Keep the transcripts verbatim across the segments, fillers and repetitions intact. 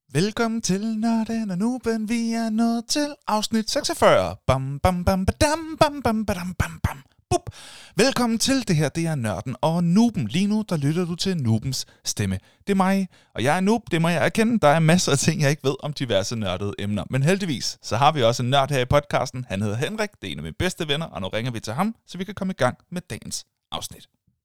Velkommen til Nørden og Nuben, vi er nået til afsnit seksogfyrre. Bam, bam, bam, badam, bam, bam, badam, bam, bam, bup. Velkommen til, det her det er Nørden og Nuben. Lige nu, der lytter du til Nubens stemme. Det er mig, og jeg er Nub, det må jeg erkende. Der er masser af ting, jeg ikke ved om diverse nørdede emner. Men heldigvis, så har vi også en nørd her i podcasten. Han hedder Henrik, det er en af mine bedste venner, og nu ringer vi til ham, så vi kan komme i gang med dagens afsnit.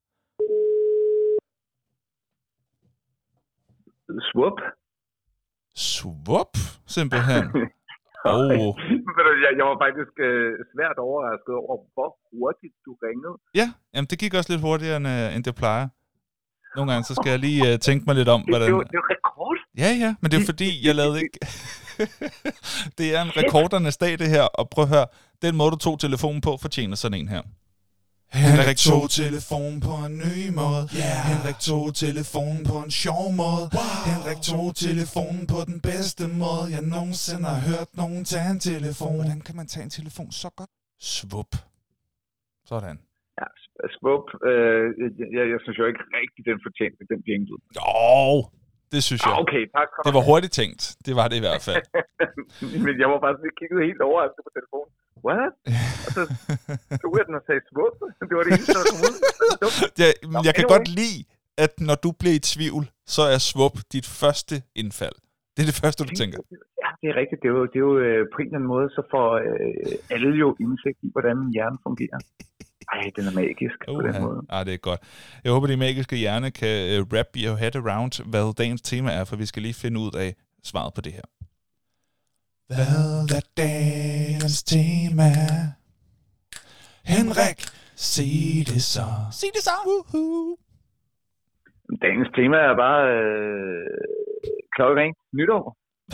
Swoop. Swoop, simpelthen. Oh. jeg, jeg var faktisk øh, svært overrasket over, hvor hurtigt du ringede. Ja, jamen det gik også lidt hurtigere, end, øh, end det plejer. Nogle gange, så skal jeg lige øh, tænke mig lidt om, hvordan... Det er jo, det er jo rekord. Ja, ja, men det er fordi, jeg lavede ikke... Det er en rekordernes dag, det her, og prøv at høre, den måde, du tog telefonen på, fortjener sådan en her. Henrik tog telefonen på en ny måde. Yeah. Henrik tog telefonen på en sjov måde. Wow. Henrik tog telefonen på den bedste måde, jeg nogensinde har hørt nogen tage en telefon. Hvordan kan man tage en telefon så godt? Svup. Sådan. Ja, Swoop. Øh, jeg, jeg synes jo ikke rigtig, den fortjente den jingle. Jo, det synes jeg. Ah, okay, tak. Det var hurtigt tænkt. Det var det i hvert fald. Men jeg var faktisk lige kigget helt overrasket på telefonen. What? Og så tog jeg den og sagde Swoop. Det var det eneste, der kom ud. Jeg, jeg kan godt lide, at når du bliver i tvivl, så er Swoop dit første indfald. Det er det første, du tænker. Ja, det er rigtigt. Det er jo, det er jo øh, på en eller anden måde, så får øh, alle jo indsigt i, hvordan min hjerne fungerer. Ej, den er magisk uh, på den måde. Ah, det er godt. Jeg håber, de magiske hjerne kan uh, wrap your head around, hvad dagens tema er, for vi skal lige finde ud af svaret på det her. Hvad er dagens tema? Henrik, sig det så. Sig det så. Woohoo. Dagens tema er bare øh, klokkering nytår.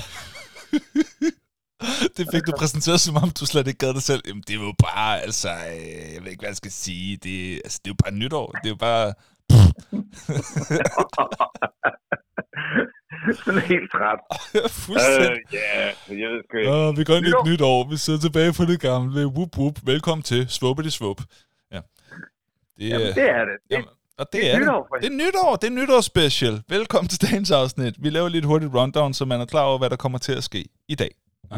Det fik du præsenteret, som om du slet ikke gad dig selv. Jamen, det er jo bare, altså, øh, jeg ved ikke, hvad jeg skal sige. Det, altså, det er jo bare nytår. Det er jo bare... Sådan helt træt. Fuldstændig. Uh, yeah, jeg ved sgu ikke. Uh, vi går ind i et nyt år. Vi sidder tilbage på det gamle. Whoop, whoop. Velkommen til Swoopity Swoop. Ja. Det, jamen, det er det. det jamen, og det, det er, er nytår, det. Det er nytår. Det er nytårsspecial. Velkommen til dagens afsnit. Vi laver lidt hurtigt rundown, så man er klar over, hvad der kommer til at ske i dag.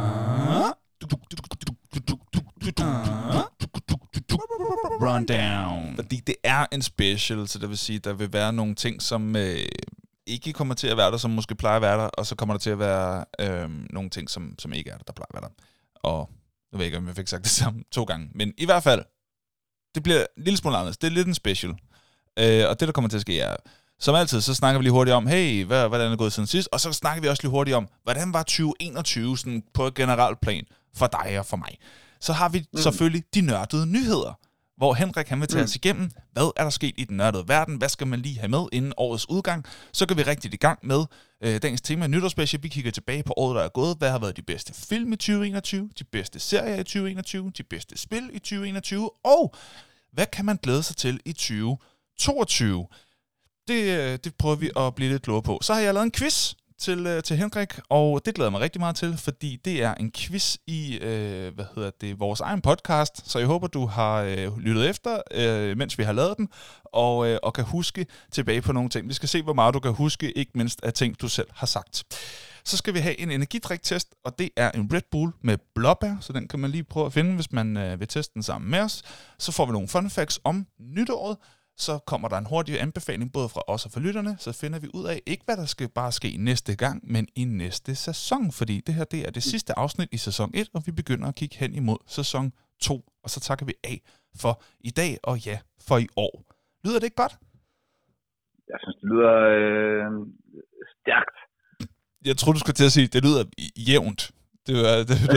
Rundown. Fordi det er en special, så det vil sige, der vil være nogle ting, som øh, ikke kommer til at være der, som måske plejer at være der, og så kommer der til at være øh, nogle ting, som, som ikke er der, der plejer at være der. Og jeg ved ikke, om jeg fik sagt det samme to gange, men i hvert fald, det bliver en lille smule anderledes. Det er lidt en special. Øh, og det, der kommer til at ske, er, som altid, så snakker vi lige hurtigt om, hey, hvad, hvordan er det gået siden sidst? Og så snakker vi også lige hurtigt om, hvordan var tyve enogtyve sådan på et generelt plan for dig og for mig. Så har vi mm. selvfølgelig de nørdede nyheder, hvor Henrik han vil tage mm. os igennem, hvad er der sket i den nørdede verden, hvad skal man lige have med inden årets udgang. Så går vi rigtig i gang med øh, dagens tema, nytårsspecial. Vi kigger tilbage på året, der er gået. Hvad har været de bedste film i tyve enogtyve, de bedste serier i tyve enogtyve, de bedste spil i tyve enogtyve, og hvad kan man glæde sig til i tyve toogtyve? Det, det prøver vi at blive lidt klogere på. Så har jeg lavet en quiz til, til Henrik, og det glæder jeg mig rigtig meget til, fordi det er en quiz i øh, hvad hedder det, vores egen podcast, så jeg håber, du har øh, lyttet efter, øh, mens vi har lavet den, og, øh, og kan huske tilbage på nogle ting. Vi skal se, hvor meget du kan huske, ikke mindst af ting, du selv har sagt. Så skal vi have en energidriktest, og det er en Red Bull med blåbær, så den kan man lige prøve at finde, hvis man øh, vil teste den sammen med os. Så får vi nogle fun facts om nytåret. Så kommer der en hurtig anbefaling både fra os og fra lytterne, så finder vi ud af ikke, hvad der skal bare ske næste gang, men i næste sæson, fordi det her det er det sidste afsnit i sæson et, og vi begynder at kigge hen imod sæson to, og så takker vi af for i dag, og ja, for i år. Lyder det ikke godt? Jeg synes, det lyder øh, stærkt. Jeg tror du skulle til at sige, det lyder jævnt. Det er det, det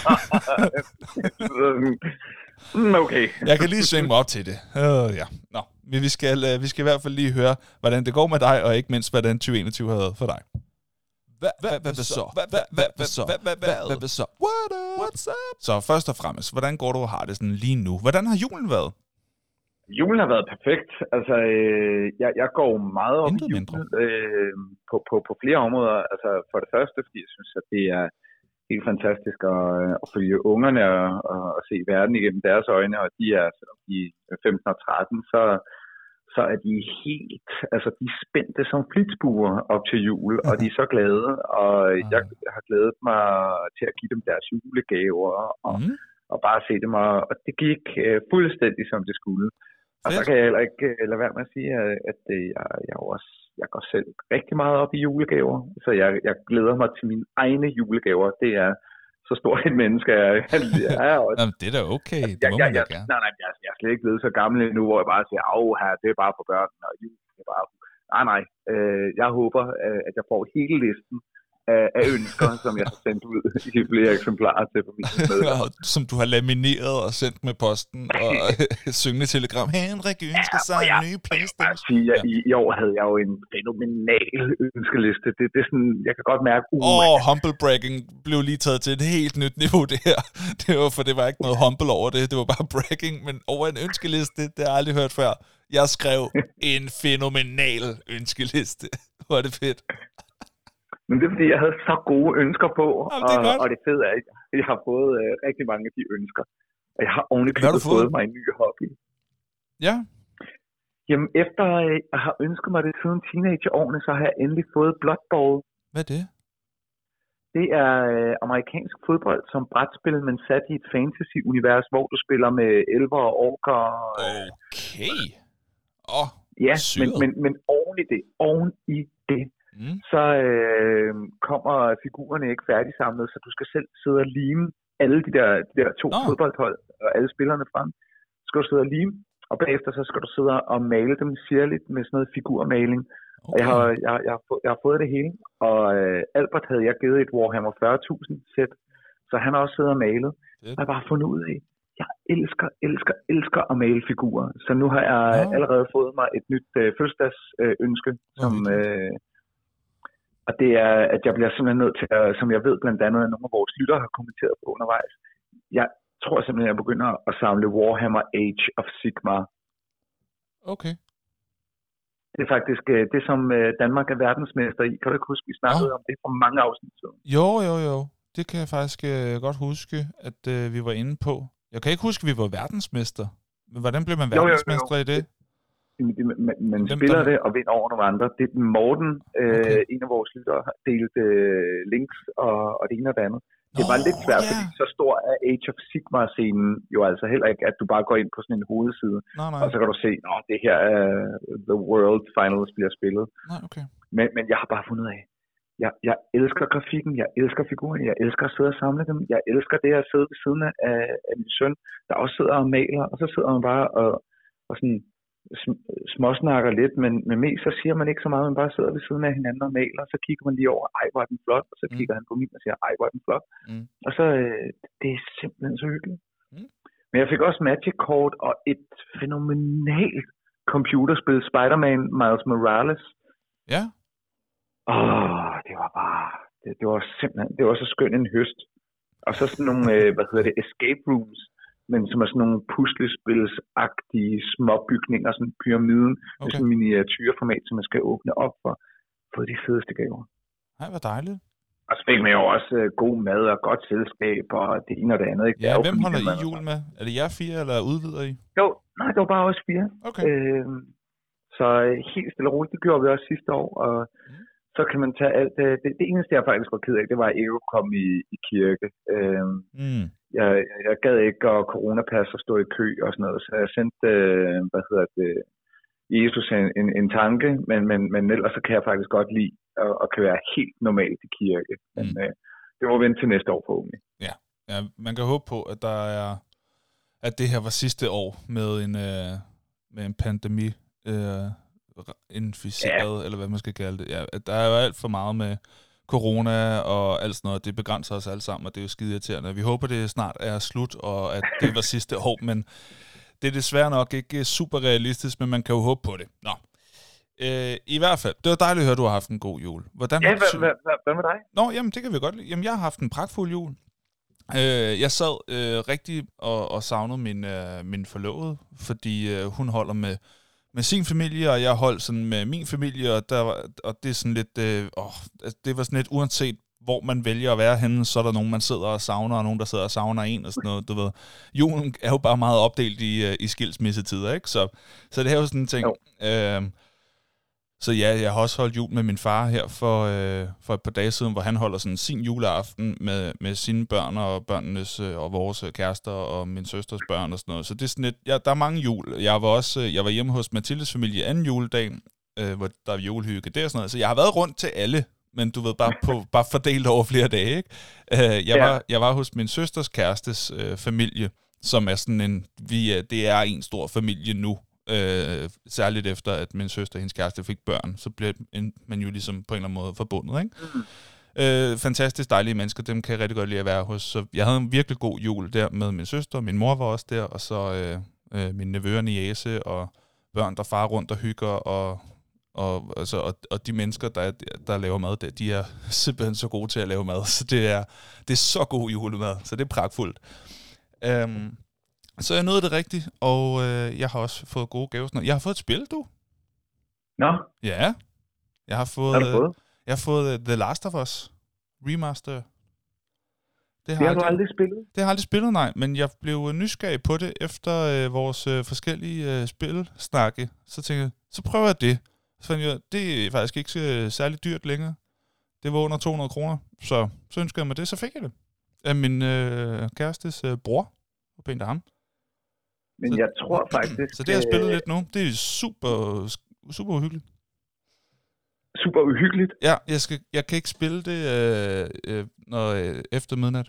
lyder... Okay. Jeg kan lige svinge mig op til det. Uh, ja. Nå, men vi skal, uh, vi skal i hvert fald lige høre, hvordan det går med dig, og ikke mindst, hvordan tyve enogtyve har været for dig. Hvad så? Hvad så? Hvad så? What's up? Så først og fremmest, hvordan går du og har det sådan lige nu? Hvordan har julen været? Julen har været perfekt. Altså, øh, jeg, jeg går meget op i julen øh, på, på, på flere områder. Altså, for det første, fordi jeg synes, at det er helt fantastisk at, at følge ungerne og, og, og se verden igennem deres øjne, og de er, selvom de er femten og tretten, så, så er de helt, altså de er spændte som flitsbuer op til jul, og de er så glade, og jeg har glædet mig til at give dem deres julegaver, og, mm. og bare se dem, og, og det gik uh, fuldstændig som det skulle. Og så kan jeg heller ikke uh, lade være med at sige, at, at uh, jeg, jeg, også, jeg går selv rigtig meget op i julegaver, så jeg, jeg glæder mig til mine egne julegaver. Det er så stort et menneske, jeg, jeg er også. Jamen, det er da okay, det jeg, må jeg, man jeg, da gerne. Nej, nej, jeg, jeg er slet ikke blevet så gammel nu, hvor jeg bare siger, åh her, det er bare for børnene, og jul, det er bare... Nej, nej, øh, jeg håber, at jeg får hele listen af, af ønsker, som jeg har sendt ud i flere eksemplarer til familien. Som du har lamineret og sendt med posten, og syngende telegram. Henrik ønsker sig ja, en ny PlayStation. Sige, ja. i, I år havde jeg jo en fænomenal ønskeliste. Det, det er sådan, jeg kan godt mærke... Åh, uh, oh, humble bragging blev lige taget til et helt nyt niveau, det her. Det var, for det var ikke noget humble over det, det var bare bragging, men over en ønskeliste, det har jeg aldrig hørt før. Jeg skrev en fænomenal ønskeliste. Hvor er det fedt. Men det er fordi, jeg havde så gode ønsker på, Jamen, det og, og det fede er, at jeg har fået øh, rigtig mange af de ønsker. Og jeg har ovenikøbet fået? fået mig en ny hobby. Ja. Jamen, efter øh, jeg har ønsket mig det siden teenageårene, så har jeg endelig fået Blood Bowl. Hvad er det? Det er øh, amerikansk fodbold som brætspil, men sat i et fantasy-univers, hvor du spiller med elver og orker. Okay. Åh, oh, ja, men, men, men oven i det, oven i det, Mm. så øh, kommer figurerne ikke færdigsamlet, så du skal selv sidde og lime alle de der, de der to oh. fodboldhold og alle spillerne frem. Så skal du sidde og lime, og bagefter så skal du sidde og male dem sirligt med sådan noget figurmaling. Okay. Og jeg har, jeg, jeg, har fået, jeg har fået det hele, og øh, Albert havde jeg givet et Warhammer fyrre tusind sæt, så han har også siddet og malet. Det. Og jeg har bare fundet ud af, jeg elsker, elsker, elsker at male figurer. Så nu har jeg oh. allerede fået mig et nyt øh, fødselsdagsønske, øh, som... Øh, Og det er, at jeg bliver simpelthen nødt til, at, som jeg ved blandt andet, at nogle af vores lyttere har kommenteret på undervejs. Jeg tror simpelthen, at jeg begynder at samle Warhammer Age of Sigmar. Okay. Det er faktisk det, som Danmark er verdensmester i. Kan du ikke huske, vi snakkede oh. om det for mange afsnit siden? Jo, jo, jo. Det kan jeg faktisk uh, godt huske, at uh, vi var inde på. Jeg kan ikke huske, at vi var verdensmester. Men hvordan blev man verdensmester jo, jo, jo. i det? Man, man spiller der... det og vinder over nogle andre. Det er Morten, okay. øh, en af vores lyttere, har delt øh, links og, og det ene og det andet. Det var oh, lidt svært, yeah. fordi så stor er Age of Sigmar-scenen jo altså heller ikke, at du bare går ind på sådan en hovedside, nej, nej. og så kan du se, at det her er The World Finals bliver spillet. Nej, okay. men, men jeg har bare fundet af, jeg, jeg elsker grafikken, jeg elsker figurerne, jeg elsker at sidde og samle dem, jeg elsker det at sidde ved siden af, af min søn, der også sidder og maler, og så sidder man bare og, og sådan småsnakker lidt, men, men mest så siger man ikke så meget, man bare sidder ved siden af hinanden og maler, og så kigger man lige over, ej, hvor er den flot, og så mm. kigger han på min og siger, ej, hvor er den flot. Mm. Og så, øh, det er simpelthen så hyggeligt. Mm. Men jeg fik også Magic Kort og et fænomenalt computerspil, Spider-Man Miles Morales. Ja. Åh, det var bare, det, det var simpelthen, det var så skønt en høst. Og så sådan nogle, øh, hvad hedder det, escape rooms, men som er sådan nogle puslespilsagtige småbygninger, sådan pyramiden, okay. med sådan en miniatyrformat, som man skal åbne op for, for de fedeste gaver. Nej, hvor dejligt. Og så fik man jo også uh, god mad og godt selskab, og det ene og det andet. Ikke? Ja, hvem holder I jul med? Er det jer fire, eller udvider I? Jo, nej, det var bare også fire. Okay. Øh, så helt stille og roligt, det gjorde vi også sidste år, og mm. så kan man tage alt. Det, det, det eneste, jeg faktisk var ked af, det var, at jeg ikke kom i, i kirke. Øh, mm. Jeg, jeg gad ikke at coronapas og stå i kø og sådan noget, så jeg sendte, øh, hvad hedder det, Jesus en, en, en tanke, men, men, men ellers så kan jeg faktisk godt lide at, at kan være helt normalt i kirke. Men mm. øh, det må vente til næste år forhåbentlig. Ja. Ja, man kan håbe på, at der er, at det her var sidste år med en, øh, med en pandemi øh, inficeret, ja. eller hvad man skal kalde det. Ja, der er jo alt for meget med corona og alt sådan noget, det begrænser os alle sammen, og det er jo skide irriterende. Vi håber, det snart er slut, og at det var sidste år, men det er desværre nok ikke super realistisk, men man kan jo håbe på det. Nå. Øh, I hvert fald, det var dejligt at høre, at du har haft en god jul. Hvordan ja, hvad, hvad, hvad, hvad med dig? Nå, jamen det kan vi godt lide. Jamen jeg har haft en pragtfuld jul. Øh, jeg sad øh, rigtig og, og savnede min, øh, min forlovede, fordi øh, hun holder med med sin familie, og jeg holdt sådan med min familie, og, der var, og det er sådan lidt, øh, åh, det var sådan lidt, uanset hvor man vælger at være henne, så er der nogen, man sidder og savner, og nogen, der sidder og savner en, og sådan noget, du ved. Julen er jo bare meget opdelt i, i skilsmissetider, ikke? Så, så det er jo sådan en ting. Øhm, så ja, jeg har også holdt jul med min far her for, øh, for et par dage siden, hvor han holder sådan sin juleaften med, med sine børn, og børnenes og vores kærester, og min søsters børn, og sådan noget. Så det er sådan et, ja, der er mange jul. Jeg var også, jeg var hjemme hos Mathildes familie anden juledag, øh, hvor der er julehygge der og sådan noget. Så jeg har været rundt til alle, men du ved, bare, på, bare fordelt over flere dage, ikke? Uh, jeg, ja. var, jeg var hos min søsters kærestes uh, familie, som er sådan en, vi, uh, det er en stor familie nu, uh, særligt efter, at min søster og hendes kæreste fik børn, så blev man jo ligesom på en eller anden måde forbundet, ikke? Mm. Uh, fantastisk dejlige mennesker, dem kan jeg rigtig godt lide at være hos, så jeg havde en virkelig god jul der med min søster, min mor var også der, og så uh, uh, min nevø og niece, og børn, der farer rundt og hygger, og Og, altså, og, og de mennesker, der, der laver mad, der, de er simpelthen så gode til at lave mad. Så det er, det er så god julemad, så det er pragtfuldt. Um, så jeg nåede det rigtigt, og øh, jeg har også fået gode gaver. Jeg har fået et spil, du. Nå? Ja. Jeg har fået, har du fået? Jeg har fået uh, The Last of Us Remaster. Det har, det har aldrig, du aldrig spillet? Det har jeg aldrig spillet, nej. Men jeg blev nysgerrig på det efter øh, vores øh, forskellige øh, spilsnakke. Så tænkte jeg, så prøver jeg det. Så fandt jeg, det er faktisk ikke så særlig dyrt længere. Det var under to hundrede kroner. Så, så ønskede jeg mig det, så fik jeg det. Af min øh, kærestes øh, bror. Og pænt af ham. Men så, jeg tror faktisk... Så det har jeg spillet lidt nu. Det er super, super uhyggeligt. Super uhyggeligt? Ja, jeg, skal, jeg kan ikke spille det øh, øh, når, øh, efter midnat.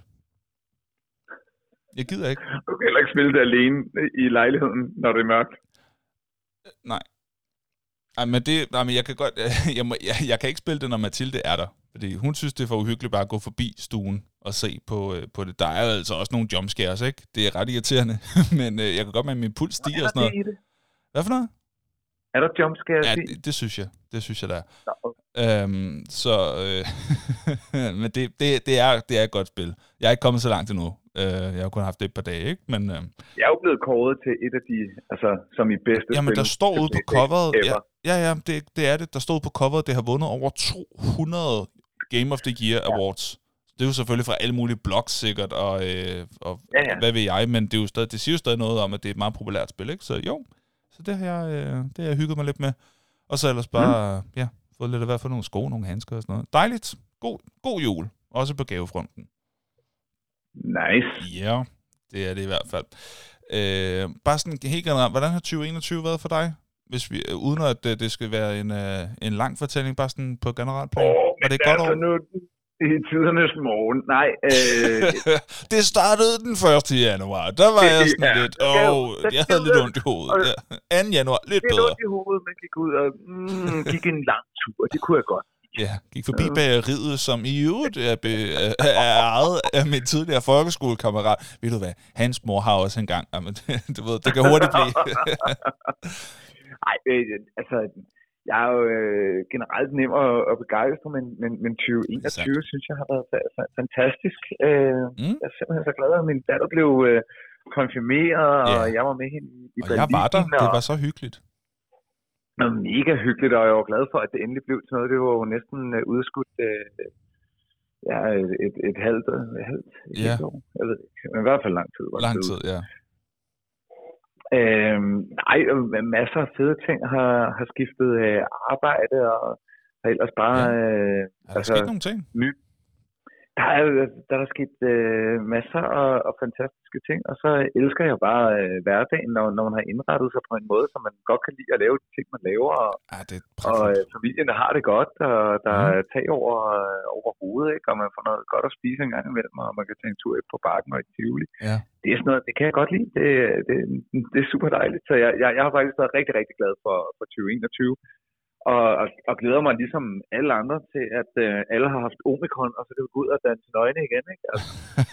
Jeg gider ikke. Du kan heller ikke spille det alene i lejligheden, når det er mørkt. Nej. Ej, men det, nej, men jeg kan godt, jeg, må, jeg, jeg kan ikke spille det, når Mathilde er der, fordi hun synes, det er for uhyggeligt bare at gå forbi stuen og se på, på det. Der er jo altså også nogle jumpscares, ikke? Det er ret irriterende, men øh, jeg kan godt med, at min puls stiger og sådan noget. Det? Hvad for noget? Er der jumpscares? Ja, det, det synes jeg. Det synes jeg, der er. Okay. Øhm, så, øh, men det, det, det, er, det er et godt spil. Jeg er ikke kommet så langt endnu. Jeg har kun haft det et par dage, ikke? Men, øh... jeg er jo blevet kåret til et af de, altså, som i bedste Jamen, spil. Der står ude på coveret, ja, ja, ja det, det er det. Der stod på coveret, det har vundet over to hundrede Game of the Year ja. Awards. Det er jo selvfølgelig fra alle mulige blogs sikkert, og, øh, og ja, ja. hvad ved jeg, men det, er jo stadig, det siger jo stadig noget om, at det er et meget populært spil, ikke? Så jo, så det har jeg, øh, det har jeg hygget mig lidt med. Og så ellers bare, mm. ja, fået lidt af hvert fald nogle sko, nogle handsker og sådan noget. Dejligt. God, god jul. Også på gavefronten. Nice. Ja, det er det i hvert fald. Øh, bare sådan helt generelt, hvordan har tyve enogtyve været for dig? Hvis vi, uden at det, det skal være en, uh, en lang fortælling, bare sådan på generelt plan. Oh, var det godt over? Nu, i tidernes morgen. Nej. Øh... det startede den første januar. Der var jeg sådan ja, lidt, åh, oh, jeg havde lidt ondt i hovedet. Ja. anden januar, lidt bedre. Lidt ondt i hovedet, man gik ud og mm, gik en lang tur. Det kunne jeg godt. Ja, gik forbi bageriet, som i øvrigt er, be, er ejet af min tidligere folkeskolekammerat. Ved du hvad, hans mor har også en gang. Jamen, du ved, det kan hurtigt blive. Nej, altså, jeg er jo øh, generelt nem at, at begejstre, men, men, men tyve enogtyve synes jeg har været fantastisk. Øh, mm. Jeg er simpelthen så glad, at min datter blev øh, konfirmeret, og yeah. jeg var med hende i og Berlin. Jeg var der, det var så hyggeligt. Det var mega hyggeligt, og jeg var glad for, at det endelig blev til noget. Det var jo næsten uh, udskudt uh, ja, et, et, et halvt, et halvt et ja. år. Jeg ved ikke, men i hvert fald lang tid. Lang tid, ja. Øhm, nej, masser af fede ting har, har skiftet uh, arbejde, og har ellers bare... Ja. Uh, er der altså, sket nogle ting? Nyt. Der er, der er sket øh, masser af, af fantastiske ting, og så elsker jeg bare øh, hverdagen, når, når man har indrettet sig på en måde, så man godt kan lide at lave de ting, man laver, og, ja, det og øh, familien har det godt, og der mm. er tag over, over hovedet, ikke? Og man får noget godt at spise en gang imellem, og man kan tage en tur på Bakken og i Tivoli. Ja. Det er sådan noget, det kan jeg godt lide, det, det, det er super dejligt, så jeg, jeg, jeg har faktisk været rigtig, rigtig glad for, for tyve enogtyve. Og, og, og glæder mig ligesom alle andre til, at øh, alle har haft omikron, og så kan vi gå ud og danse nøgne igen, ikke? Altså.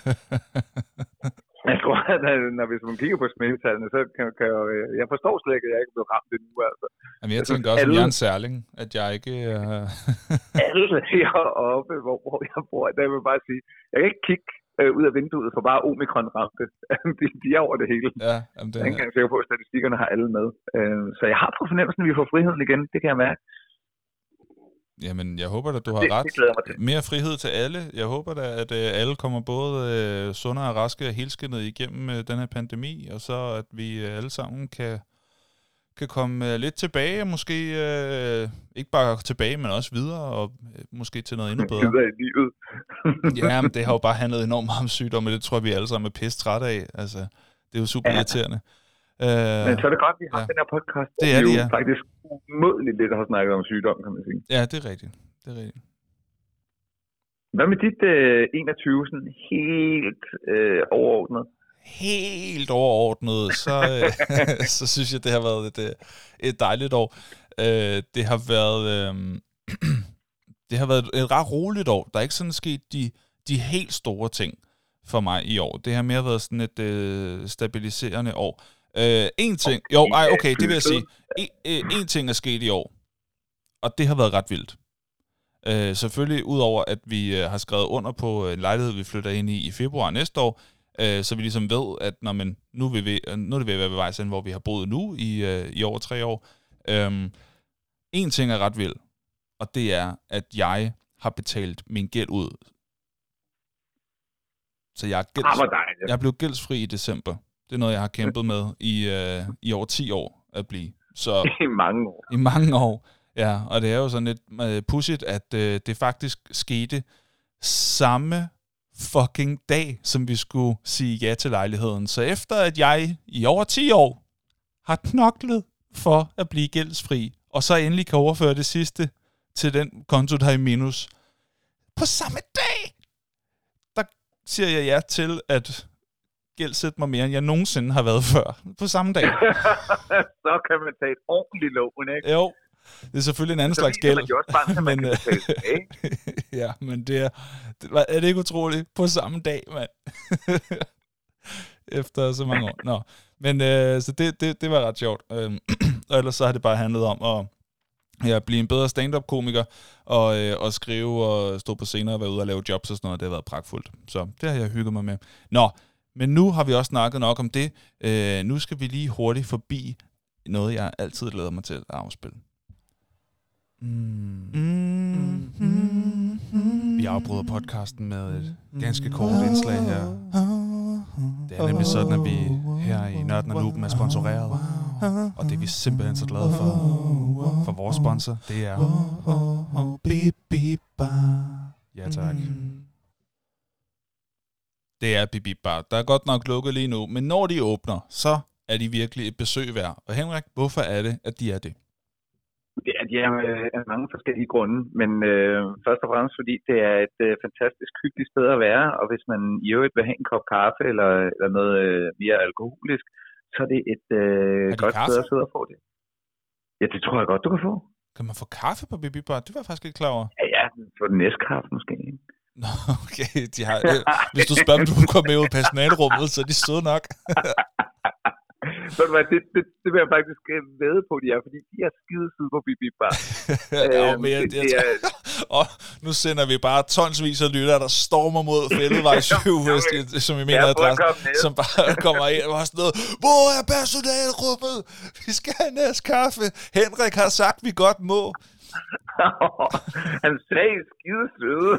Jeg tror, at når, hvis man kigger på smittetallene, så kan, kan jeg, jeg forstår slet ikke, at jeg ikke er blevet ramt endnu, altså. Jamen, jeg tænker også, at jeg er en særling, at jeg ikke... Uh... alle heroppe, hvor, hvor jeg bor, der vil jeg bare sige, jeg kan ikke kigge øh, ud af vinduet for bare omikron-ramte. de, de er over det hele. Ja, jamen det... Jeg er ikke engang sikker på, at statistikkerne har alle med. Øh, så jeg har på fornemmelsen, at vi får friheden igen, det kan jeg mærke. Jamen, jeg håber at du har det, ret. Det mere frihed til alle. Jeg håber da, at øh, alle kommer både øh, sundere og raske og helskindet igennem øh, den her pandemi, og så at vi øh, alle sammen kan, kan komme øh, lidt tilbage, måske øh, ikke bare tilbage, men også videre, og øh, måske til noget endnu bedre. Videre i livet. Ja, men det har jo bare handlet enormt meget om sygdomme, og det tror jeg, vi alle sammen er pisse trætte af. Altså, det er jo super ja. irriterende. Uh, Men så er det godt, at vi har ja. den her podcast, det er vi det, jo ja. faktisk umådeligt lidt har snakket om sygdom, kan man sige. Ja, det er rigtigt. Det er rigtigt. Hvad med dit uh, enogtyve, sådan helt uh, overordnet? Helt overordnet, så, øh, så synes jeg, det har været et, et dejligt år. Uh, det har været uh, det har været et ret roligt år. Der er ikke sådan sket de, de helt store ting for mig i år. Det har mere været sådan et uh, stabiliserende år. Uh, en ting, jo, ej, okay, det vil jeg sige. En, uh, en ting er sket i år, og det har været ret vildt. Uh, selvfølgelig, udover at vi uh, har skrevet under på en lejlighed, vi flytter ind i i februar næste år, uh, så vi ligesom ved, at når man, nu, vil vi, nu er det ved at være ved vejs ende, hvor vi har boet nu i, uh, i over tre år. Um, en ting er ret vild, og det er, at jeg har betalt min gæld ud. Så jeg er, gælds, jeg blev gældsfri i december. Det er noget, jeg har kæmpet med i, øh, i over ti år at blive. Så, I mange år. I mange år, ja. Og det er jo sådan lidt øh, pudsigt, at øh, det faktisk skete samme fucking dag, som vi skulle sige ja til lejligheden. Så efter at jeg i over ti år har knoklet for at blive gældsfri, og så endelig kan overføre det sidste til den konto, der er i minus, på samme dag, der siger jeg ja til at gældsætte mig mere, end jeg nogensinde har været før. På samme dag. Så kan man tage et ordentligt lån, ikke? Jo. Det er selvfølgelig en anden så slags gæld. Så også bare, at man men, kan betale, ja, men det er, det, er det ikke utroligt? På samme dag, mand. Efter så mange år. Nå. Men øh, så det, det, det var ret sjovt. Øhm, og ellers så har det bare handlet om at ja, blive en bedre stand-up-komiker, og, øh, og skrive og stå på scener og være ude og lave jobs og sådan noget. Det har været pragtfuldt. Så det har jeg hygget mig med. Nå, men nu har vi også snakket nok om det. Øh, nu skal vi lige hurtigt forbi noget, jeg altid glæder mig til at afspille. Mm. Mm. Mm. Mm. Vi afbryder podcasten med et ganske kort indslag her. Det er nemlig sådan, at vi her i Nørden og Nuben er sponsoreret. Og det er vi simpelthen så glade for. For vores sponsor, det er Bip Bip Bar. Ja tak. Det er Bip Bip Bar. Der er godt nok lukket lige nu, men når de åbner, så er de virkelig et besøg værd. Og Henrik, hvorfor er det, at de er det? Det er de er af mange forskellige grunde, men øh, først og fremmest fordi det er et øh, fantastisk hyggeligt sted at være, og hvis man i øvrigt vil have en kop kaffe eller, eller noget øh, mere alkoholisk, så er det et øh, godt kaffe? Sted at sidde og få det. Ja, det tror jeg godt, du kan få. Kan man få kaffe på Bip Bip Bar? Det var jeg faktisk ikke klar over. Ja, ja, for den næste kaffe måske. Nå, okay. De har, øh, hvis du spørger, om du kommer med ud i personalrummet, så er de søde nok. Så det, det, det vil jeg faktisk væde på, de er, fordi de er skide side på Bip Bip Bar. Ja, men jeg, det, det er... Og nu sender vi bare tonsvis af lytter, der stormer mod Fælledvej syv, som i min adresse, som bare kommer ind og har sådan noget, hvor er personalrummet? Vi skal have næste kaffe. Henrik har sagt, vi godt må. Han sagde skide søde.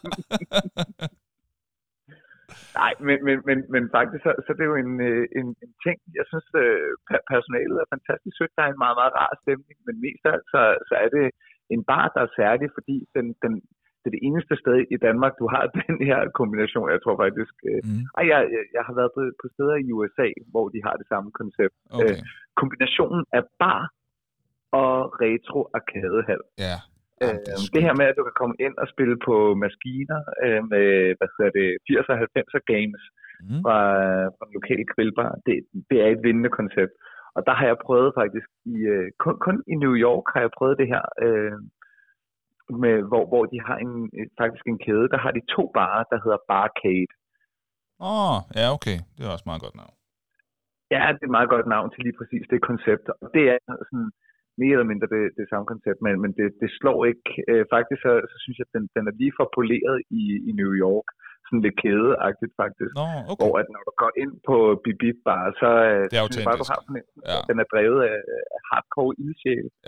Nej, men, men, men, men faktisk så, så det er jo en, en, en ting, jeg synes, personalet er fantastisk sødt. Der er en meget, meget rar stemning, men mest af alt, så, så er det en bar, der er særlig, fordi den, den, det er det eneste sted i Danmark, du har den her kombination. Jeg tror faktisk, mm. ej, jeg, jeg har været på, på steder i U S A, hvor de har det samme koncept. Okay. Øh, kombinationen af bar og retro arkadehal. Ja. Øh, det her med, at du kan komme ind og spille på maskiner øh, med, hvad hedder det, firs og halvfemser games mm. fra, fra en lokal grillbar, det, det er et vindende koncept. Og der har jeg prøvet faktisk, i, øh, kun, kun i New York har jeg prøvet det her, øh, med, hvor, hvor de har en, faktisk en kæde, der har de to barer, der hedder Barcade. Åh, oh, ja okay, det er også meget godt navn. Ja, det er et meget godt navn til lige præcis det koncept. Og det er sådan mere eller mindre det, det samme koncept, men, men det, det slår ikke. Øh, faktisk så, så synes jeg, at den, den er lige for poleret i, i New York. Sådan lidt kædeagtigt faktisk. Nå, okay. Hvor at når du går ind på Bip Bip Bar, så det er synes jeg bare, du har sådan en, ja. den er drevet af hardcore ildsjæl. Ja.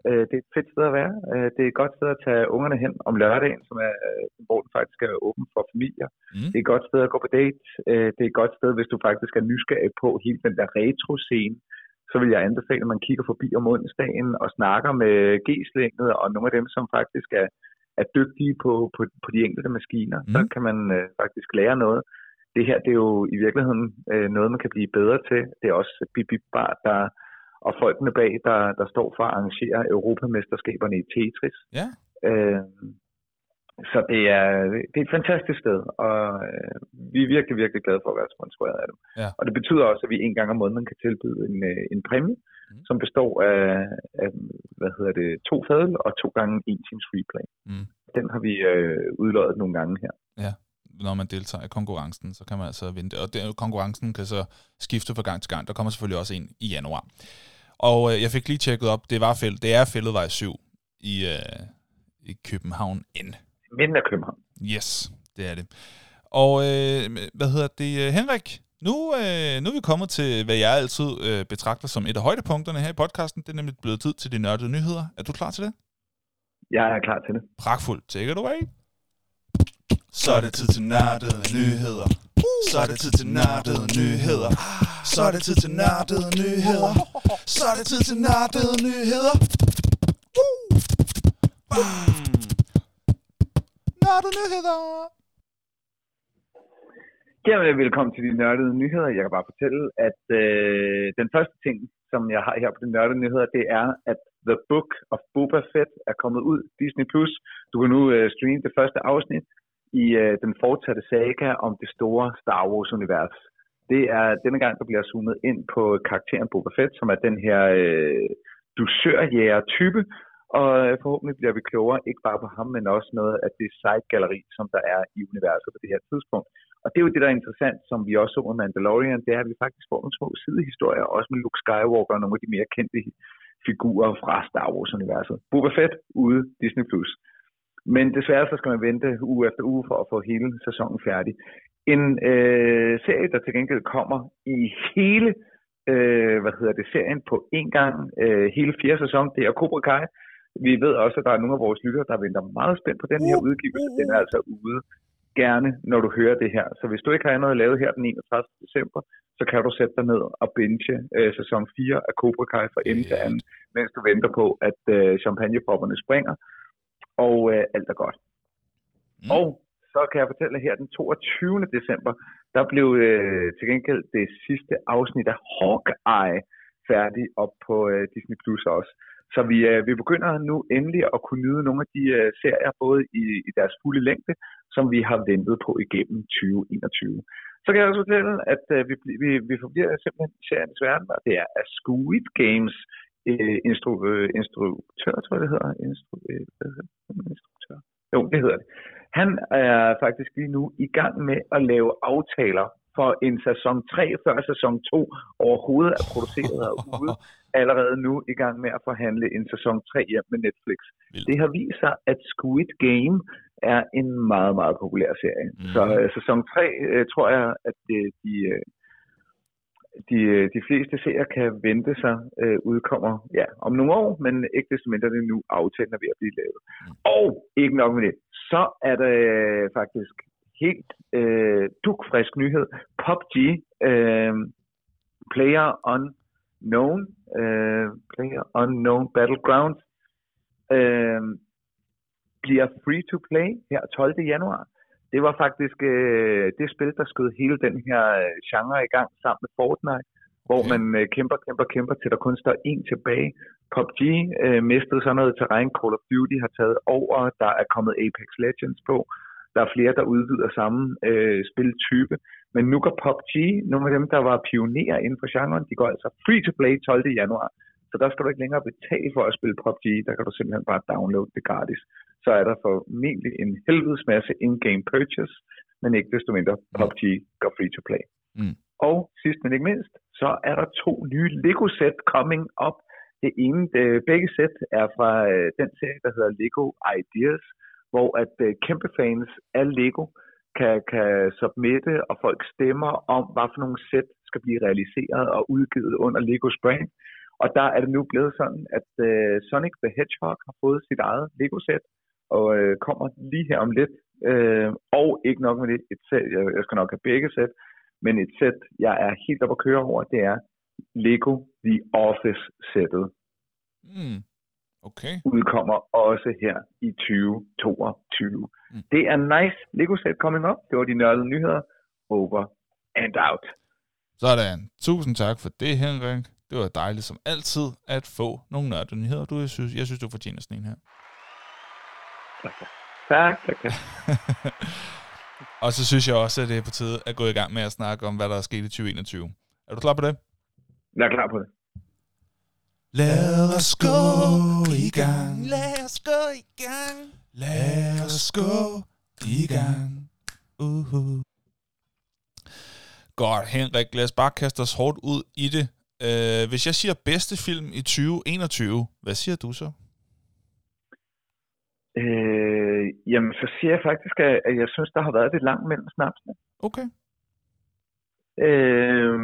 Øh, det er et fedt sted at være. Øh, det er et godt sted at tage ungerne hen om lørdagen, som er, hvor den faktisk er åben for familier. Mm. Det er et godt sted at gå på date. Øh, det er et godt sted, hvis du faktisk er nysgerrig på hele den der retro-scene. Så vil jeg anbefale, at man kigger forbi om onsdagen og snakker med G-slænget og nogle af dem, som faktisk er, er dygtige på, på, på de enkelte maskiner. Mm. Så kan man øh, faktisk lære noget. Det her, det er jo i virkeligheden øh, noget, man kan blive bedre til. Det er også Bip Bip Bar, der og folkene bag, der, der står for at arrangere europamesterskaberne i Tetris. Ja. Øh, så det er, det er et fantastisk sted, og øh, vi er virkelig, virkelig glade for at være sponsoreret af dem. Ja. Og det betyder også, at vi en gang om måneden kan tilbyde en, en præmie, mm. som består af, af hvad hedder det, to fadøl og to gange en times replay. Mm. Den har vi øh, udløjet nogle gange her. Ja. Når man deltager i konkurrencen, så kan man altså vinde det. Og det, konkurrencen kan så skifte fra gang til gang. Der kommer selvfølgelig også en i januar. Og øh, jeg fik lige tjekket op, det, var fæld, det er Fælledvej syv i, øh, i København N. Midten af København. Yes, det er det. Og øh, hvad hedder det, Henrik? Nu, øh, nu er vi kommet til, hvad jeg altid øh, betragter som et af højdepunkterne her i podcasten. Det er nemlig blevet tid til de nørdede nyheder. Er du klar til det? Jeg er klar til det. Pragtfuldt. Take it away. Så er det tid til nørdede nyheder. Så er det tid til nørdede nyheder. Så er det tid til nørdede nyheder. Så er det tid til nørdede nyheder. Nørdede nyheder. Jamen, velkommen til de nørdede nyheder. Jeg kan bare fortælle, at øh, den første ting, som jeg har her på de nørdede nyheder, det er, at The Book of Boba Fett er kommet ud. Disney Plus. Du kan nu øh, streame det første afsnit i øh, den fortsatte saga om det store Star Wars-univers. Det er denne gang, der bliver zoomet ind på karakteren Boba Fett, som er den her øh, dusørjæger-type, og øh, forhåbentlig bliver vi klogere, ikke bare på ham, men også noget af det side-galleri, som der er i universet på det her tidspunkt. Og det er jo det, der er interessant, som vi også så med Mandalorian, det er, at vi faktisk får nogle små sidehistorier, også med Luke Skywalker og nogle af de mere kendte figurer fra Star Wars-universet. Boba Fett ude, Disney Plus. Men desværre så skal man vente uge efter uge for at få hele sæsonen færdig. En øh, serie, der til gengæld kommer i hele øh, hvad hedder det, serien på en gang, øh, hele fjerde sæson, det er Cobra Kai. Vi ved også, at der er nogle af vores lyttere, der venter meget spændt på den her udgivelse. Den er altså ude gerne, når du hører det her. Så hvis du ikke har noget lavet her den enogtredivte december, så kan du sætte dig ned og binge øh, sæson fire af Cobra Kai fra ende til anden, mens du venter på, at øh, champagnepropperne springer. Og øh, alt er godt. Mm. Og så kan jeg fortælle her den toogtyvende december, der blev øh, til gengæld det sidste afsnit af Hawkeye færdig op på øh, Disney Plus også. Så vi, øh, vi begynder nu endelig at kunne nyde nogle af de øh, serier, både i, i deres fulde længde, som vi har ventet på igennem tyve enogtyve. Så kan jeg også fortælle, at øh, vi, vi, vi forbliver simpelthen seriens verden, og det er af Squid Games øh, instru, øh, instruktør, tror jeg det hedder. Instru, øh, instruktør. Jo, det hedder det. Han er faktisk lige nu i gang med at lave aftaler for en sæson tre, før sæson to overhovedet er produceret og ude. Allerede nu i gang med at forhandle en sæson tre hjem med Netflix. Vildt. Det har vist sig, at Squid Game er en meget, meget populær serie. Mm. Så uh, sæson tre uh, tror jeg, at de, de, de, de fleste serier kan vente sig uh, udkommer ja, om nogle år, men ikke desto mindre det nu aftalen er ved at blive lavet. Mm. Og ikke nok med det, så er der uh, faktisk helt uh, dugfrisk nyhed. P U B G, uh, Player Unknown, uh, Player Unknown Battlegrounds, uh, bliver free-to-play her tolvte januar. Det var faktisk øh, det spil, der skød hele den her øh, genre i gang sammen med Fortnite, hvor man øh, kæmper, kæmper, kæmper, til der kun står én tilbage. P U B G øh, mistede sådan noget terræn, Call of Duty har taget over, der er kommet Apex Legends på, der er flere, der udvider samme øh, spiltype, men nu går P U B G, nogle af dem, der var pionerer inden for genren, de går altså free-to-play tolvte januar. Så der skal du ikke længere betale for at spille P U B G, der kan du simpelthen bare downloade det gratis. Så er der formentlig en helvedes masse in-game purchase, men ikke desto mindre P U B G går free to play. Mm. Og sidst men ikke mindst, så er der to nye Lego-sæt coming up. Det ene, det, begge sæt er fra øh, den serie, der hedder Lego Ideas, hvor at øh, kæmpe fans af Lego kan, kan submitte, og folk stemmer om, hvad for nogle sæt skal blive realiseret og udgivet under Legos brand. Og der er det nu blevet sådan, at øh, Sonic the Hedgehog har fået sit eget Lego-sæt, og øh, kommer lige her om lidt. Øh, og ikke nok med det, et sæt, jeg, jeg skal nok have begge sæt, men et sæt, jeg er helt oppe at køre over, det er Lego The Office-sættet. Mm. Okay. Udkommer også her i tyve toogtyve. Mm. Det er nice. Lego-sæt coming up. Det var de nørdede nyheder. Over and out. Sådan. Tusind tak for det, Henrik. Det var dejligt som altid at få nogle nørdede nyheder. Du, jeg, synes, jeg synes, du fortjener sådan en her. Tak, tak. tak, tak. Og så synes jeg også, at det er på tide at gå i gang med at snakke om, hvad der er sket i tyve enogtyve. Er du klar på det? Jeg er klar på det. Lad os gå i gang. Lad os gå i gang. Lad os gå i gang. Uh-huh. Godt, Henrik. Lad os bare kaste os hårdt ud i det. Uh, hvis jeg siger bedste film i tyve enogtyve, hvad siger du så? Øh, jamen, så siger jeg faktisk, at jeg synes, der har været lidt langt mellem snapsene. Okay. Øh,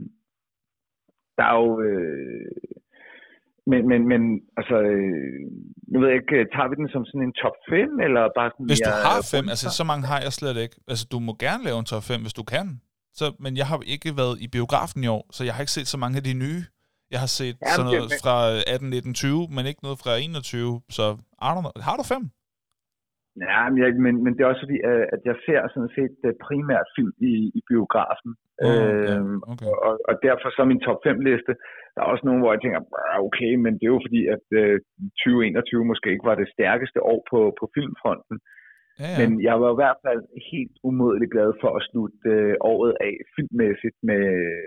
der er jo... Øh, men, men, men, altså... Øh, nu ved jeg ikke, tager vi den som sådan en top fem, eller bare sådan... Hvis du har fem, altså så mange har jeg slet ikke. Altså, du må gerne lave en top fem, hvis du kan. Så, men jeg har ikke været i biografen i år, så jeg har ikke set så mange af de nye. Jeg har set ja, sådan noget fra atten, nitten, tyve, men ikke noget fra enogtyve, så I don't know. Har du fem? Ja, men, jeg, men, men det er også fordi, at jeg ser sådan set primært film i, i biografen. Oh, øh, ja, okay. og, og derfor så min top fem liste, der er også nogle, hvor jeg tænker, okay, men det er jo fordi, at øh, tyve enogtyve måske ikke var det stærkeste år på, på filmfronten. Ja, ja. Men jeg var i hvert fald helt umådelig glad for at slutte øh, året af filmmæssigt med,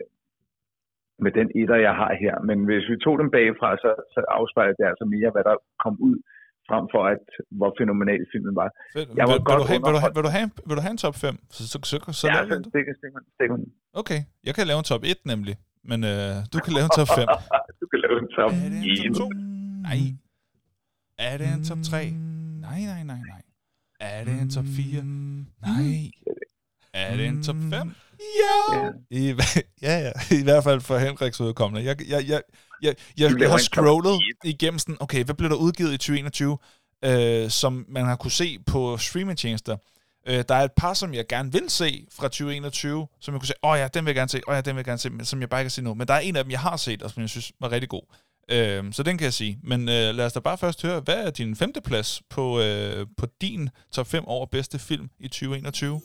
med den etter, jeg har her. Men hvis vi tog dem bagfra, så, så afspejler det altså mere, hvad der kom ud, frem for at, hvor fænomenal filmen var. Jeg var vil, godt vil, du have, vil, du have, vil, du have, vil du have en top fem? Så, så, så, så ja, så stikker, stikker, stikker. Okay, jeg kan lave en top et nemlig, men øh, du kan lave en top fem. Du kan lave en top et. Nej. Er det en top tre? Nej, nej, nej, nej. Er det en top fire? Nej. Er det en top fem? Ja! I, ja, ja. I hvert fald for Henriks udkommende. Jeg, jeg, jeg, jeg, jeg, jeg har scrollet igennem sådan, okay, hvad blev der udgivet i tyve enogtyve, øh, som man har kunne se på streamingtjenester. Øh, der er et par, som jeg gerne vil se fra tyve enogtyve, som jeg kunne se, åh oh ja, den vil jeg gerne se, åh oh ja, den vil jeg gerne se, men som jeg bare ikke kan se nu. Men der er en af dem, jeg har set, og som jeg synes var rigtig god. Øh, så den kan jeg sige. Men øh, lad os da bare først høre, hvad er din femte plads på, øh, på din top fem over bedste film i tyve enogtyve?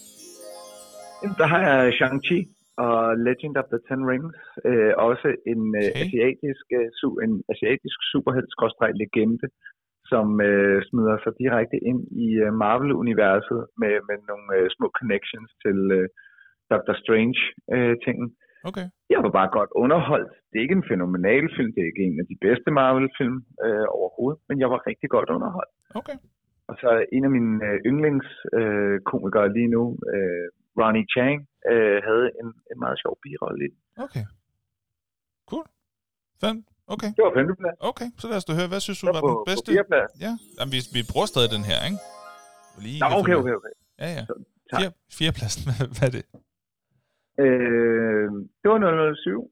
Der har jeg Shang-Chi og Legend of the Ten Rings. Øh, også en, okay. øh, asiatisk, øh, su, en asiatisk superhelt-legende, som øh, smider sig direkte ind i øh, Marvel-universet med, med nogle øh, små connections til øh, Doctor Strange-tingen. Øh, okay. Jeg var bare godt underholdt. Det er ikke en fænomenal film, det er ikke en af de bedste Marvel-film øh, overhovedet, men jeg var rigtig godt underholdt. Okay. Og så en af mine øh, yndlingskomikere øh, lige nu, øh, Ronnie Chang, øh, havde en, en meget sjov birolle i den. Okay. Cool. Fem. Okay. Det var femteplads. Okay, så lad os da høre, hvad synes du var på, den bedste? På fjerdeplads. Ja, jamen, vi, vi bruger stadig den her, ikke? Lige Nå, okay, okay, okay. Ja, ja. Fire, fjerdepladsen, hvad er det? Øh, det var nul nul syv.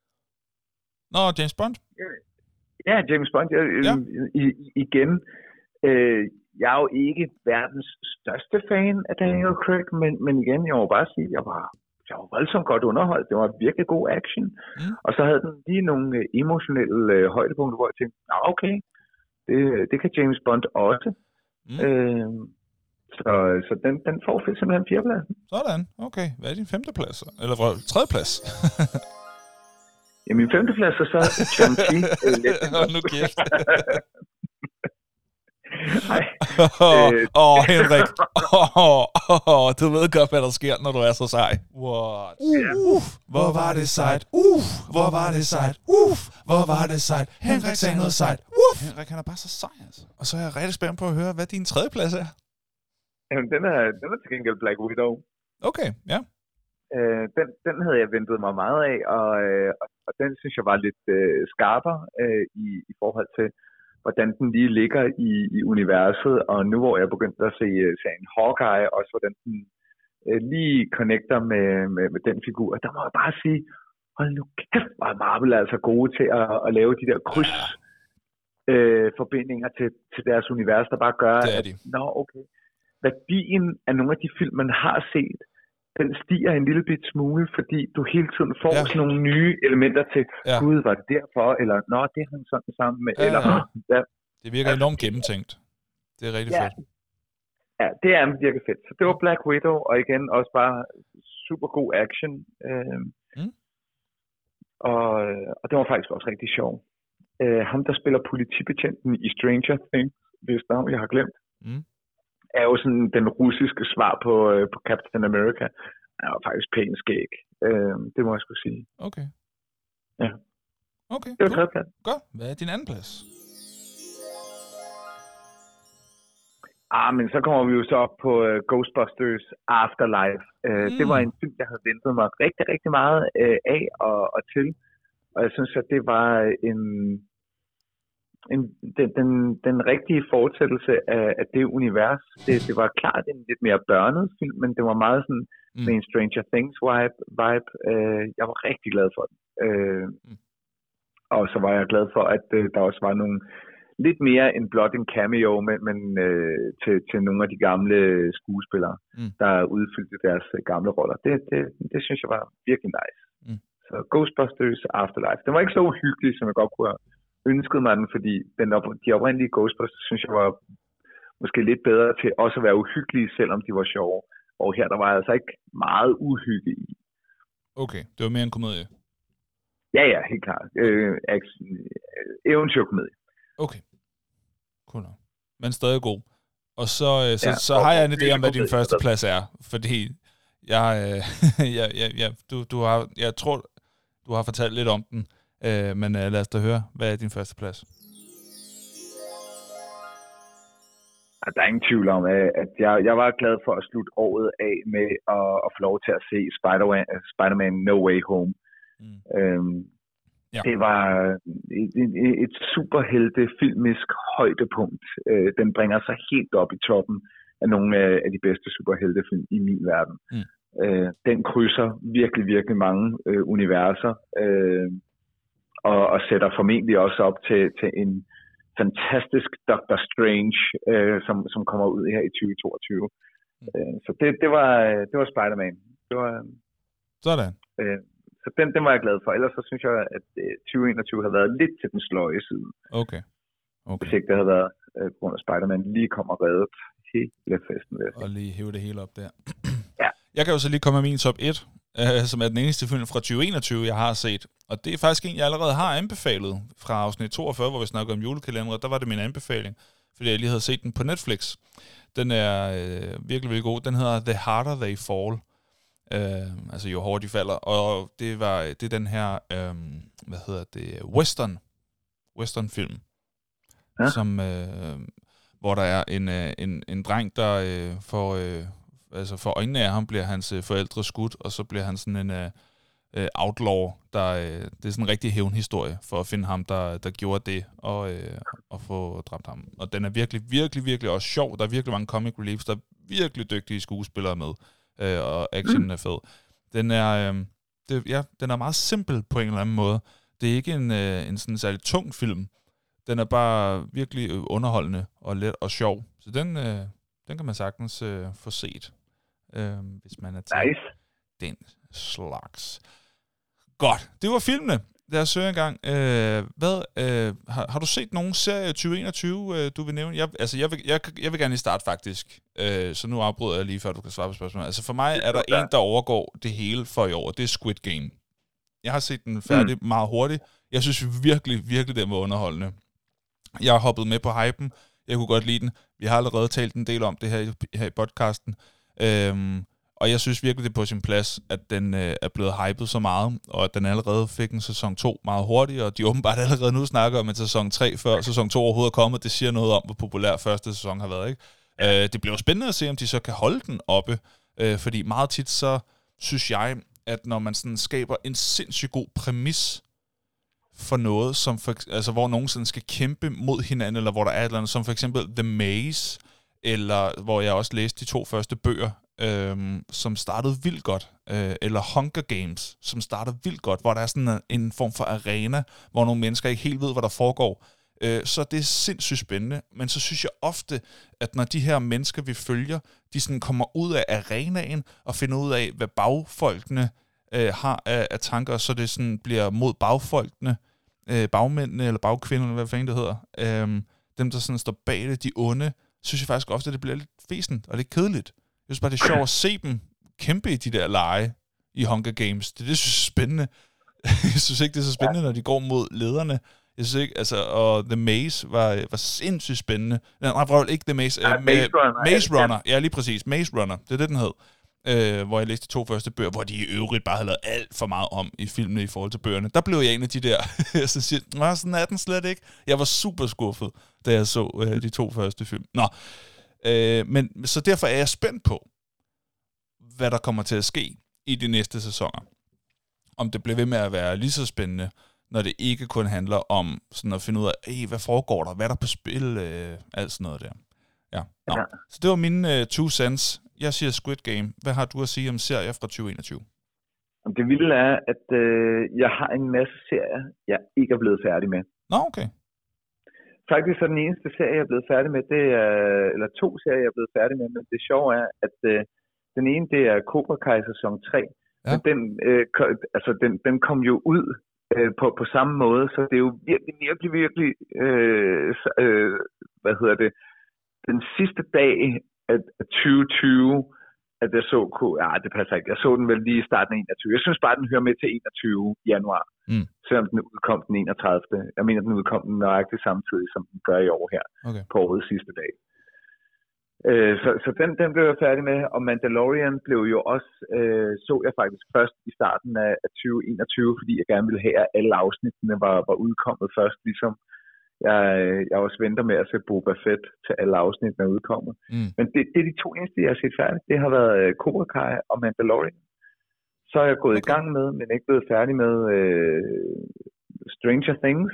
Nå, James Bond? Ja, James Bond. Jeg, ja. I, igen, øh, jeg er jo ikke verdens største fan af Daniel Craig, men, men igen, jeg må bare sige, jeg var, jeg var voldsomt godt underholdt. Det var virkelig god action. Mm. Og så havde den lige nogle emotionelle øh, højdepunkter, hvor jeg tænkte, nå okay, det, det kan James Bond også. Mm. Øh, så så den, den får simpelthen fjerdepladsen. Sådan, okay. Hvad er din femteplads? Eller tredjeplads? Ja, min femteplads er så Shang-Chi. Hold nu kæft. Nej. Åh, oh, oh, Henrik. Åh, oh, oh, du ved godt, hvad der sker, når du er så sej. What? Uh, uh, hvor var det sejt. Uh, hvor var det sejt. Uh, hvor var det sejt. Henrik sagde noget sejt. Uh. Henrik, han er bare så sej, altså. Og så er jeg rigtig spændt på at høre, hvad din tredje plads er. Jamen, den er, den er til gengæld Black Widow. Okay, ja. Øh, den, den havde jeg ventet mig meget af, og, øh, og den synes jeg var lidt øh, skarpere øh, i, i forhold til, hvordan den lige ligger i, i universet, og nu hvor jeg begyndte at se serien Hawkeye, også hvordan den øh, lige connecter med, med, med den figur, der må jeg bare sige, hold nu kæft, hvor er Marvel altså gode til at, at lave de der kryds øh, forbindinger til, til deres univers, der bare gør, at nå, okay, værdien af nogle af de film, man har set, den stiger en lille bit smule, fordi du hele tiden får ja. sådan nogle nye elementer til, ja. Gud, var det derfor, eller nå, det hang sådan sammen med, ja, eller ja. Ja. Det virker altså, enormt gennemtænkt. Det er rigtig ja. fedt. Ja, det er virkelig fedt. Så det var Black Widow, og igen også bare super god action. Øh, mm. og, og det var faktisk også rigtig sjov. Øh, ham, der spiller politibetjenten i Stranger Things, hvis navn jeg har glemt, mm. er jo sådan den russiske svar på, øh, på Captain America. Han var faktisk pæn skæg. Øh, det må jeg skulle sige. Okay. Ja. Okay, det var tredje plads. Godt. Hvad er din anden plads? Ah, men så kommer vi jo så op på uh, Ghostbusters Afterlife. Uh, mm. Det var en film, jeg havde ventet mig rigtig, rigtig meget uh, af og, og til. Og jeg synes, at det var en, en, den, den, den rigtige fortsættelse af, af det univers. Det, det var klart en lidt mere børnet film, men det var meget sådan mm. med en Stranger Things vibe. vibe. Uh, jeg var rigtig glad for den. Uh, mm. Og så var jeg glad for, at uh, der også var nogle lidt mere end blot en cameo, men, men øh, til, til nogle af de gamle skuespillere, mm. der udfyldte deres øh, gamle roller. Det, det, det synes jeg var virkelig nice. Mm. Så Ghostbusters Afterlife. Den var ikke så uhyggelig, som jeg godt kunne have ønsket mig den, fordi den op, de oprindelige Ghostbusters, synes jeg var måske lidt bedre til også at være uhyggelige, selvom de var sjove. Og her, der var altså ikke meget uhygge i. Okay, det var mere en komedie. Ja, ja, helt klart. Øh, eventyrkomedie. Okay. Cool. Men stadig god. Og så, så, ja, så har jeg en idé om, hvad din første plads er. Fordi jeg, øh, jeg, jeg, jeg, du, du har, jeg tror, du har fortalt lidt om den. Øh, men øh, lad os da høre, hvad er din første plads? Der er ingen tvivl om, at jeg, jeg var glad for at slutte året af med at, at få lov til at se Spider-Man, Spider-Man No Way Home. Mm. Øhm, Ja. Det var et, et, et superhelte filmisk højdepunkt. Øh, den bringer sig helt op i toppen af nogle af, af de bedste superheltefilm i min verden. Mm. Øh, den krydser virkelig, virkelig mange øh, universer øh, og, og sætter formentlig også op til, til en fantastisk Doctor Strange, øh, som, som kommer ud her i tyve toogtyve. Mm. Øh, så det, det, var, det var Spider-Man. Det var, Sådan. Øh, Så den, den var jeg glad for. Ellers så synes jeg, at tyve enogtyve har været lidt til den sløje side. Okay. okay. Hvis ikke det havde været øh, på grund af Spider-Man lige kom og reddet hele festen. Og lige hæve det hele op der. Ja. Jeg kan jo så lige komme med min top et, øh, som er den eneste film fra tyve enogtyve, jeg har set. Og det er faktisk en, jeg allerede har anbefalet fra afsnit toogfyrre, hvor vi snakkede om julekalendere. Der var det min anbefaling, fordi jeg lige havde set den på Netflix. Den er øh, virkelig, virkelig god. Den hedder The Harder They Fall. Uh, altså jo hårdt de falder, og det var det er den her um, hvad hedder det western western film, ja. som uh, hvor der er en uh, en en dreng der uh, får uh, altså for øjnene af ham bliver hans uh, forældre skudt, og så bliver han sådan en uh, uh, outlaw, der uh, det er sådan en rigtig hævnhistorie for at finde ham der der gjorde det og uh, og få dræbt ham. Og den er virkelig virkelig virkelig også sjov. Der er virkelig mange comic reliefs, der er virkelig dygtige skuespillere med. Øh, og actionen mm. er fed. Den er, øh, det, ja, den er meget simpel på en eller anden måde. Det er ikke en, øh, en sådan særlig tung film. Den er bare virkelig underholdende og let og sjov. Så den, øh, den kan man sagtens øh, få set, øh, hvis man er til nice. Den slags. Godt, det var filmene. Lad os søge en gang. Øh, hvad, øh, har, har du set nogen serie tyve enogtyve, øh, du vil nævne? Jeg, altså, jeg vil, jeg, jeg vil gerne i start, faktisk. Øh, så nu afbryder jeg lige, før du kan svare på spørgsmålet. Altså, for mig er der ja. en, der overgår det hele for i år. Det er Squid Game. Jeg har set den færdig mm. meget hurtigt. Jeg synes virkelig, virkelig, den var underholdende. Jeg har hoppet med på hypen. Jeg kunne godt lide den. Vi har allerede talt en del om det her, her i podcasten. Øhm, Og jeg synes virkelig, det er på sin plads, at den øh, er blevet hypet så meget, og at den allerede fik en sæson to meget hurtigt, og de åbenbart allerede nu snakker om en sæson tre, før sæson to overhovedet er kommet. Det siger noget om, hvor populær første sæson har været, ikke? Øh, det bliver spændende at se, om de så kan holde den oppe, øh, fordi meget tit så synes jeg, at når man sådan skaber en sindssygt god præmis for noget, som for, altså hvor nogen sådan skal kæmpe mod hinanden, eller hvor der er et eller andet, som for eksempel The Maze, eller hvor jeg også læste de to første bøger øhm, som startede vildt godt, øh, eller Hunger Games, som starter vildt godt, hvor der er sådan en, en form for arena, hvor nogle mennesker ikke helt ved, hvad der foregår. Øh, så det er sindssygt spændende, men så synes jeg ofte, at når de her mennesker, vi følger, de sådan kommer ud af arenaen og finder ud af, hvad bagfolkene øh, har af, af tanker, så det sådan bliver mod bagfolkene, øh, bagmændene eller bagkvinderne, hvad fanden det hedder, øh, dem der sådan står bag det, de onde, synes jeg faktisk ofte, at det bliver lidt fæsent og lidt kedeligt. Jeg synes bare, det er sjovt at se dem kæmpe i de der lege i Hunger Games. Det, det synes jeg er spændende. Jeg synes ikke, det er så spændende, når de går mod lederne. Jeg synes ikke, altså, og The Maze var, var sindssygt spændende. Nej, nej, ikke The Maze. Ja, uh, Maze Runner. Maze Runner, ja, lige præcis. Maze Runner, det er det, den hed. Uh, hvor jeg læste de to første bøger, hvor de i øvrigt bare havde lavet alt for meget om i filmene i forhold til bøgerne. Der blev jeg en af de der, så siger, nej, sådan er den slet ikke. Jeg var super skuffet, da jeg så uh, de to første film. Nå, uh, men så derfor er jeg spændt på, hvad der kommer til at ske i de næste sæsoner. Om det bliver ved med at være lige så spændende, når det ikke kun handler om sådan at finde ud af, hvad foregår der, hvad er der på spil, øh, alt sådan noget der. Ja. Nå. Ja. Så det var mine uh, two cents. Jeg siger Squid Game. Hvad har du at sige om serier fra tyve enogtyve? Det vilde er, at øh, jeg har en masse serier, jeg ikke er blevet færdig med. Nå, okay. Faktisk så den eneste serie, jeg er blevet færdig med, det er, eller to serier, jeg er blevet færdig med, men det sjove er, at øh, den ene, det er Cobra Kai sæson tre. Ja. Men den, øh, altså, den, den kom jo ud øh, på, på samme måde, så det er jo virkelig, virkelig, virkelig, øh, øh, hvad hedder det, den sidste dag af tyve tyve, at jeg så, ja, det passer ikke, jeg så den vel lige i starten af enogtyve. Jeg synes bare, den hører med til enogtyve januar, mm. selvom den udkom den enogtredivte Jeg mener, den udkom den nøjagtigt samtidig, som den gør i år her, okay. På årets sidste dag. Øh, så så den, den blev jeg færdig med, og Mandalorian blev jo også, øh, så jeg faktisk først i starten af, af tyve enogtyve, fordi jeg gerne ville have, at alle afsnittene var, var udkommet først, ligesom jeg, jeg også venter med at se Boba Fett til alle afsnittene er udkommet. Mm. Men det, det er de to eneste, jeg har set færdigt. Det har været Cobra Kai og Mandalorian. Så er jeg gået okay. i gang med, men ikke blevet færdig med øh, Stranger Things.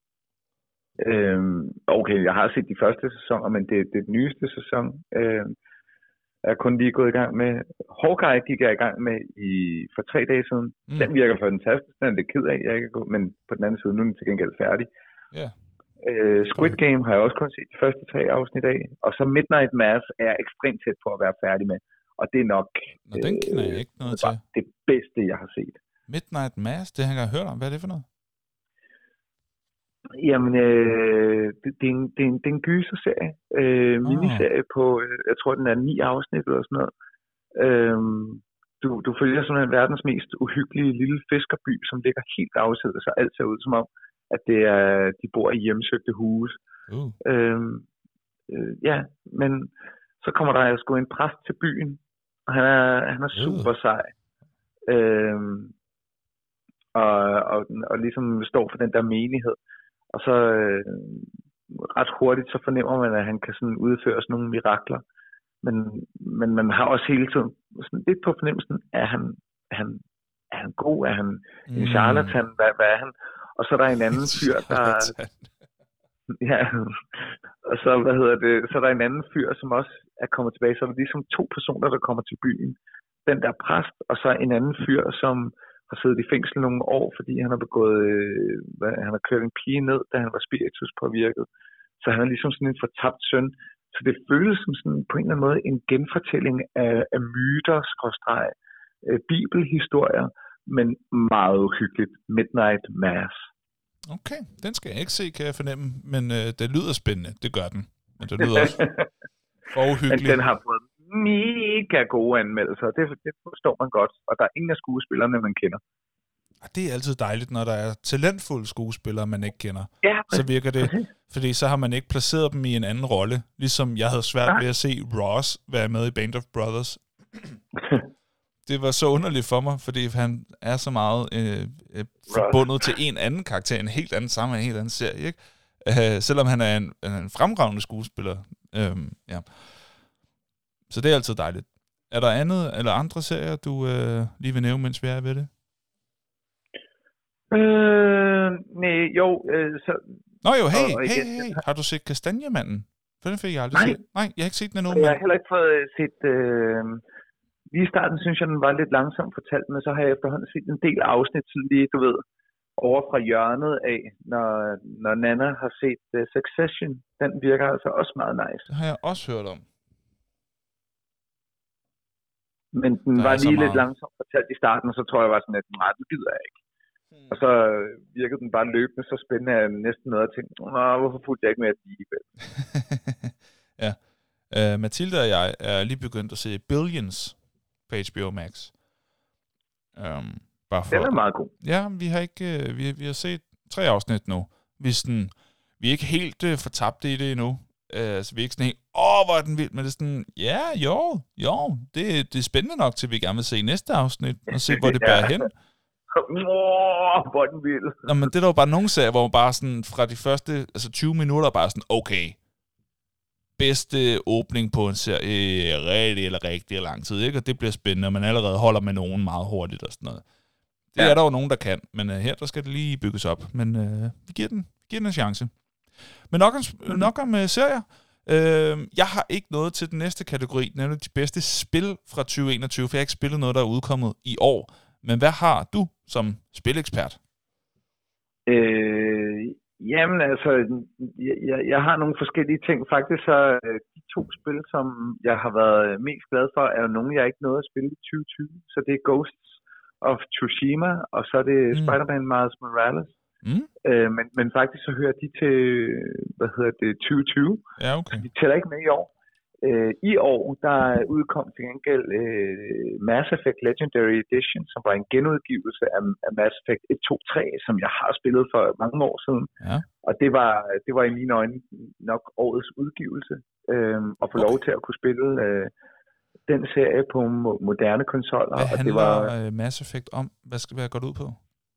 Øhm, okay, jeg har set de første sæsoner, men det, det er den nyeste sæson. Øhm, jeg er kun lige gået i gang med. Hawkeye gik jeg i gang med i, for tre dage siden. Mm. Den virker fantastisk. Den er lidt ked af, jeg ikke går, men på den anden side, nu er den til gengæld færdig. Yeah. Øh, Squid Game har jeg også kun set de første tre afsnit af. Og så Midnight Mass er jeg ekstremt tæt på at være færdig med. Og det er nok Nå, den kender jeg ikke noget til. Det bedste, jeg har set. Midnight Mass, det har jeg hørt om. Hvad er det for noget? Jamen, øh, det, det, er en, det, er en, det er en gyserserie. Øh, oh. Miniserie på, øh, jeg tror, den er ni afsnit eller sådan noget. Øh, du, du følger sådan en verdens mest uhyggelige lille fiskerby, som ligger helt afsides, så alt ser ud som om, at det er, de bor i hjemsøgte huse. Uh. Øh, øh, ja, men så kommer der sgu en præst til byen, og han er, han er super uh. sej. Øh, og, og, og ligesom står for den der menighed. Og så øh, ret hurtigt, så fornemmer man, at han kan sådan udføre sådan nogle mirakler. Men, men man har også hele tiden sådan lidt på fornemmelsen, er han, er han, er han god? Er han mm. en charlatan? Hvad, hvad er han? Og så er der en anden fyr, der... ja, og så, hvad hedder det, så er der en anden fyr, som også er kommet tilbage. Så er der ligesom to personer, der kommer til byen. Den der præst, og så en anden fyr, som har siddet i fængsel nogle år, fordi han har begået, øh, hvad, han har kørt en pige ned, da han var spiritus påvirket. Så han er ligesom sådan en fortabt søn. Så det føles som sådan på en eller anden måde en genfortælling af, af myter, skråstreg, øh, bibelhistorier, men meget uhyggeligt. Midnight Mass. Okay, den skal jeg ikke se, kan jeg fornemme, men øh, det lyder spændende, det gør den. Men det lyder også for uhyggeligt. Men den har fået mega gode anmeldelser, det, det forstår man godt, og der er ingen af skuespillerne, man kender. Det er altid dejligt, når der er talentfulde skuespillere, man ikke kender. Ja, så virker det, fordi så har man ikke placeret dem i en anden rolle, ligesom jeg havde svært ved at se Ross være med i Band of Brothers. Det var så underligt for mig, fordi han er så meget øh, øh, forbundet til en anden karakter, en helt anden sammen, en helt anden serie, ikke? Uh, selvom han er en, en fremragende skuespiller. Uh, ja. Så det er altid dejligt. Er der andet eller andre serier, du øh, lige vil nævne, mens vi er ved det? Øh, nej, jo. Øh, så... Nå jo, hey, og, og hey, hey, hey. Har du set Kastanjemanden? For den fik jeg aldrig nej. set. Nej, jeg har ikke set den endnu. Jeg har heller ikke fået set øh, lige i starten synes jeg, den var lidt langsomt fortalt, men så har jeg efterhånden set en del afsnit lige, du ved, over fra hjørnet af, når, når Nana har set uh, Succession. Den virker altså også meget nice. Det har jeg også hørt om. Men den der var lige lidt langsomt fortalt i starten, og så tror jeg var sådan, at nej, det gider jeg ikke. Hmm. Og så virkede den bare løbende så spændende, at jeg næsten noget at tænke, hvorfor fulgte jeg ikke med at blive? Ja. Uh, Mathilde og jeg er lige begyndt at se Billions på H B O Max. Um, bare for, den er meget god. Ja, vi har ikke uh, vi, vi har set tre afsnit nu. Vi er, sådan, vi er ikke helt uh, fortabte i det endnu. Uh, så vi er ikke sådan helt, åh, hvor er den vild, men det er sådan, ja, jo, jo, det, det er spændende nok til, vi gerne vil se næste afsnit, og se, hvor det ja. bærer hen. Åh, hvor er den vild. Nå, men det er der jo bare nogle serier, hvor man bare sådan, fra de første, altså tyve minutter, bare sådan, okay, bedste åbning på en serie rigtig eller rigtig lang tid, ikke? Og det bliver spændende, og man allerede holder med nogen meget hurtigt og sådan noget. Det ja. er der jo nogen, der kan, men uh, her der skal det lige bygges op. Men uh, vi giver den, giver den en chance. Men nok om, mm-hmm. nok om uh, serier. Uh, jeg har ikke noget til den næste kategori, nemlig de bedste spil fra tyve enogtyve, for jeg har ikke spillet noget, der er udkommet i år. Men hvad har du som spilekspert? Øh, jamen altså, jeg, jeg, jeg har nogle forskellige ting. Faktisk så de to spil, som jeg har været mest glad for, er jo nogle, jeg ikke nåede at spille i tyve tyve. Så det er Ghosts of Tsushima, og så er det mm. Spider-Man Miles Morales. Mm. Øh, men, men faktisk så hører de til, hvad hedder det, tyve tyve. Ja, okay. De tæller ikke med i år. Øh, I år, der udkom til gengæld øh, Mass Effect Legendary Edition, som var en genudgivelse af, af Mass Effect et, to, tre, som jeg har spillet for mange år siden. Ja. Og det var, det var i mine øjne nok årets udgivelse, øh, at få okay. lov til at kunne spille øh, den serie på mo- moderne konsoller. Hvad handler og det var, Mass Effect om? Hvad skal hvad går det ud på?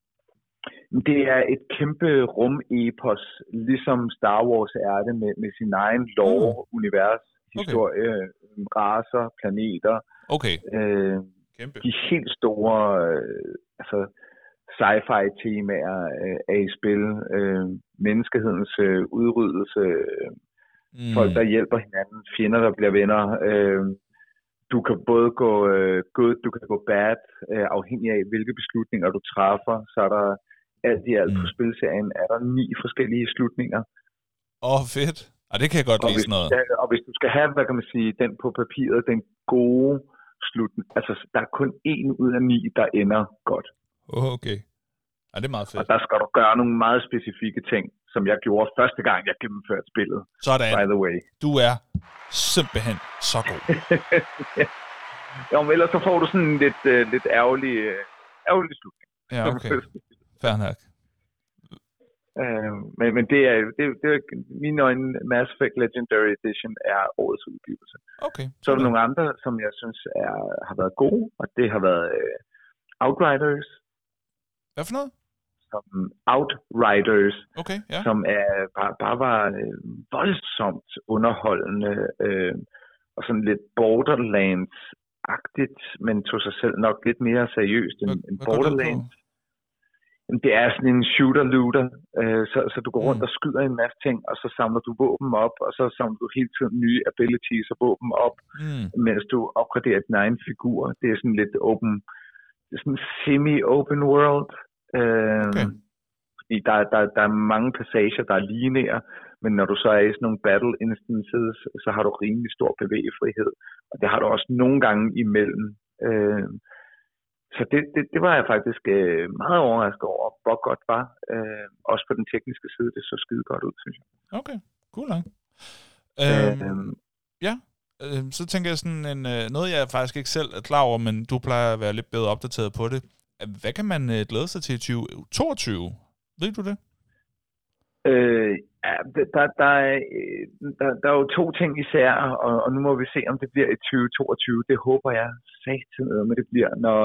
Det er et kæmpe rum-epos, ligesom Star Wars er det, med, med sin egen lore, mm. univers, historie, okay. racer, planeter. Okay. Øh, Kæmpe. De helt store øh, altså sci-fi temaer øh, er i spil. Øh, menneskehedens øh, udryddelse. Øh, mm. Folk, der hjælper hinanden. Fjender, der bliver venner. Øh, du kan både gå øh, good, du kan gå bad, øh, afhængig af, hvilke beslutninger du træffer. Så er der alt i alt mm. på spilserien, er der ni forskellige slutninger. Åh, oh, fedt. Og det kan jeg godt lide sådan noget. Ja, og hvis du skal have, hvad kan man sige, den på papiret, den gode slutning, altså der er kun en ud af ni, der ender godt. Oh, okay. Ja, det er meget fedt. Og der skal du gøre nogle meget specifikke ting, som jeg gjorde første gang, jeg gennemførte spillet. Sådan. By the way. Du er simpelthen så god. Ja. Jo, men ellers så får du sådan en lidt, uh, lidt ærgerlig, uh, ærgerlig slutning. Ja, okay. Fair nok. Uh, men, men det er, det, det er mine øjne, Mass Effect Legendary Edition er årets udgivelse. Okay. Så er der nogle andre, som jeg synes er, har været gode, og det har været uh, Outriders. Hvad for noget? Som Outriders, okay, ja. Som er, bare, bare var uh, voldsomt underholdende, uh, og sådan lidt Borderlands-agtigt, men tog sig selv nok lidt mere seriøst end, end Borderlands. Det er sådan en shooter-looter, øh, så, så du går rundt mm. og skyder en masse ting, og så samler du våben op, og så samler du hele tiden nye abilities og våben op, mm. mens du opgraderer din egen figur. Det er sådan lidt open, det er sådan semi-open world. Øh, okay. Fordi der, der, der er mange passager, der er lineære, men når du så er i sådan nogle battle instances, så har du rimelig stor bevægefrihed, og det har du også nogle gange imellem. Øh, Så det, det, det var jeg faktisk øh, meget overrasket over, hvor godt var. Øh, også på den tekniske side, det så skide godt ud, synes jeg. Okay, cool nok. Øhm, øhm, ja, øh, så tænker jeg sådan en, øh, noget, jeg faktisk ikke selv er klar over, men du plejer at være lidt bedre opdateret på det. Hvad kan man øh, glæde sig til i tyve toogtyve? Ved du det? Øh, ja, der, der, er, der, der er jo to ting især, og, og nu må vi se, om det bliver i tyve toogtyve. Det håber jeg satan, men det bliver, når,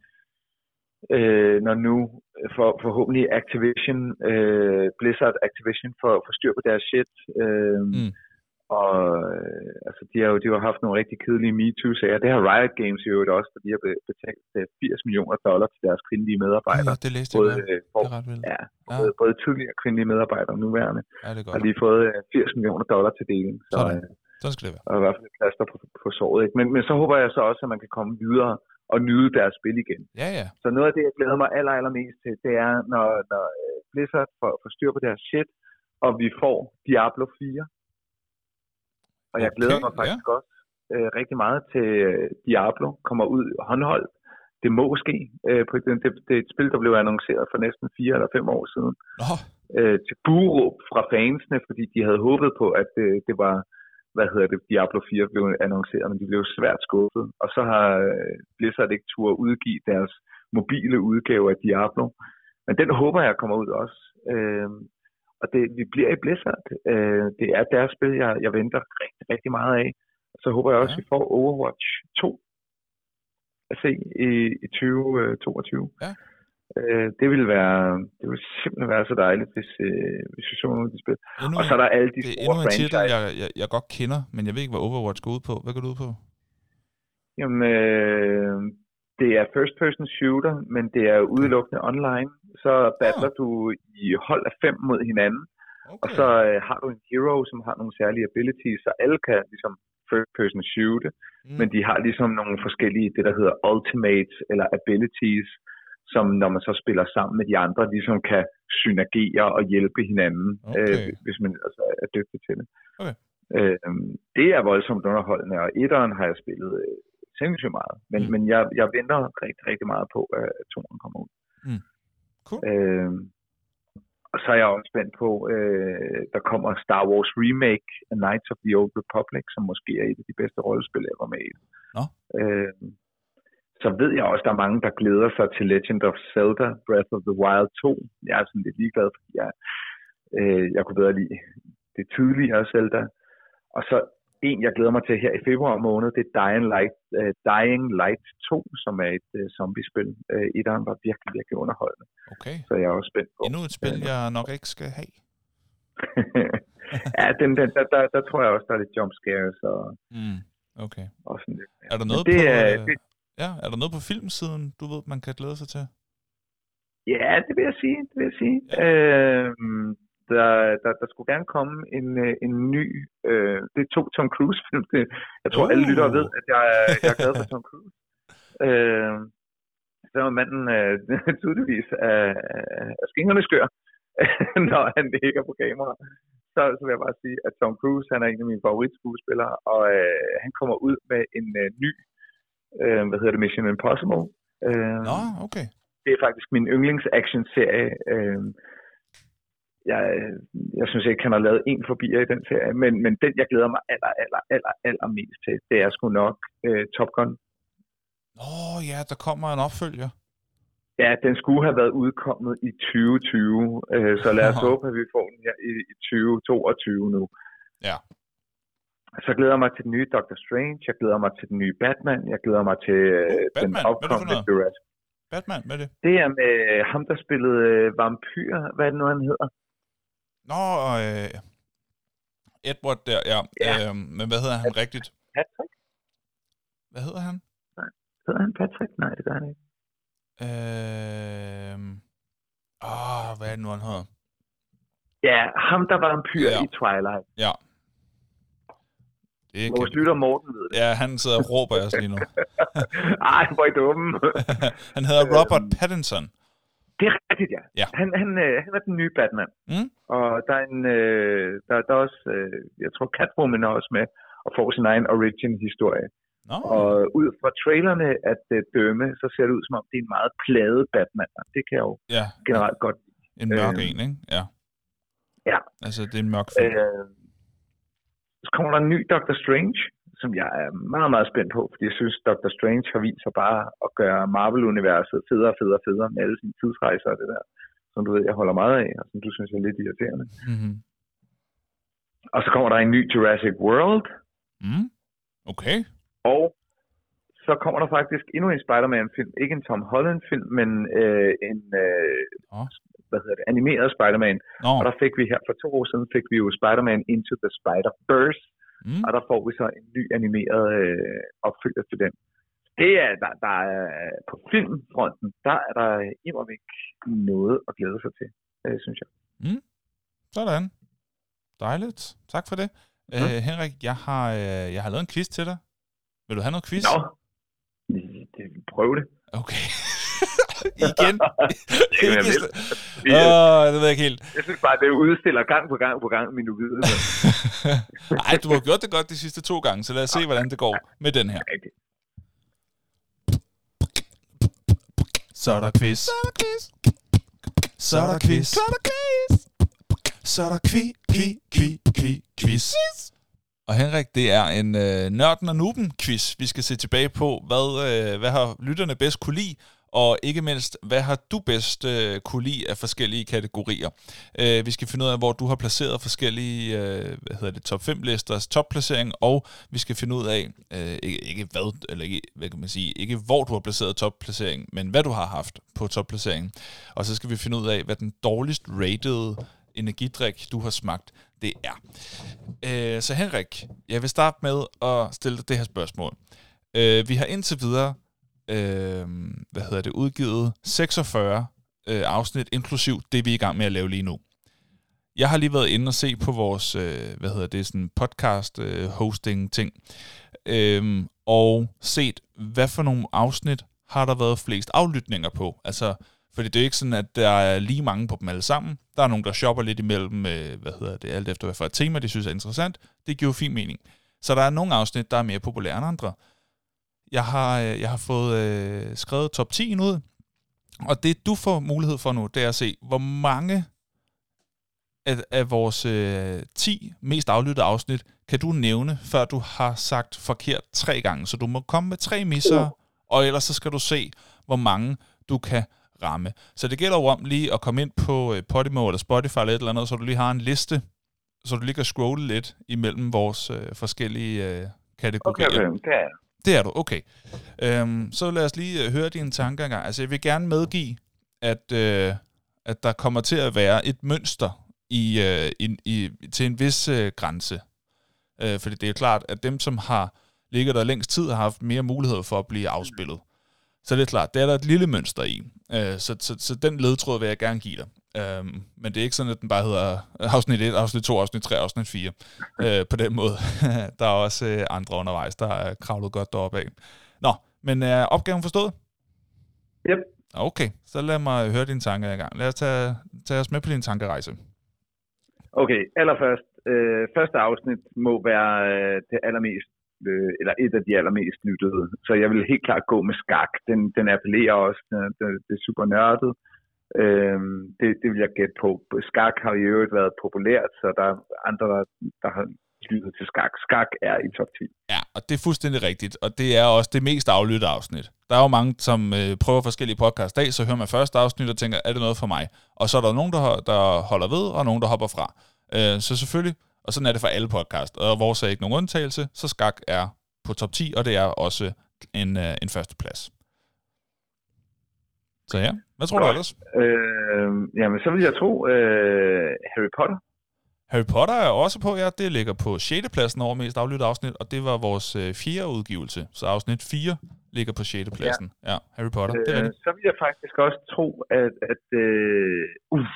øh, når nu for, forhåbentlig Activision, øh, Blizzard Activision får, får styr på deres shit. Øh, mm. Og øh, altså, de har jo de har haft nogle rigtig kedelige MeToo-sager. Det har Riot Games jo også, for de har betalt firs millioner dollar til deres kvindelige medarbejdere. Ja, det læste både, jeg. For, det er ret vildt. Ja, ja. Både, både tidligere kvindelige medarbejdere og nuværende ja, det er godt. har lige fået firs millioner dollar til deling. Så, øh, Sådan skal det være. Og i hvert fald et plaster på, på såret. Ikke? Men, men så håber jeg så også, at man kan komme videre og nyde deres spil igen. Ja, ja. Så noget af det, jeg glæder mig aller, allermest til, det er, når, når Blizzard får, får styr på deres shit, og vi får Diablo fire. Og jeg okay, glæder mig faktisk ja. også øh, rigtig meget til øh, Diablo kommer ud håndholdt. Det må ske. Øh, på det, det, det er et spil, der blev annonceret for næsten fire eller fem år siden. Oh. Øh, til buråb fra fansene, fordi de havde håbet på, at øh, det var, hvad hedder det, Diablo fire blev annonceret, men de blev svært skuffet. Og så har øh, Blizzard ikke turde udgive deres mobile udgave af Diablo. Men den håber jeg kommer ud også. Øh, og det, vi bliver i Blizzard. Øh, det er deres spil, jeg, jeg venter rigtig, rigtig meget af. Så håber jeg også, ja. vi får Overwatch to at se i, i tyve toogtyve. Ja. Øh, det ville være, det ville simpelthen være så dejligt, hvis, øh, hvis vi så nogle af de spil. Endnu og så er der alle de det store franchises. Det er endnu en titel, jeg, jeg, jeg godt kender, men jeg ved ikke, hvad Overwatch går ud på. Hvad går det ud på? Jamen, øh, det er first person shooter, men det er udelukkende online. Så battler ah. du i hold af fem mod hinanden. Okay. Og så øh, har du en hero, som har nogle særlige abilities, så alle kan ligesom first person shoote, mm. men de har ligesom nogle forskellige, det der hedder ultimates eller abilities, som når man så spiller sammen med de andre, ligesom kan synergere og hjælpe hinanden, okay. øh, hvis man altså er dygtig til det. Okay. Øh, det er voldsomt underholdende, og etteren har jeg spillet øh, sindssygt meget, men, mm. men jeg, jeg venter rigtig, rigtig meget på, at toeren kommer ud. Mm. Cool. Øh, Og så er jeg også spændt på, øh, der kommer Star Wars Remake, A Knights of the Old Republic, som måske er et af de bedste rollespil, jeg var med i. Nå. Øh, så ved jeg også, der er mange, der glæder sig til Legend of Zelda, Breath of the Wild to. Jeg er sådan lidt ligeglad, fordi jeg, øh, jeg kunne bedre lide det tidligere Zelda. Og så en, jeg glæder mig til her i februar måned, det er Dying Light, uh, Dying Light to, som er et uh, zombiespil. Uh, etteren var virkelig, virkelig underholdende. Okay. Så jeg er også spændt på. Endnu et spil, jeg nok ikke skal have. ja, den, den, der, der, der tror jeg også, der er lidt jumpscares og, mm, okay. og sådan lidt. Ja. Er der noget det, på, er, øh, det, ja, er der noget på filmsiden, du ved, man kan glæde sig til? Ja, det vil jeg sige. Det vil jeg sige. Ja. Øhm, Der, der, der skulle gerne komme en, en ny, øh, det er to Tom Cruise-film. Det, jeg tror, uh. alle lyttere ved, at jeg, jeg er glad for Tom Cruise. Øh, så er manden øh, tydeligvis af, af skingerne skør, når han ikke er på kamera. Så, så vil jeg bare sige, at Tom Cruise, han er en af mine favoritskuespillere, og øh, han kommer ud med en øh, ny, øh, hvad hedder det, Mission Impossible. Øh, Nå, okay. Det er faktisk min yndlings-action-serie. Øh, Jeg, jeg synes ikke, han har lavet en forbi i den serie, men, men den, jeg glæder mig aller, aller, aller, aller mest til, det er sgu nok uh, Top Gun. Åh oh, ja, der kommer en opfølger. Ja, den skulle have været udkommet i tyve tyve, uh, så lad os håbe, at vi får den her i, i tyve toogtyve nu. Ja. Så glæder jeg mig til den nye Doctor Strange, jeg glæder mig til den nye Batman, jeg glæder mig til uh, oh, den opkommende Jurassic. Batman, hvad er det? Det er med ham, der spillede uh, vampyr, hvad er det nu, han hedder? Nå, øh, Edward der, ja. ja. Øh, men hvad hedder han Pat- rigtigt? Patrick? Hvad hedder han? Nej, hedder han Patrick? Nej, det gør han ikke. Øh, åh, hvad er det nu, han hedder? Ja, ham, der var vampyr ja. i Twilight. Ja. Det Vores kan... lytter Morten ved det. Ja, han sidder og råber os lige nu. Ej, hvor er I dumme. Han hedder Robert Pattinson. Det er rigtigt, ja. ja. Han, han, øh, han er den nye Batman. Mm. Og der er en, øh, der, der er også, øh, jeg tror Catwoman er også med og får sin egen origin-historie. No. Og ud fra trailerne at øh, dømme, så ser det ud som om, det er en meget pladet Batman. Det kan jeg jo ja. generelt godt lide. En mørk øh, en, ikke? Ja. Ja. Altså, det er en mørk film. Øh, så kommer der en ny Doctor Strange, som jeg er meget, meget spændt på, fordi jeg synes, Doctor Strange har vist sig bare at gøre Marvel-universet federe og federe og federe med alle sine tidsrejser og det der, som du ved, jeg holder meget af, og som du synes er lidt irriterende. Mm-hmm. Og så kommer der en ny Jurassic World. Mm. Okay. Og så kommer der faktisk endnu en Spider-Man-film. Ikke en Tom Holland-film, men øh, en øh, oh. hvad hedder det, animeret Spider-Man. Oh. Og der fik vi her for to år siden, fik vi jo Spider-Man Into the Spider-Verse. Mm. Og der får vi så en ny animeret øh, opfølger til den. Det er, der, der er, på filmfronten, der er der immer væk noget at glæde sig til, øh, synes jeg. Mm. Sådan. Dejligt. Tak for det. Uh, Henrik, jeg har, uh, jeg har lavet en quiz til dig. Vil du have noget quiz? Nå, prøv det. Okay. Igen? Det kan jeg vil. Åh, det ved jeg ikke helt. Jeg synes bare, det udstiller gang på gang på gang min uvidenhed. Nej, du har gjort det godt de sidste to gange, så lad os se, hvordan det går med den her. Så er der quiz. Så er der quiz. Så er der quiz. Så er der quiz. Så er der kvi, kvi, kvi, kvi, quiz. Og Henrik, det er en øh, nørden og nuben quiz. Vi skal se tilbage på, hvad, øh, hvad har lytterne bedst kunne lide, og ikke mindst, hvad har du bedst øh, kunne lide af forskellige kategorier. Øh, vi skal finde ud af, hvor du har placeret forskellige øh, hvad hedder det, top fem listers topplacering, og vi skal finde ud af, øh, ikke, ikke hvad, eller ikke, hvad kan man sige, ikke hvor du har placeret topplacering, men hvad du har haft på topplaceringen. Og så skal vi finde ud af, hvad den dårligst rated energidrik, du har smagt, det er. Øh, så Henrik, jeg vil starte med at stille dig det her spørgsmål. Øh, vi har indtil videre øh, hvad hedder det, udgivet seksogfyrre øh, afsnit, inklusiv det, vi er i gang med at lave lige nu. Jeg har lige været inde og se på vores øh, hvad hedder det, sådan podcast øh, hosting ting, øh, og set, hvad for nogle afsnit har der været flest aflytninger på. Altså, fordi det er ikke sådan, at der er lige mange på dem alle sammen. Der er nogen, der shopper lidt imellem, øh, hvad hedder det, alt efter hvad for et tema, de synes er interessant. Det giver jo fin mening. Så der er nogle afsnit, der er mere populære end andre. Jeg har, øh, jeg har fået øh, skrevet top ti ud, og det du får mulighed for nu, det er at se, hvor mange af, af vores øh, ti mest aflyttede afsnit kan du nævne, før du har sagt forkert tre gange. Så du må komme med tre misser, og ellers så skal du se, hvor mange du kan ramme. Så det gælder jo om lige at komme ind på Podimo eller Spotify eller et eller andet, så du lige har en liste, så du lige kan scrolle lidt imellem vores øh, forskellige øh, kategorier. Okay, okay, det er Det er du, okay. Øhm, så lad os lige øh, høre dine tanker engang. Altså, jeg vil gerne medgive, at, øh, at der kommer til at være et mønster i, øh, i, i, til en vis øh, grænse. Øh, fordi det er klart, at dem, som har ligget der længst tid, har haft mere mulighed for at blive afspillet. Så det er klart, det er der et lille mønster i. Øh, så, så, så den ledtråd vil jeg gerne give dig. Øh, men det er ikke sådan, at den bare hedder afsnit et, afsnit to, afsnit tre, afsnit fire. Øh, på den måde. Der er også øh, andre undervejs, der er kravlet godt deroppe af. Nå, men er opgaven forstået? Yep. Okay, så lad mig høre dine tanker i gang. Lad os tage, tage os med på din tankerejse. Okay, allerførst. Øh, første afsnit må være øh, det allermest eller et af de allermest lyttede. Så jeg vil helt klart gå med skak. Den, den appellerer også. Den, det, det er super nørdet. Øhm, det, det vil jeg gætte på. Skak har i øvrigt været populært, så der er andre, der, der har lyttet til skak. Skak er i top ti. Ja, og det er fuldstændig rigtigt. Og det er også det mest aflyttede afsnit. Der er jo mange, som øh, prøver forskellige podcasts af, så hører man første afsnit og tænker, er det noget for mig? Og så er der nogen, der, der holder ved, og nogen, der hopper fra. Øh, så selvfølgelig. Og sådan er det for alle podcast. Og vores er ikke nogen undtagelse, så skak er på top ti, og det er også en, uh, en førsteplads. Så ja, hvad tror du ellers? Øh, jamen, så vil jeg tro øh, Harry Potter. Harry Potter er også på, ja. Det ligger på sjette pladsen over mest aflyttede afsnit, og det var vores øh, fjerde udgivelse. Så afsnit fire ligger på sjette pladsen. Ja, ja, Harry Potter. Øh, det er det. Så vil jeg faktisk også tro, at, at øh, uff,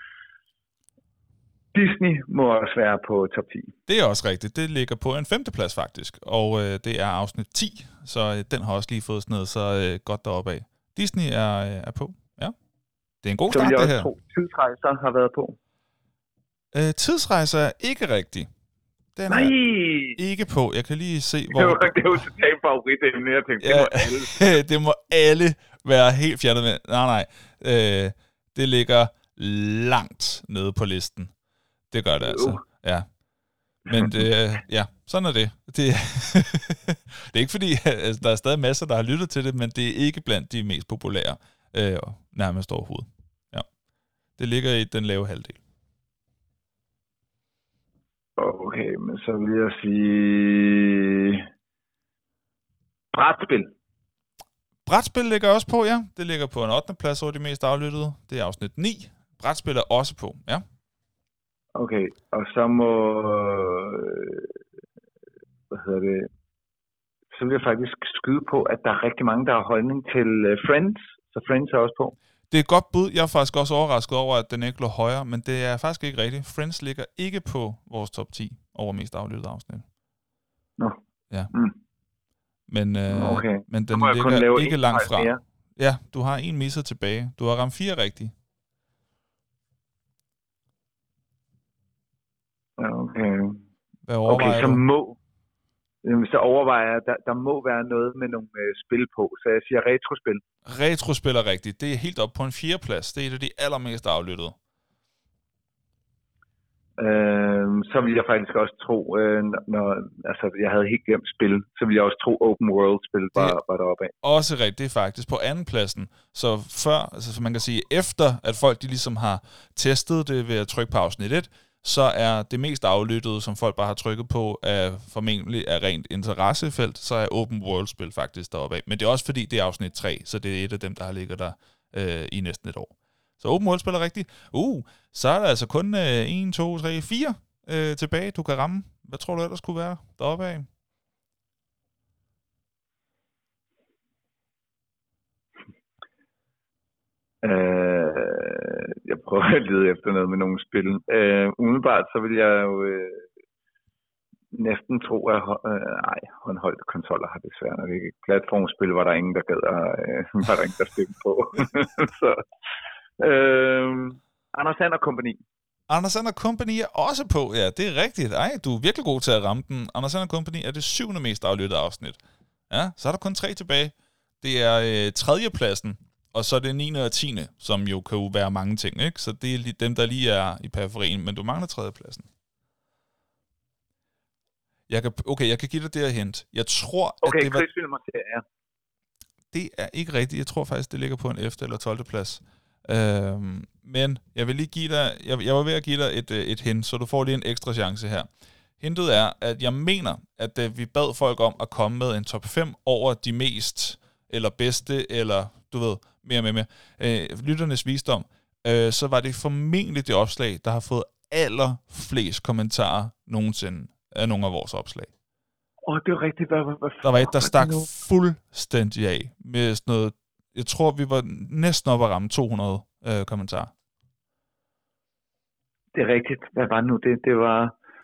Disney må også være på top ti. Det er også rigtigt. Det ligger på en femteplads faktisk, og øh, det er afsnit ti, så øh, den har også lige fået sådan noget så øh, godt deroppe af. Disney er, øh, er på, ja. Det er en god start, det her. Så vil jeg også tro, Tidsrejser har været på. Øh, tidsrejser er ikke rigtig. Den Nej! er ikke på. Jeg kan lige se, hvor... Det var, det var totalt favoritemne. Jeg tænkte, ja, det må alle. Det må alle være helt fjernet med. Nej, nej. Øh, det ligger langt nede på listen. Det gør det uh. altså, ja. Men det, ja, sådan er det. Det, det er ikke fordi, altså, der er stadig masser, der har lyttet til det, men det er ikke blandt de mest populære, øh, nærmest overhovedet. Ja. Det ligger i den lave halvdel. Okay, men så vil jeg sige... Brætspil. Brætspil ligger også på, ja. Det ligger på en ottende plads over de mest aflyttede. Det er afsnit ni. Brætspil er også på, ja. Okay, og så må, hvad hedder det, så vil jeg faktisk skyde på, at der er rigtig mange, der har holdning til Friends, så Friends er også på. Det er et godt bud. Jeg er faktisk også overrasket over, at den ikke lå højere, men det er faktisk ikke rigtigt. Friends ligger ikke på vores top ti over mest aflyttede afsnit. Nå. Ja. Mm. Men, øh, okay. men den ligger ikke langt fra. Mere. Ja, du har en misser tilbage. Du har ramt fire rigtigt. Okay. Hvad overvejer okay, så du? må så overvejer jeg, at der, der må være noget med nogle øh, spil på, så jeg siger retrospil. Retrospil er rigtigt. Det er helt op på en fjerdeplads. Det er et af de allermest aflyttede. Øh, så vil jeg faktisk også tro, øh, når altså, jeg havde helt glemt spil, så vil jeg også tro Open World-spil var, var deroppe af. Også rigtigt, det er faktisk på anden pladsen. Så før, altså, så man kan sige, efter at folk de ligesom har testet det ved at trykke på afsnit et, så er det mest aflyttede, som folk bare har trykket på, er formentlig af rent interessefelt, så er Open World-spil faktisk deroppe af. Men det er også fordi, det er afsnit tre, så det er et af dem, der har ligget der øh, i næsten et år. Så Open World-spil er rigtigt. Uh, så er der altså kun øh, en, to, tre, fire øh, tilbage, du kan ramme. Hvad tror du ellers kunne være deroppe af? Øh, jeg prøver at lede efter noget med nogle spil. Øh, umiddelbart så vil jeg jo øh, næsten tro, at øh, ej, håndholdte konsoller har desværre nok ikke. Platformspil var der ingen, der gad at, øh, var der ingen, der stemte på. så, øh, Anders Sand og Company. Anders Sand og Company er også på, ja, det er rigtigt. Ej, du er virkelig god til at ramme den. Anders Sand og Company er det syvende mest aflyttede afsnit. Ja, så er der kun tre tilbage. Det er øh, tredjepladsen. Og så er det niende og tiende, som jo kan jo være mange ting, ikke? Så det er dem, der lige er i periferien, men du mangler tredjepladsen. Jeg kan, okay, jeg kan give dig det her hint. Jeg tror, okay, at det var... krigsfilm og serier. Det er ikke rigtigt. Jeg tror faktisk, det ligger på en ellevte eller tolvte plads. Øhm, men jeg vil lige give dig... Jeg, jeg var ved at give dig et, et hint, så du får lige en ekstra chance her. Hintet er, at jeg mener, at vi bad folk om at komme med en top fem over de mest, eller bedste, eller du ved... mere med mere, øh, lytternes visdom, øh, så var det formentlig det opslag, der har fået allerflest kommentarer nogensinde af nogle af vores opslag. Åh, oh, det er rigtigt. Hvad, hvad, der var et, der stak fuldstændig af med sådan noget, jeg tror, vi var næsten oppe at ramme to hundrede øh, kommentarer. Det er rigtigt. Hvad var nu det? Det var...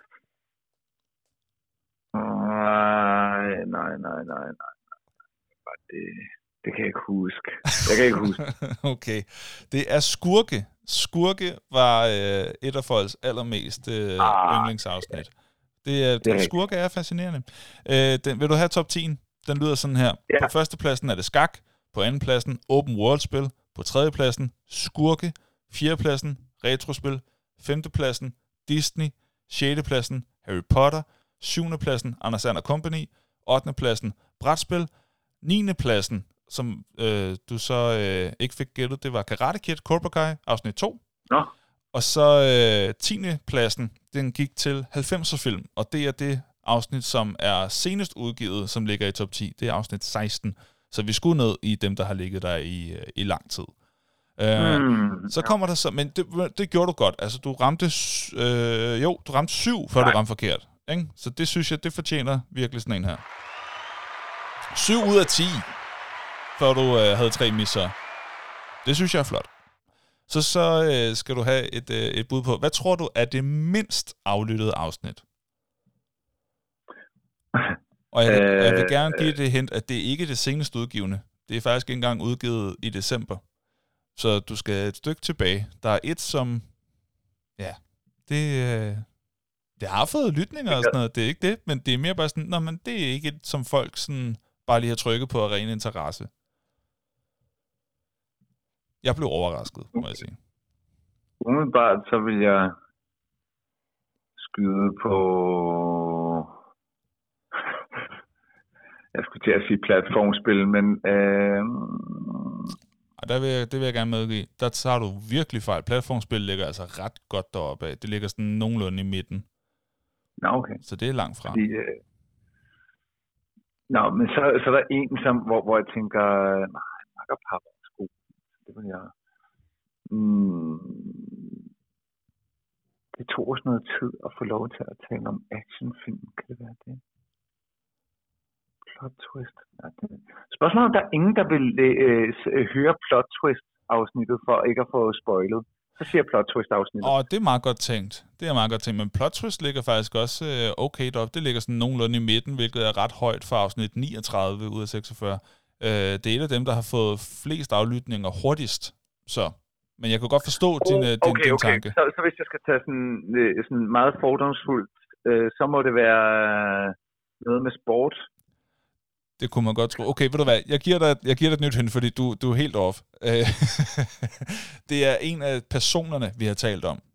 Nej, nej, nej, nej, nej. Var det... Det kan jeg ikke huske. Jeg kan ikke huske. Okay. Det er Skurke. Skurke var øh, et af folks allermest øh, ah, yndlingsafsnit. Det er, det er Skurke er fascinerende. Øh, den, vil du have top ti? Den lyder sådan her. Ja. På førstepladsen er det skak. På andenpladsen Open World-spil. På tredjepladsen Skurke. Fjerdepladsen Retrospil. Femtepladsen Disney. Sjettepladsen Harry Potter. Syvendepladsen Anders Sand og Company. Ottendepladsen Brætspil. Niendepladsen som øh, du så øh, ikke fik gættet, det var Karate Kid Cobra Kai, afsnit to. Nå. Og så øh, tiende pladsen, den gik til halvfemser film, og det er det afsnit, som er senest udgivet, som ligger i top ti. Det er afsnit seksten. Så vi skulle ned i dem, der har ligget der i, øh, i lang tid. Øh, mm, så kommer ja. der så, men det, det gjorde du godt. Altså, du ramte, øh, jo, du ramte syv, før Nej. du ramte forkert. Ikke? Så det synes jeg, det fortjener virkelig sådan en her. syv ud af ti. Før du øh, havde tre misser. Det synes jeg er flot. Så så øh, skal du have et, øh, et bud på, hvad tror du er det mindst aflyttede afsnit? Og jeg, øh, jeg vil gerne give det hint, at det ikke er det seneste udgivende. Det er faktisk ikke engang udgivet i december. Så du skal et stykke tilbage. Der er et, som... Ja, det, øh, det har fået lytninger og sådan noget. Det er ikke det, men det er mere bare sådan, nå, men det er ikke et, som folk sådan bare lige har trykket på af ren interesse. Jeg blev overrasket, må jeg sige. Umiddelbart så vil jeg skyde på... Jeg skulle til at sige platformspil, men... Øh... Der vil jeg, det vil jeg gerne medgive. Der tager du virkelig fejl. Platformspil ligger altså ret godt deroppe af. Det ligger sådan nogenlunde i midten. Nå, okay. Så det er langt fra. Fordi, øh... Nå, men så, så er der en, som, hvor, hvor jeg tænker, nej, Makkerpap er også god. Det vil jeg... Mm... Det tog også noget tid at få lov til at tale om actionfilm. Kan det være det? Plot twist. Ja, det... Spørgsmålet om der er ingen, der vil øh, høre plot twist afsnittet for ikke at få spoilet. Så siger jeg plot twist afsnittet. Åh, det er meget godt tænkt. Det er meget godt tænkt, men plot twist ligger faktisk også øh, okay deroppe. Det ligger sådan nogenlunde i midten, hvilket er ret højt for afsnit niogtredive ud af seksogfyrre. Øh, det er et af dem, der har fået flest aflytninger hurtigst. Så, men jeg kan godt forstå oh, din, din, okay, din okay. tanke. Så, så hvis jeg skal tage sådan, sådan meget fordomsfuldt, øh, så må det være noget med sport. Det kunne man godt tro. Okay, ved du hvad, jeg giver dig, jeg giver dig et nyt hint, fordi du, du er helt off. Det er en af personerne, vi har talt om.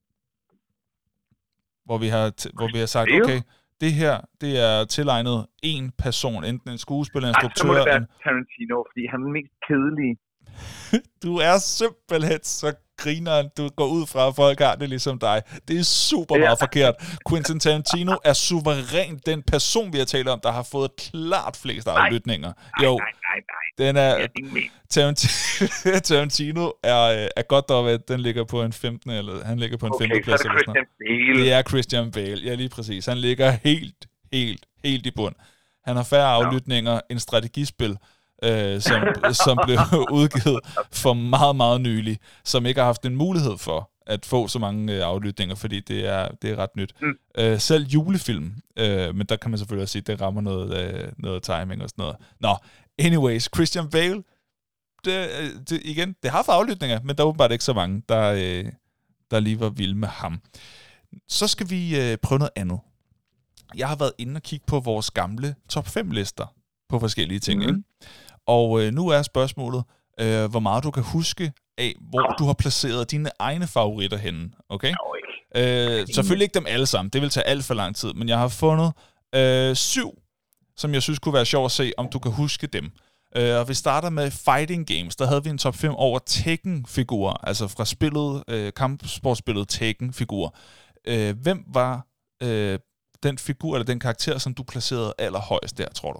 Hvor vi har, t- hvor vi har sagt, okay, det her, det er tilegnet en person, enten en skuespiller, en instruktør... Så må det være Tarantino, fordi han er den mest kedelige. Du er simpelthen så grineren, du går ud fra, at folk har det ligesom dig. Det er super meget ja. forkert. Quentin Tarantino er suverænt den person, vi har talt om, der har fået klart flest aflytninger. Jo, nej, nej, nej. Den er... Tarantino, Tarantino er, er godt deroppe, at den ligger på en femtende eller han ligger på en okay, femte plads. Okay, så er det Christian Bale. Det er Christian Bale, ja lige præcis. Han ligger helt, helt, helt i bund. Han har færre aflytninger no. end strategispil, øh, som, som blev udgivet for meget, meget nylig, som ikke har haft en mulighed for at få så mange øh, aflytninger, fordi det er, det er ret nyt. Mm. Øh, selv julefilm, øh, men der kan man selvfølgelig også sige, at det rammer noget, øh, noget timing og sådan noget. Nå, anyways, Christian Bale, det, det, igen, det har fået aflytninger, men der er åbenbart ikke så mange, der, øh, der lige var vilde med ham. Så skal vi øh, prøve noget andet. Jeg har været inde og kigge på vores gamle top fem lister på forskellige ting, mm-hmm. ikke? Og øh, nu er spørgsmålet, øh, hvor meget du kan huske af, hvor oh. du har placeret dine egne favoritter henne, okay? Øh, selvfølgelig ikke dem alle sammen, det vil tage alt for lang tid, men jeg har fundet øh, syv, som jeg synes kunne være sjovt at se, om du kan huske dem. Øh, og vi starter med Fighting Games, der havde vi en top fem over Tekken-figurer, altså fra spillet, øh, kampsportspillet Tekken-figurer. Øh, hvem var øh, den figur, eller den karakter, som du placerede allerhøjst der, tror du?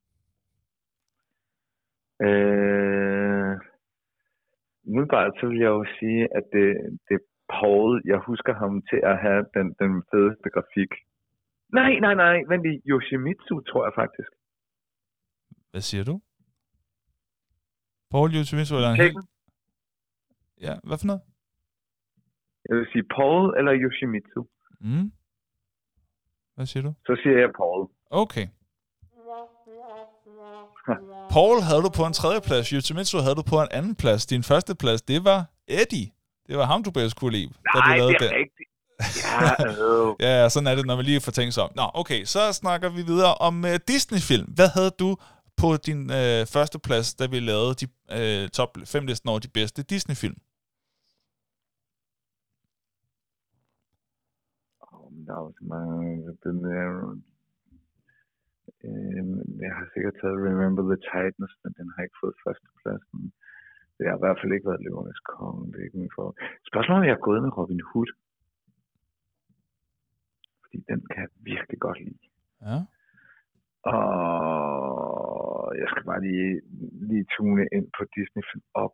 Øh, umiddelbart så vil jeg jo sige, at det, det er Paul. Jeg husker ham til at have den, den fedeste grafik. Nej, nej, nej, vent lige. Yoshimitsu, tror jeg faktisk. Hvad siger du? Paul Yoshimitsu eller en helt... Ja, hvad for noget? Jeg vil sige Paul eller Yoshimitsu. Mm. Hvad siger du? Så siger jeg Paul. Okay. Paul havde du på en tredje plads, Yoshimitsu havde du på en anden plads. Din første plads, det var Eddie. Det var ham, du bedst kunne lide. Nej, da du det er den. Rigtigt. Ja, ja, sådan er det, når man lige får tænkt sig om. Nå, okay, så snakker vi videre om uh, Disney-film. Hvad havde du på din uh, første plads, da vi lavede de uh, top fem listen over de bedste Disney-film? Oh, der er også mange... Den der... Jeg har sikkert taget Remember the Titans, men den har ikke fået førstepladsen. Det har i hvert fald ikke været Løvernes Konge. Det er ikke min for. Spørgsmålet om jeg er gået med Robin Hood. Fordi den kan jeg virkelig godt lide. Ja. Og jeg skal bare lige, lige tune ind på Disney Film op.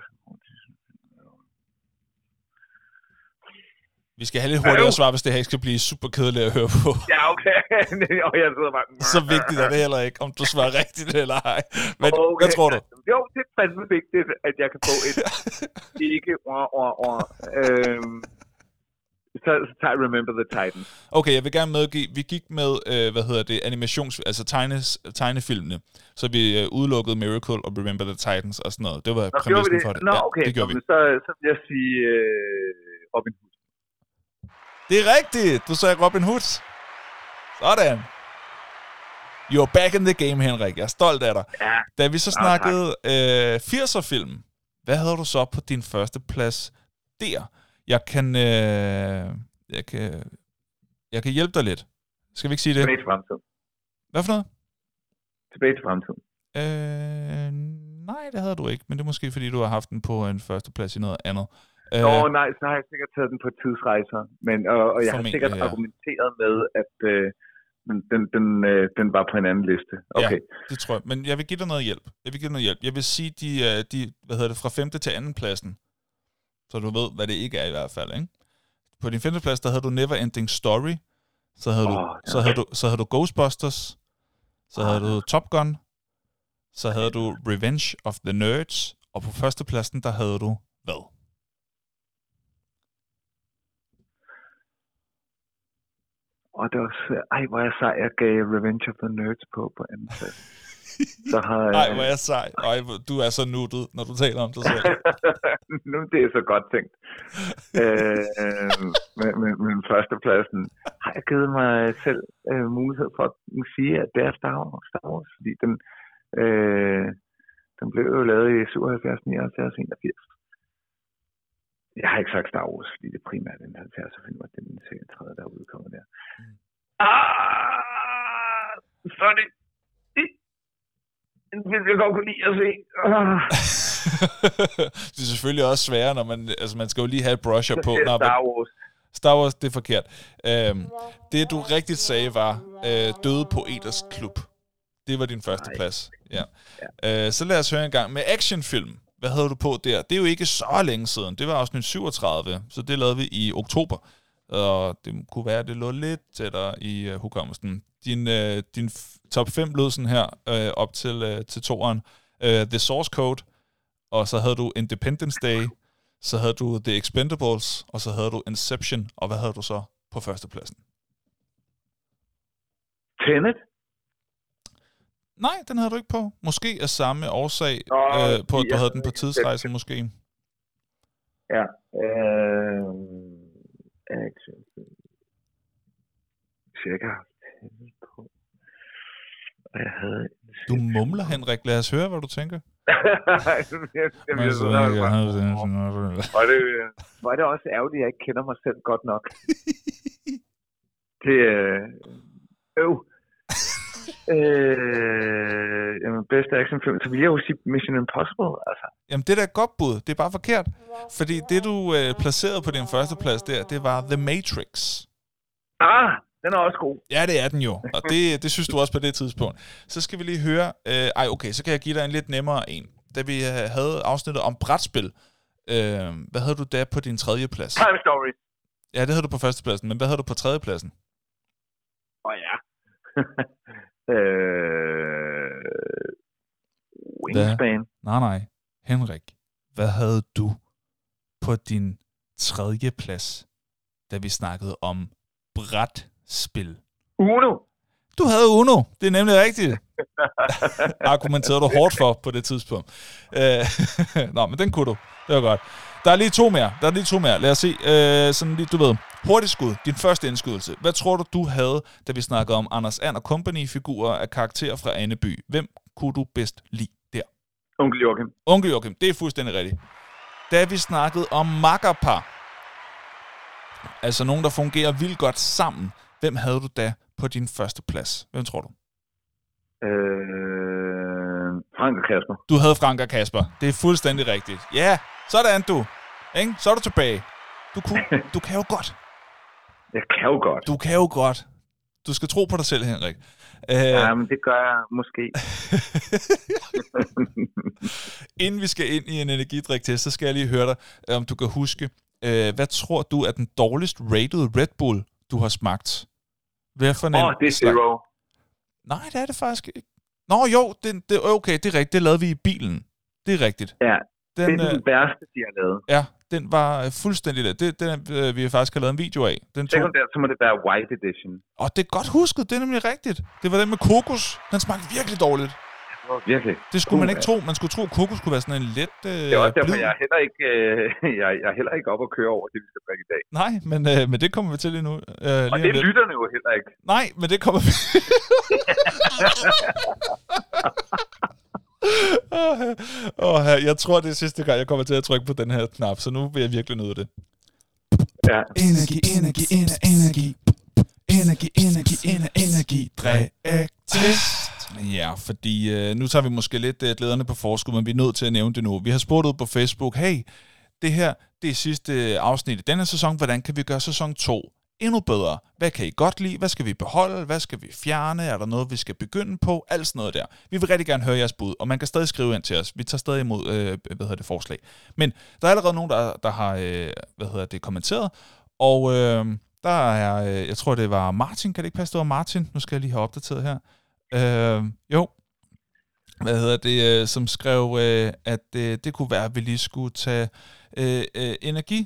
Vi skal have lidt hurtigere svar, hvis det her ikke skal blive super kedeligt at høre på. Ja, okay. Og jeg sidder bare... Så vigtigt er det heller ikke, om du svarer rigtigt eller ej. Men, okay. Hvad tror du? Jo, det er fandme vigtigt, at jeg kan få et ikke ord, ord, ord. Øhm, så, så tager jeg Remember the Titans. Okay, jeg vil gerne medgive, vi gik med, øh, hvad hedder det, animations, altså tegnes, tegnefilmene. Så vi øh, udelukkede Miracle og Remember the Titans og sådan noget. Det var præmissen for det. Nå, okay. Ja, det gjorde vi. Så, så vil jeg sige øh, Robin Hood. Det er rigtigt. Du sagde Robin Hood. Sådan. You're back in the game, Henrik. Jeg er stolt af dig. Ja. Da vi så snakkede øh, firser-film, hvad havde du så på din første plads der? Jeg kan, øh, jeg kan, jeg kan hjælpe dig lidt. Skal vi ikke sige det? Tilbage til fremtiden. Hvad for noget? Tilbage til fremtiden. Øh, nej, det havde du ikke. Men det er måske, fordi du har haft den på en første plads i noget andet. Nå, uh, nej, så har jeg sikkert taget den på tidsrejser, men, og, og jeg har sikkert ja. argumenteret med, at øh, den, den, øh, den var på en anden liste. Okay. Ja, det tror jeg, men jeg vil give dig noget hjælp. Jeg vil give dig noget hjælp. Jeg vil sige, de, de hvad hedder det, fra femte til anden pladsen, så du ved, hvad det ikke er i hvert fald, ikke? På din femte plads, der havde du Never Ending Story, så havde, oh, du, ja. så havde, du, så havde du Ghostbusters, så oh. havde du Top Gun, så havde du Revenge of the Nerds, og på første pladsen, der havde du hvad? og det var så, ej, hvor jeg sej, jeg gav Revenge of the Nerds på på anden plads. Så har jeg... Ej, hvor er jeg sej. Ej, du er så nuttet, når du taler om det selv. Nu det er så godt tænkt. øh, men, men, men førstepladsen har jeg givet mig selv øh, mulighed for at sige, at det er Star Wars, Star Wars fordi den, øh, den blev jo lavet i syvoghalvfjerds, nioghalvfjerds, enogfirs. Jeg har ikke sagt Star Wars, fordi det primært er den halvfjerds film, og den serie tredje, der er udkommet der. Mm. Ah, sorry. En film, jeg godt kunne lide at se. Ah. Det er selvfølgelig også sværere, når man, altså man skal jo lige have et brusher på. Det er Star Wars. Star Wars, det er forkert. Øhm, det, du rigtigt sagde, var øh, Døde Poeters Klub. Det var din første Nej. plads. Ja. Ja. Øh, så lad os høre en gang med actionfilm. Hvad havde du på der? Det er jo ikke så længe siden. Det var afsnit syvogtredive, så det lavede vi i oktober. Og det kunne være, at det lå lidt tættere i uh, hukommelsen. Din, uh, din top fem lød sådan her, uh, op til, uh, til toeren. Uh, The Source Code, og så havde du Independence Day, så havde du The Expendables, og så havde du Inception, og hvad havde du så på førstepladsen? Tenet? Nej, den havde du ikke på. Måske af samme årsag, Nå, øh, på at du havde den på tidsrejsen, måske. Ja. Øh, action. Cirka. Jeg havde... Du mumler, Henrik. Lad os høre, hvad du tænker. Var det også ærgerligt, at jeg ikke kender mig selv godt nok. Det er... Øh, Øh, jamen, bedste actionfilm, så vil jeg jo sige Mission Impossible, altså. Jamen, det der er godt bud, det er bare forkert. Fordi det, du øh, placerede på din første plads der, det var The Matrix. Ah, den er også god. Ja, det er den jo, og det, det synes du også på det tidspunkt. Så skal vi lige høre, øh, ej okay, så kan jeg give dig en lidt nemmere en. Da vi havde afsnittet om brætspil, øh, hvad havde du der på din tredje plads? Time Story. Ja, det havde du på førstepladsen, men hvad havde du på tredjepladsen? Åh oh, ja. øh, Wingspan. Nej, nej. Henrik, hvad havde du på din tredje plads, da vi snakkede om brætspil? Uno. Du havde Uno. Det er nemlig rigtigt. Argumenterede du hårdt for på det tidspunkt. Nå, men den kunne du. Det var godt. Der er lige to mere. Der er lige to mere. Lad os se. Øh, sådan lige, du ved. Hurtigt skud. Din første indskydelse. Hvad tror du, du havde, da vi snakkede om Anders And og Company-figurer af karakterer fra Anneby? Hvem kunne du bedst lide der? Onkel Joachim. Onkel Joachim. Det er fuldstændig rigtigt. Da vi snakkede om makkerpar, altså nogen, der fungerer vildt godt sammen, hvem havde du da på din første plads? Hvem tror du? Øh, Frank og Kasper. Du havde Frank og Kasper. Det er fuldstændig rigtigt. Ja, sådan du. Ikke? Så er du tilbage. Du, kunne, du kan jo godt. Jeg kan jo godt. Du kan jo godt. Du skal tro på dig selv, Henrik. Ja, men det gør jeg måske. Inden vi skal ind i en energidrik-test, så skal jeg lige høre dig, om du kan huske, hvad tror du er den dårligst rated Red Bull, du har smagt? Åh, oh, det er slag? Zero. Nej, det er det faktisk ikke. Nå jo, det, det, okay, det er rigtigt. Det lavede vi i bilen. Det er rigtigt. Ja, den, det er den værste, de har lavet. Ja, den var fuldstændig det. Det, den, øh, vi har faktisk lavet en video af. Den tog... Sekundært, så må det være White Edition. Åh, det er godt husket. Det er nemlig rigtigt. Det var den med kokos. Den smagte virkelig dårligt. Virkelig. Det skulle uh, man ikke tro. Man skulle tro, at kokos kunne være sådan en let øh, det er også derfor, jeg er heller ikke, øh, jeg, jeg er heller ikke op at køre over det, vi skal drikke i dag. Nej, men, øh, men det kommer vi til lige nu. Øh, og det lytterne jo heller ikke. Nej, men det kommer vi... oh, oh, jeg tror, det er sidste gang, jeg kommer til at trykke på den her knap, så nu vil jeg virkelig nyde det. Ja. Energi, energi, energi. Energi, energi, energi. Drik-test. Ja, fordi øh, nu tager vi måske lidt øh, glæderne på forskud, men vi er nødt til at nævne det nu. Vi har spurgt ud på Facebook, hey, det her, det er sidste afsnit i denne sæson, hvordan kan vi gøre sæson to endnu bedre? Hvad kan I godt lide? Hvad skal vi beholde? Hvad skal vi fjerne? Er der noget, vi skal begynde på? Alt sådan noget der. Vi vil rigtig gerne høre jeres bud, og man kan stadig skrive ind til os. Vi tager stadig imod øh, hvad hedder det, forslag. Men der er allerede nogen, der, der har øh, hvad hedder det, kommenteret, og øh, der er, øh, jeg tror det var Martin, kan det ikke passe, det var Martin? Nu skal jeg lige have opdateret her. Øh, jo, hvad hedder det, øh, som skrev, øh, at øh, det kunne være, at vi lige skulle tage øh, øh, energi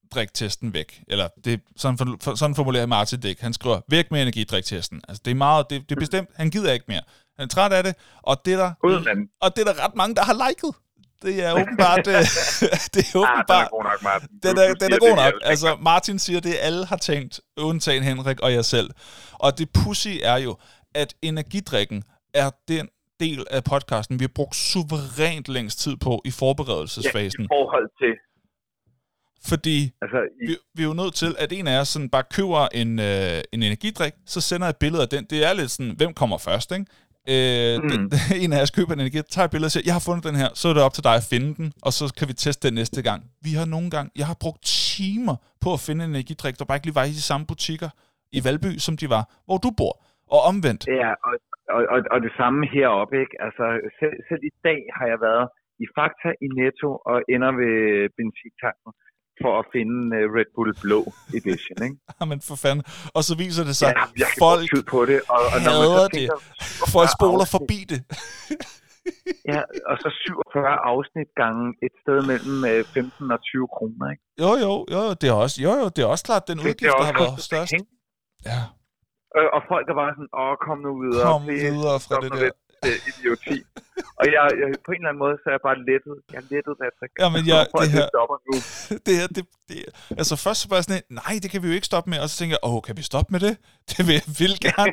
energidriktesten væk. Eller det, sådan, for, sådan formulerer Martin Dick. Han skriver, væk med energidriktesten. Altså, det er meget, det, det er bestemt, han gider ikke mere. Han er træt af det, og det er der, og det er der ret mange, der har liket. Det er åbenbart... det er åbenbart... Ah, den er god nok, Martin. Den er, den er god nok. Altså, Martin siger, det alle har tænkt, undtagen Henrik og jeg selv. Og det pussy er jo, at energidrikken er den del af podcasten, vi har brugt suverænt længst tid på i forberedelsesfasen. Ja, i forhold til... Fordi altså, i... vi, vi er jo nødt til, at en af os sådan bare køber en, øh, en energidrik, så sender jeg et billede af den. Det er lidt sådan, hvem kommer først, ikke? Øh, mm. det, en af os køber en energi, tager et billede og siger, jeg har fundet den her, så er det op til dig at finde den, og så kan vi teste den næste gang. Vi har nogle gange, jeg har brugt timer på at finde en energidrik, der bare ikke lige var i de samme butikker i Valby, som de var, hvor du bor, og omvendt. Ja, og, og, og, og det samme heroppe, ikke? Altså, selv, selv i dag har jeg været i Fakta i Netto og ender ved benzintanken for at finde uh, Red Bull Blå Edition, ikke? Jamen for fanden. Og så viser det sig, ja, jeg folk på det, og, og når man så tænker, det. Folk spoler afsnit, forbi det. ja, og så syvogfyrre afsnit gange et sted mellem uh, femten og tyve kroner, ikke? Jo, jo, jo, det er også, jo, jo, det er også klart den udgift, der har været størst. Penge. Ja. Og, og folk er bare sådan, åh, kom nu videre. Kom videre fra det der. Lidt, uh, idioti. Og jeg, jeg, på en eller anden måde, så er jeg bare lettet. Jeg er lettet, Patrick. Ja, men jeg, det her, det her, det, det, altså først så bare sådan, nej, det kan vi jo ikke stoppe med. Og så tænker jeg, åh, kan vi stoppe med det? Det vil jeg vil gerne.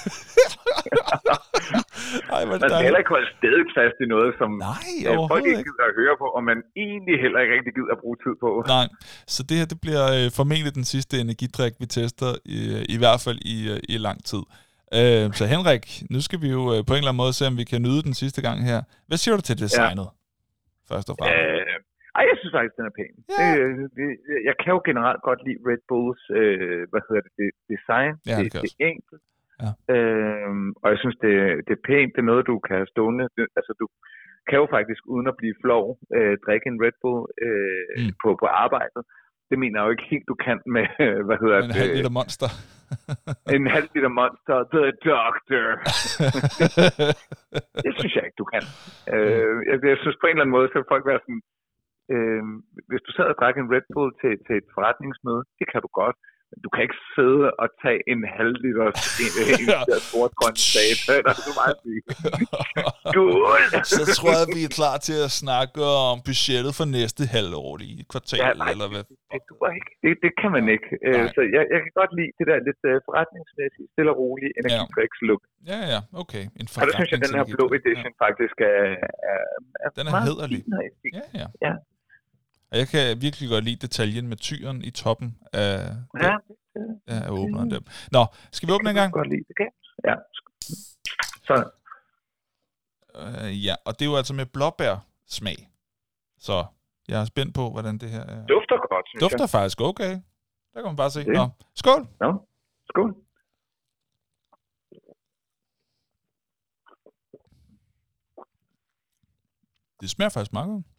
Ej, man skal heller ikke holde stedet fast i noget, som nej, øh, folk ikke gider at høre på, og man egentlig heller ikke rigtig gider at bruge tid på. Nej, så det her, det bliver øh, formentlig den sidste energidrik, vi tester, i, i hvert fald i, øh, i lang tid. Øh, så Henrik, nu skal vi jo øh, på en eller anden måde se, om vi kan nyde den sidste gang her. Hvad siger du til designet? Ja. Først og fremmest. Øh, ej, jeg synes faktisk, den er pæn. Ja. Øh, det, jeg kan jo generelt godt lide Red Bulls, øh, hvad hedder det, det design. Ja, det, det, det er enkelt. Ja. Øh, og jeg synes, det, det er pænt. Det er noget, du kan have stående. Det, altså, du kan jo faktisk, uden at blive flov, øh, drikke en Red Bull øh, mm. på, på arbejdet. Det mener jeg jo ikke helt, du kan med, hvad hedder en det? En halv liter Monster. en halv liter Monster, The Doctor. Det synes jeg ikke, du kan. Øh, jeg, jeg synes på en eller anden måde, så vil folk være sådan, øh, hvis du sad og drak en Red Bull til, til et forretningsmøde, det kan du godt. Men du kan ikke sidde og tage en halv liter en, en, en sort grøn stat. Der er så meget sygt. Skål! Så tror jeg, vi er klar til at snakke om budgettet for næste halvår i kvartal, ja, nej, eller hvad? Det, det, det, det, det kan man ikke. Nej. Så jeg, jeg kan godt lide det der lidt uh, forretningsmæssigt, stille og roligt energidriks-look. Ja, ja, okay. En og der synes jeg, at den her blå edition ja. faktisk er, er, er den er meget hæderlig. Fin. Ja, ja. ja. Og jeg kan virkelig godt lide detaljen med tyren i toppen af, ja. af åbneren der. Nå, skal vi åbne en gang? Jeg kan godt lide det. Okay. Ja. Sådan. Uh, ja, og det er jo altså med blåbær-smag. Så jeg er spændt på, hvordan det her er. Dufter godt, synes Dufter jeg. faktisk okay. Der kan man bare se. Nå, skål! Nå, skål. Det smager faktisk meget godt.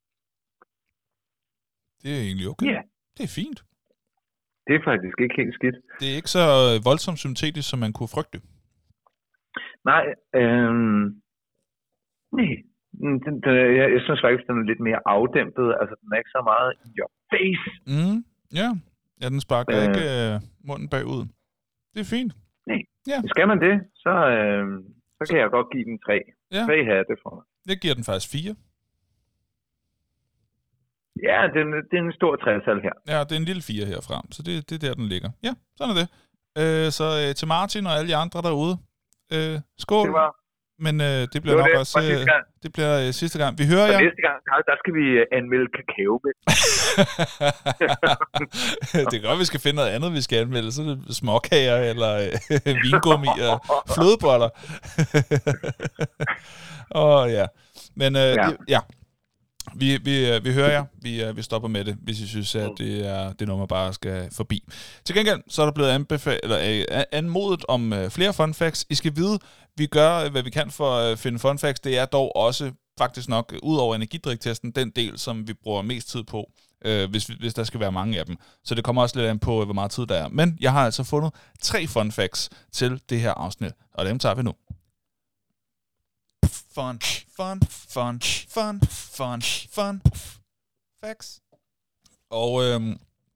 Det er egentlig okay. Yeah. Det er fint. Det er faktisk ikke helt skidt. Det er ikke så voldsomt syntetisk, som man kunne frygte. Nej, øhm, nej. Den, den, jeg, jeg synes faktisk, den er lidt mere afdæmpet. Altså, den er ikke så meget in your face. Mm, ja. ja, den sparker øh. ikke øh, munden bagud. Det er fint. Nej, ja. Skal man det, så, øh, så kan jeg godt give den tre. Ja. Tre hatte for mig. Det giver den faktisk fire. Ja, det er, det er en stor tretal her. Ja, det er en lille fire herfra, så det, det er der, den ligger. Ja, sådan er det. Øh, så øh, til Martin og alle de andre derude, øh, skål. Det var, Men øh, det bliver det nok det. også øh, det bliver øh, sidste gang. Vi hører jer. Ja. Næste gang, der, der skal vi uh, anmelde kakao med. Det er godt, vi skal finde noget andet, vi skal anmelde. Så er det småkager eller øh, vingummi og flødeboller. Åh oh, ja. Men øh, ja. ja. Vi, vi, vi hører jer. Vi, vi stopper med det, hvis I synes, at det er det nummer bare skal forbi. Til gengæld, så er der blevet anbefal- eller, anmodet om flere fun facts. I skal vide, vi gør, hvad vi kan for at finde fun facts. Det er dog også faktisk nok, ud over energidriktesten, den del, som vi bruger mest tid på, øh, hvis, hvis der skal være mange af dem. Så det kommer også lidt an på, hvor meget tid der er. Men jeg har altså fundet tre fun facts til det her afsnit, og dem tager vi nu. Fun, fun, fun, fun, fun, fun facts. Og øhm,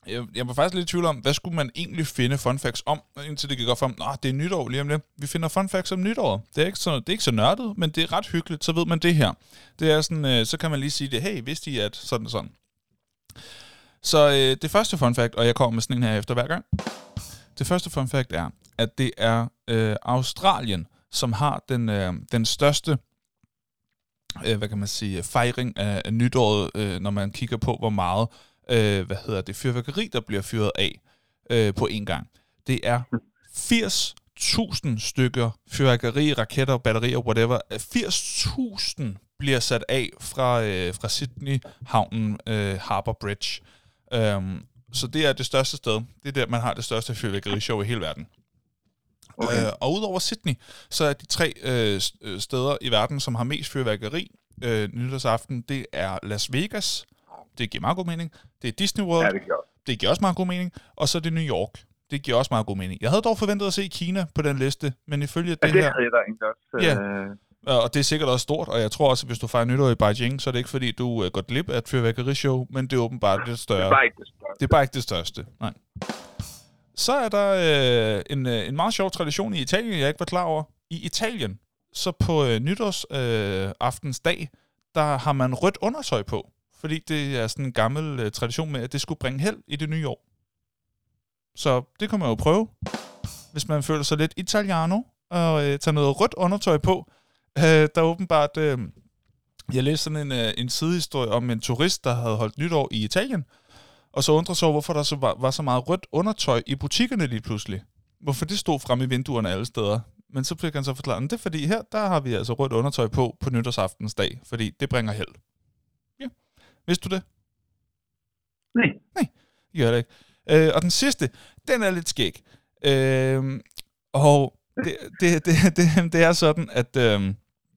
Jeg, jeg var faktisk lidt i tvivl om, hvad skulle man egentlig finde fun facts om, indtil det gik op for ham, det er nytår lige om lidt. Vi finder fun facts om nytåret. Det er, ikke så, det er ikke så nørdet, men det er ret hyggeligt, så ved man det her. Det er sådan, øh, så kan man lige sige det, hey, vidste I at sådan og sådan. Så øh, det første fun fact, og jeg kommer med sådan en her efter hver gang. Det første fun fact er, at det er øh, Australien, som har den, øh, den største, øh, hvad kan man sige, fejring af, af nytåret, øh, når man kigger på, hvor meget Øh, hvad hedder det, fyrværkeri, der bliver fyret af øh, på en gang. Det er firs tusind stykker fyrværkeri, raketter, batterier, whatever. firs tusind bliver sat af fra, øh, fra Sydney havnen, øh, Harbour Bridge. Um, så det er det største sted. Det er der, man har det største fyrværkerishow i hele verden. Okay. Øh, og udover Sydney, så er de tre øh, steder i verden, som har mest fyrværkeri øh, nytårsaften, det er Las Vegas. Det giver meget god mening. Det er Disney World. Ja, det, giver. det giver også meget god mening. Og så er det New York. Det giver også meget god mening. Jeg havde dog forventet at se Kina på den liste, men ifølge det, ja, det her... havde jeg da egentlig også. Ja, og det er sikkert også stort, og jeg tror også, at hvis du fejrer nytår i Beijing, så er det ikke fordi, du er gået glip af et fyrværkerishow, men det er åbenbart lidt større. Det er bare ikke det største. Det er bare ikke det største, nej. Så er der øh, en, en meget sjov tradition i Italien, jeg ikke var klar over. I Italien, så på øh, nytårsaftens øh, dag, der har man rødt undertøj på. Fordi det er sådan en gammel uh, tradition med, at det skulle bringe held i det nye år. Så det kan man jo prøve, hvis man føler sig lidt italiano, og uh, tage noget rødt undertøj på. Uh, der er åbenbart... Uh, jeg læste sådan en, uh, en sidehistorie om en turist, der havde holdt nytår i Italien, og så undrede sig over, hvorfor der så var, var så meget rødt undertøj i butikkerne lige pludselig. Hvorfor det stod fremme i vinduerne alle steder. Men så fik han så forklaret, det er fordi her, der har vi altså rødt undertøj på på nytårsaftens dag, fordi det bringer held. Vidste du det? Nej. Nej, det gør det ikke. Øh, og den sidste, den er lidt skæg. Øh, og det, det, det, det, det er sådan, at øh,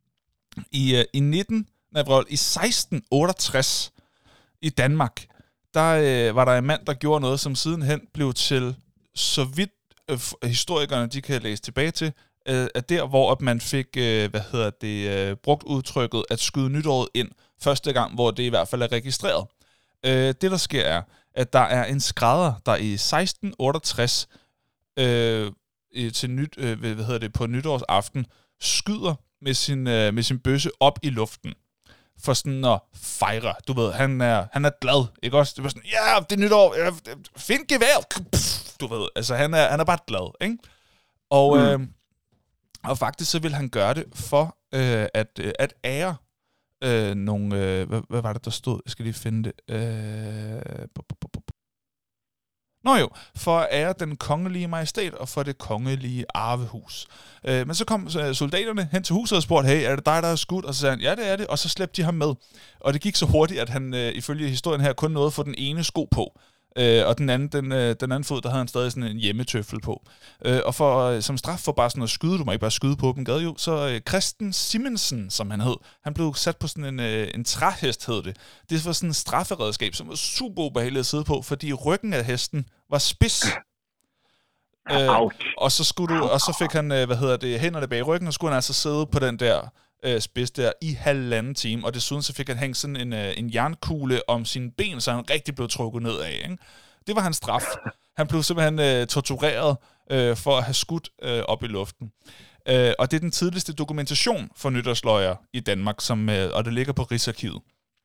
i, i nitten, nej, i seksten otteogtres i Danmark, der øh, var der en mand, der gjorde noget, som sidenhen blev til, så vidt øh, historikerne de kan læse tilbage til, øh, at der, hvor at man fik, øh, hvad hedder det, øh, brugt udtrykket at skyde nytåret ind, første gang, hvor det i hvert fald er registreret. Øh, det, der sker, er, at der er en skrædder, der i seksten otteogtres øh, til nyt, øh, hvad hedder det, på nytårsaften skyder med sin, øh, med sin bøsse op i luften for sådan at fejre. Du ved, han er, han er glad, ikke også? Det var sådan, ja, det er nytår, ja, find gevær! Du ved, altså han er, han er bare glad, ikke? Og, mm. øh, og faktisk så vil han gøre det for øh, at, øh, at ære Øh, nogle, øh, hvad, hvad var det, der stod? Jeg skal lige finde det. Øh, bu, bu, bu, bu. Nå jo, for at ære den kongelige majestæt og for det kongelige arvehus. Øh, men så kom soldaterne hen til huset og spurgte, hey, er det dig, der er skudt? Og så sagde han, ja, det er det. Og så slæbte de ham med. Og det gik så hurtigt, at han øh, ifølge historien her kun nåede at få den ene sko på. Øh, og den anden, den, øh, den anden fod, der havde han stadig sådan en hjemmetøffel på. Øh, og for, øh, som straf for bare sådan at skyde, du må ikke bare skyde på dem, gad jo, så øh, Christen Simensen, som han hed, han blev sat på sådan en, øh, en træhest, hed det. Det var sådan en strafferedskab, som var super ubehageligt at sidde på, fordi ryggen af hesten var spids. øh, og så skulle du, og så fik han, øh, hvad hedder det, hænderne bag ryggen, og skulle han altså sidde på den der øh, spids der i halvanden time, og desuden så fik han hængt sådan en, øh, en jernkugle om sine ben, så han rigtig blev trukket ned af, ikke? Det var hans straf. Han blev simpelthen øh, tortureret øh, for at have skudt øh, op i luften. Øh, og det er den tidligste dokumentation for nytårsløjer i Danmark, som, øh, og det ligger på Rigsarkivet.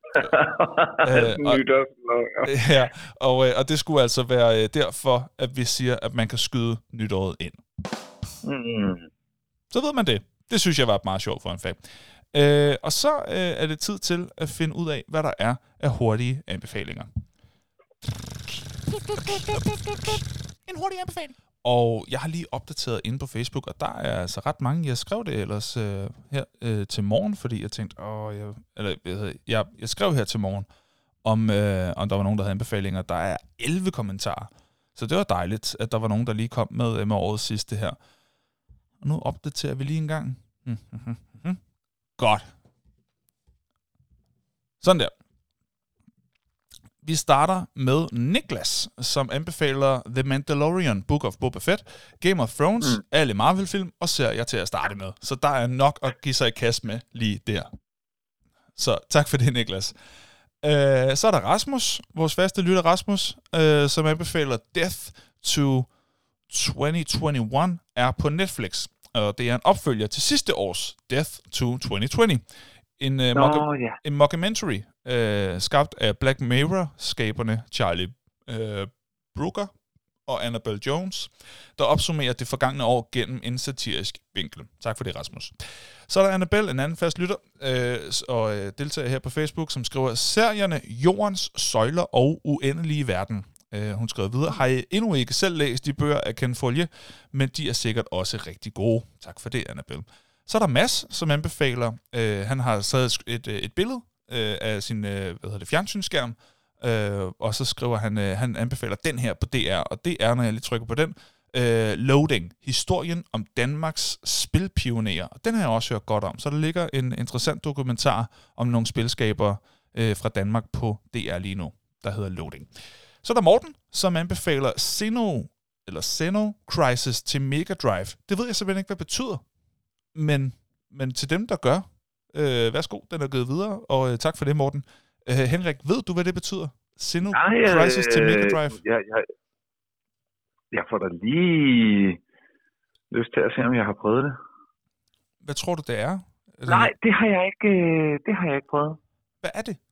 øh, og, ja, og, øh, og det skulle altså være øh, derfor, at vi siger, at man kan skyde nytåret ind. Mm. Så ved man det. Det synes jeg var meget sjovt for en fag. Øh, og så øh, er det tid til at finde ud af, hvad der er af hurtige anbefalinger. En hurtig anbefaling. Og jeg har lige opdateret inde på Facebook, og der er altså ret mange. Jeg skrev det ellers øh, her øh, til morgen, fordi jeg tænkte, åh, jeg, eller jeg, jeg, jeg skrev her til morgen, om, øh, om der var nogen, der havde anbefalinger. Der er elleve kommentarer. Så det var dejligt, at der var nogen, der lige kom med, med årets sidste her. Og nu opdaterer vi lige en gang. Mm, mm, mm, mm. Godt. Sådan der. Vi starter med Niklas, som anbefaler The Mandalorian, Book of Boba Fett, Game of Thrones, mm. alle Marvel-film og serier til at starte med. Så der er nok at give sig i kast med lige der. Så tak for det, Niklas. Uh, så er der Rasmus, vores faste lytter Rasmus, uh, som anbefaler Death to tyve enogtyve er på Netflix. Og det er en opfølger til sidste års Death to tyve tyve. En, uh, Nå, mock- ja. en mockumentary, uh, skabt af Black Mirror-skaberne Charlie uh, Brooker og Annabelle Jones, der opsummerer det forgangne år gennem en satirisk vinkel. Tak for det, Rasmus. Så er der Annabelle, en anden fast lytter, øh, og øh, deltager her på Facebook, som skriver, serierne Jordens Søjler og Uendelige Verden. Øh, hun skriver videre, har I endnu ikke selv læst de bøger af Ken Follett, men de er sikkert også rigtig gode. Tak for det, Annabelle. Så er der Mads, som anbefaler, øh, han har taget et, et billede øh, af sin øh, hvad hedder det, fjernsynsskærm, øh, og så skriver han, øh, han anbefaler den her på D R, og det er, når jeg lige trykker på den, øh, Loading, historien om Danmarks spilpionerer. Og den har jeg også hørt godt om, så der ligger en interessant dokumentar om nogle spilskabere øh, fra Danmark på D R lige nu, der hedder Loading. Så er der Morten, som anbefaler Xeno, eller Xeno Crisis til Mega Drive. Det ved jeg simpelthen ikke, hvad det betyder, men, men til dem, der gør, øh, værsgo, den er givet videre, og øh, tak for det, Morten. Øh, Henrik, ved du, hvad det betyder? Xeno Nej, Crisis øh, til Mega Drive? Jeg, jeg, jeg får da lige lyst til at se, om jeg har prøvet det. Hvad tror du, det er? er Nej, det... det har jeg ikke, det har jeg ikke prøvet. Hvad er det?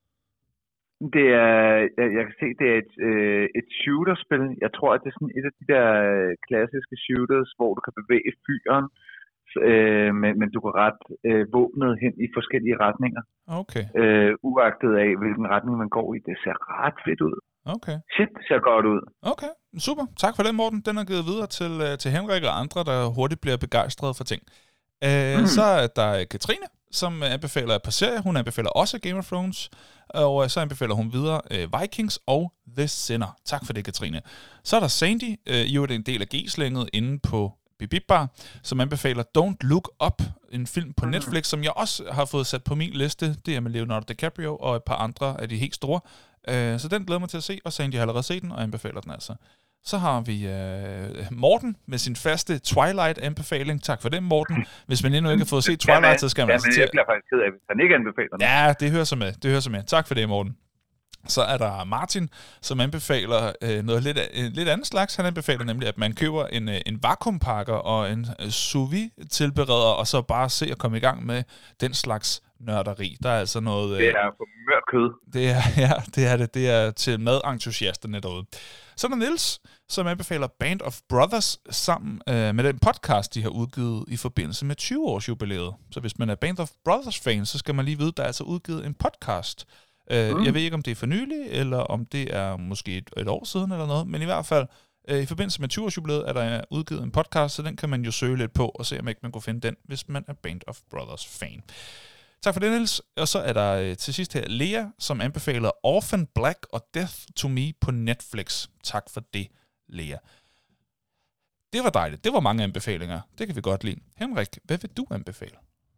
Det er, jeg, jeg kan se, det er et, øh, et shooterspil. Jeg tror, at det er sådan et af de der klassiske shooters, hvor du kan bevæge fyren, øh, men, men du kan rette øh, våbnet hen i forskellige retninger. Okay. Øh, uagtet af, hvilken retning man går i. Det ser ret fedt ud. Okay. Shit, det ser godt ud. Okay, super. Tak for den, Morten. Den er givet videre til, til Henrik og andre, der hurtigt bliver begejstrede for ting. Øh, mm. Så er der Katrine, som anbefaler et par serier. Hun anbefaler også Game of Thrones. Og så anbefaler hun videre uh, Vikings og The Sinner. Tak for det, Katrine. Så er der Sandy, uh, I er en del af G-slænget inde på Bibibbar, som anbefaler Don't Look Up, en film på Netflix, som jeg også har fået sat på min liste. Det er med Leonardo DiCaprio og et par andre af de helt store. Uh, så den glæder mig til at se, og Sandy har allerede set den og anbefaler den altså. Så har vi uh, Morten med sin faste Twilight-anbefaling. Tak for det, Morten. Hvis man endnu ikke har fået set Twilight, så skal man... Ja, men jeg bliver faktisk ked af, hvis han ikke anbefaler den. Ja, det hører sig med. Det hører sig med. Tak for det, Morten. Så er der Martin, som anbefaler øh, noget lidt, øh, lidt andet slags. Han anbefaler nemlig, at man køber en, øh, en vakuumpakker og en øh, sous vide tilbereder, og så bare se at komme i gang med den slags nørderi. Der er altså noget... Øh, det er for mørk kød. Det er, ja, det er det. Det er til madentusiasterne derude. Så er der Niels, som anbefaler Band of Brothers sammen øh, med den podcast, de har udgivet i forbindelse med tyve års jubilæet. Så hvis man er Band of Brothers-fan, så skal man lige vide, at der er altså udgivet en podcast. Øh, mm. Jeg ved ikke, om det er for nylig, eller om det er måske et, et år siden eller noget, men i hvert fald øh, i forbindelse med tyve års jubilæet er der udgivet en podcast, så den kan man jo søge lidt på og se, om ikke man kunne finde den, hvis man er Band of Brothers-fan. Tak for det, Niels. Og så er der øh, til sidst her Lea, som anbefaler Orphan Black og Death to Me på Netflix. Tak for det, Lea. Det var dejligt. Det var mange anbefalinger. Det kan vi godt lide. Henrik, hvad vil du anbefale?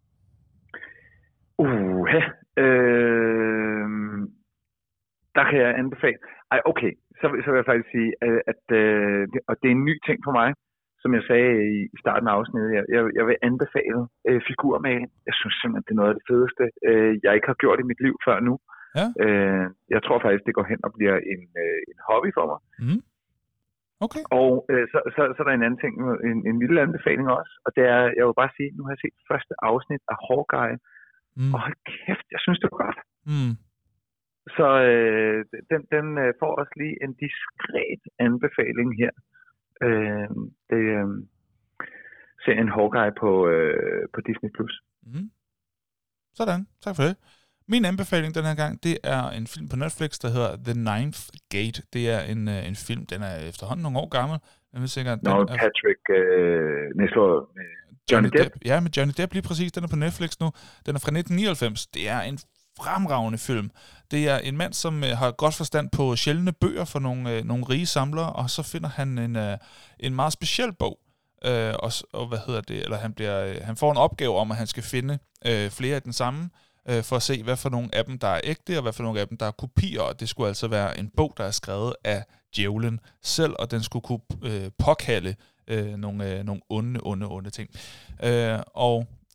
Uh, øh, der kan jeg anbefale. Ej, okay. Så, så vil jeg faktisk sige, at, øh, og det er en ny ting for mig, som jeg sagde i starten af afsnittet. Jeg, jeg, jeg vil anbefale øh, figurmaling. Jeg synes simpelthen, det er noget af det fedeste, øh, jeg ikke har gjort i mit liv før nu. Ja. Øh, jeg tror faktisk, det går hen og bliver en, øh, en hobby for mig. Mm. Okay. Og øh, så, så, så er der en anden ting, en, en lille anbefaling også, og det er, jeg vil bare sige, nu har jeg set første afsnit af Hawkeye, mm. og hold kæft, jeg synes, det var godt. Mm. Så øh, den, den øh, får også lige en diskret anbefaling her. Øh, det øh, ser en Hawkeye på, øh, på Disney plus. Mm. Sådan, tak for det. Min anbefaling den her gang, det er en film på Netflix, der hedder The Ninth Gate. Det er en, uh, en film, den er efterhånden nogle år gammel. Jeg vil sikkert, Nå, no, Patrick, øh, næslår med Johnny Depp. Depp. Ja, med Johnny Depp lige præcis. Den er på Netflix nu. Den er fra nitten nioghalvfems. Det er en fremragende film. Det er en mand, som uh, har godt forstand på sjældne bøger for nogle, uh, nogle rige samlere, og så finder han en, uh, en meget speciel bog. Uh, og, og hvad hedder det? Eller han, bliver, uh, han får en opgave om, at han skal finde uh, flere af den samme, for at se, hvad for nogle af dem, der er ægte, og hvad for nogle af dem, der er kopier. Og det skulle altså være en bog, der er skrevet af djævlen selv, og den skulle kunne øh, påkalde øh, nogle, øh, nogle onde, onde, onde ting. Øh, og ja,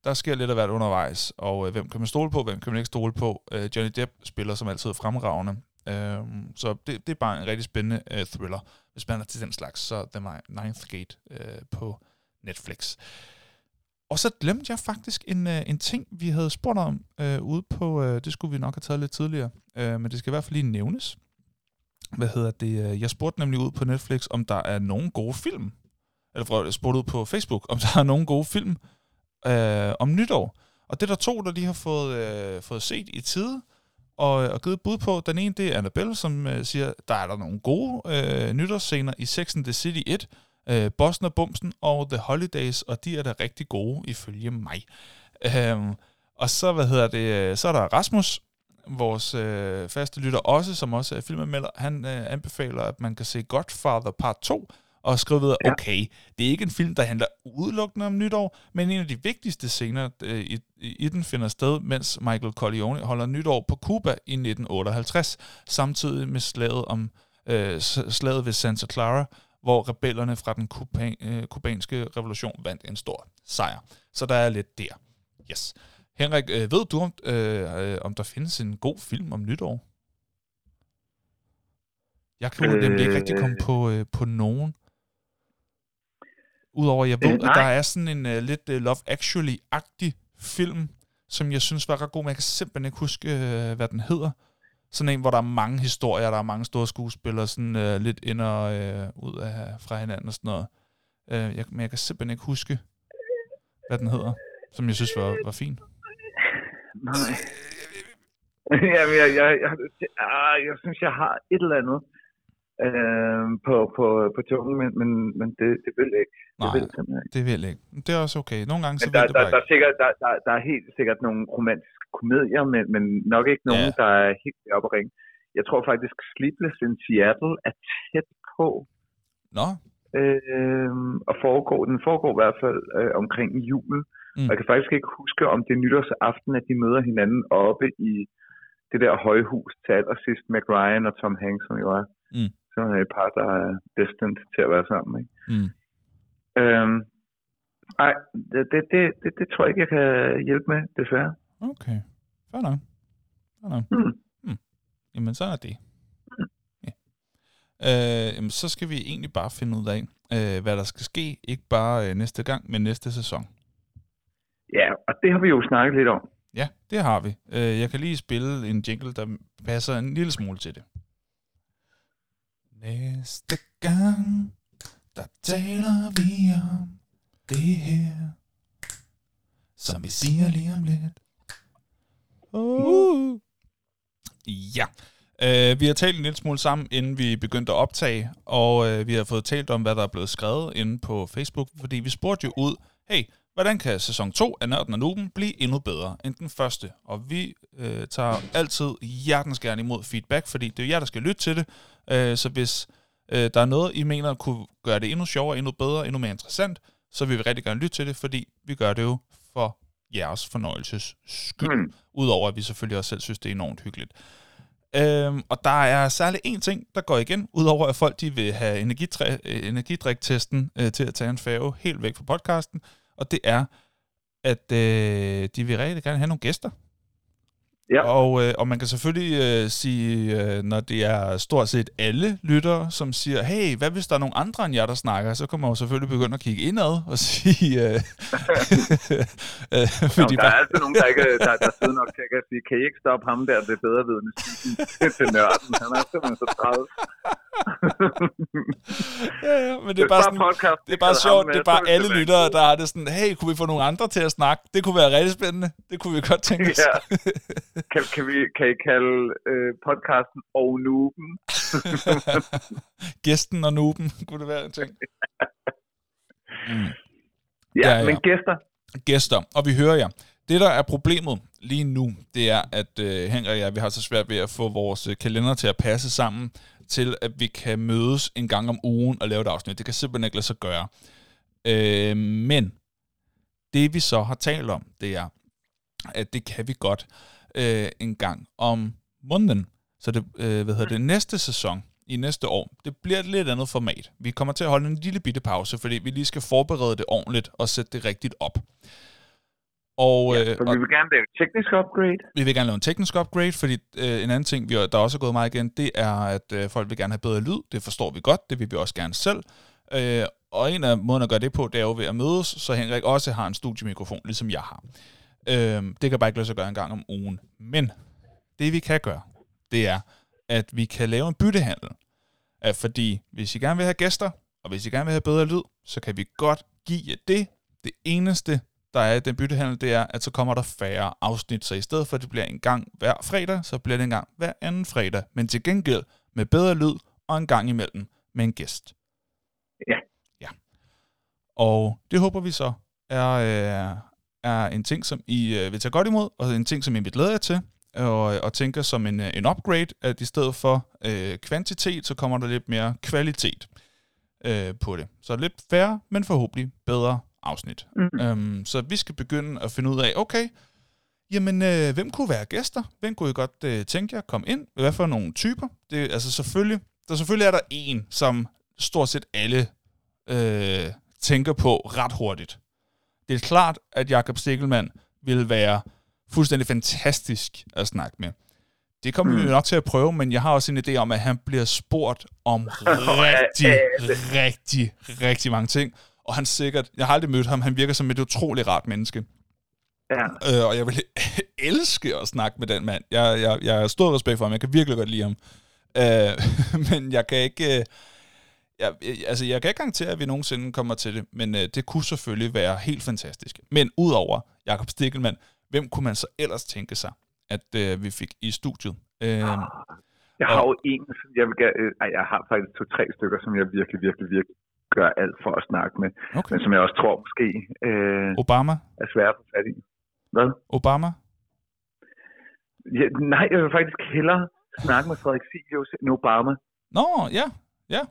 der sker lidt af hvert undervejs, og øh, hvem kan man stole på, hvem kan man ikke stole på. Øh, Johnny Depp spiller som altid fremragende, øh, så det, det er bare en rigtig spændende øh, thriller. Hvis man er til den slags, så The Ninth Gate øh, på Netflix. Og så glemte jeg faktisk en, øh, en ting, vi havde spurgt om øh, ude på, øh, det skulle vi nok have taget lidt tidligere, øh, men det skal i hvert fald lige nævnes. Hvad hedder det? Jeg spurgte nemlig ud på Netflix, om der er nogen gode film, eller jeg spurgte ud på Facebook, om der er nogen gode film øh, om nytår. Og det er der to, der lige har fået, øh, fået set i tide, og, og givet bud på. Den ene, det er Annabelle, som øh, siger, der er der nogle gode øh, nytårsscener i Sex and the City et, øh, Bossen og Bumsen og The Holidays, og de er da rigtig gode ifølge mig. Øh, og så, hvad hedder det, så er der Rasmus, vores øh, faste lytter også, som også er filmanmelder. Han øh, anbefaler, at man kan se Godfather part to, og skrive videre, ja. Okay, det er ikke en film, der handler udelukkende om nytår, men en af de vigtigste scener øh, i, i den finder sted, mens Michael Corleone holder nytår på Cuba i nitten otteoghalvtreds, samtidig med slaget, om, øh, slaget ved Santa Clara, hvor rebellerne fra den kuban, øh, kubanske revolution vandt en stor sejr. Så der er lidt der. Yes. Henrik, øh, ved du, om, øh, om der findes en god film om nytår? Jeg kan jo nemlig ikke rigtig komme på, øh, på nogen. Udover, jeg ved, øh, at der er sådan en uh, lidt uh, Love Actually-agtig film, som jeg synes var ret god, men jeg kan simpelthen ikke huske, uh, hvad den hedder. Sådan en, hvor der er mange historier, der er mange store skuespillere, sådan uh, lidt ind og uh, ud af, fra hinanden og sådan noget. Uh, jeg, men jeg kan simpelthen ikke huske, hvad den hedder, som jeg synes var, var fin. Nej. Jamen, jeg, jeg, jeg, jeg, jeg synes, jeg har et eller andet øh, på, på, på tungen, men, men, men det, det vil ikke. Det Nej, vil ikke. det vil ikke. Det er også okay. Nogle gange så men vil der, det der, bare der, er sikkert, der, der, der er helt sikkert nogle romantiske komedier, men, men nok ikke nogen, ja. Der er helt oppe at ringe. Jeg tror faktisk, Sleepless in Seattle er tæt på. Nå. Øh, og foregår, den foregår i hvert fald øh, omkring jul. Mm. Og jeg kan faktisk ikke huske, om det er nytårsaften, at de møder hinanden oppe i det der højhus til allersidst, Meg Ryan og Tom Hanks, som jo er mm. sådan et par, der er destined til at være sammen. Ikke? Mm. Øhm, ej, det, det, det, det, det tror jeg ikke, jeg kan hjælpe med, desværre. Okay, fair nok. Fair nok. Mm. Mm. Jamen, så er det. Mm. Ja. Øh, jamen, så skal vi egentlig bare finde ud af, øh, hvad der skal ske, ikke bare øh, næste gang, men næste sæson. Ja, og det har vi jo snakket lidt om. Ja, det har vi. Jeg kan lige spille en jingle, der passer en lille smule til det. Næste gang, der taler vi om det her, som vi siger lige om lidt. Uh. Ja, uh, vi har talt en lille smule sammen, inden vi begyndte at optage, og uh, vi har fået talt om, hvad der er blevet skrevet inde på Facebook, fordi vi spurgte jo ud, hey, hvordan kan sæson to af Nørden og Nuben blive endnu bedre end den første? Og vi øh, tager altid hjertens gerne imod feedback, fordi det er jer, der skal lytte til det. Øh, så hvis øh, der er noget, I mener kunne gøre det endnu sjovere, endnu bedre, endnu mere interessant, så vil vi rigtig gerne lytte til det, fordi vi gør det jo for jeres fornøjelses skyld. Mm. Udover at vi selvfølgelig også selv synes, det er enormt hyggeligt. Øhm, og der er særligt en ting, der går igen, udover at folk de vil have energidrik-testen øh, til at tage en færge helt væk fra podcasten. Og det er, at øh, de vil rigtig gerne have nogle gæster. Ja. Og, øh, og man kan selvfølgelig øh, sige, øh, når det er stort set alle lyttere, som siger, hey, hvad hvis der er nogle andre end jer, der snakker? Så kan man jo selvfølgelig begynde at kigge indad og sige... Øh, øh, fordi Nå, der er altid nogen, der, ikke, der, der sidder nok til at sige, kan I ikke stoppe ham der, det er bedre ved det til nørden? Han er simpelthen så træt. ja, ja, men det er, det er bare, sådan, podcast, det er bare sjovt, det er bare alle lyttere, der har det sådan, hey, kunne vi få nogle andre til at snakke? Det kunne være rigtig spændende. Det kunne vi godt tænke os. Ja. Kan, kan, vi, kan I kalde øh, podcasten og Nuben? Gæsten og Nuben, kunne det være en ting? Mm. Ja, ja, ja, men gæster. Gæster, og vi hører jer. Det, der er problemet lige nu, det er, at øh, Henrik og jeg, vi har så svært ved at få vores øh, kalender til at passe sammen, til at vi kan mødes en gang om ugen og lave et afsnit. Det kan simpelthen ikke lade sig gøre. Øh, men det, vi så har talt om, det er, at det kan vi godt øh, en gang om måneden. Så det, øh, hvad hedder det, næste sæson, i næste år, det bliver et lidt andet format. Vi kommer til at holde en lille bitte pause, fordi vi lige skal forberede det ordentligt og sætte det rigtigt op. Og, ja, så vi vil gerne lave en teknisk upgrade. Vi vil gerne lave en teknisk upgrade, fordi øh, en anden ting, vi, der også er gået meget igen, det er, at øh, folk vil gerne have bedre lyd. Det forstår vi godt, det vil vi også gerne selv. Øh, og en af måden at gøre det på, det er jo ved at mødes, så Henrik også har en studiemikrofon, ligesom jeg har. Øh, det kan bare ikke lade sig gøre en gang om ugen. Men det vi kan gøre, det er, at vi kan lave en byttehandel. Øh, fordi hvis I gerne vil have gæster, og hvis I gerne vil have bedre lyd, så kan vi godt give jer det. Det eneste, der er i den byttehandel, det er, at så kommer der færre afsnit. Så i stedet for, at det bliver en gang hver fredag, så bliver det en gang hver anden fredag. Men til gengæld med bedre lyd og en gang imellem med en gæst. Ja. Ja. Og det håber vi så er, øh, er en ting, som I øh, vil tage godt imod, og en ting, som I vil glæde jer til, og, og tænker som en, en upgrade, at i stedet for øh, kvantitet, så kommer der lidt mere kvalitet øh, på det. Så lidt færre, men forhåbentlig bedre afsnit. Mm. Um, så vi skal begynde at finde ud af, okay, jamen, øh, hvem kunne være gæster? Hvem kunne I godt øh, tænke jer komme ind? Hvad for nogle typer? Det, altså selvfølgelig, der selvfølgelig er der en, som stort set alle øh, tænker på ret hurtigt. Det er klart, at Jakob Stegelmann vil være fuldstændig fantastisk at snakke med. Det kommer mm. vi nok til at prøve, men jeg har også en idé om, at han bliver spurgt om rigtig, rigtig, rigtig mange ting. Og han sikkert, jeg har aldrig mødt ham, han virker som et utroligt rart menneske. Ja. Øh, og jeg vil elske at snakke med den mand. Jeg, jeg, jeg har stor respekt for ham, jeg kan virkelig godt lide ham. Øh, men jeg kan ikke... Øh, jeg, altså, jeg kan ikke garantere, at vi nogensinde kommer til det, men øh, det kunne selvfølgelig være helt fantastisk. Men udover Jakob Stegelmann, hvem kunne man så ellers tænke sig, at øh, vi fik i studiet? Øh, jeg har og, jo en, jeg, vil, øh, jeg har faktisk to-tre stykker, som jeg virkelig, virkelig, virkelig gør alt for at snakke med, okay. Men som jeg også tror måske øh, Obama? Er svært at få fat i. Hvad? Obama? Ja, nej, jeg vil faktisk hellere snakke med Frederik Silius end Obama. Nå, ja, ja.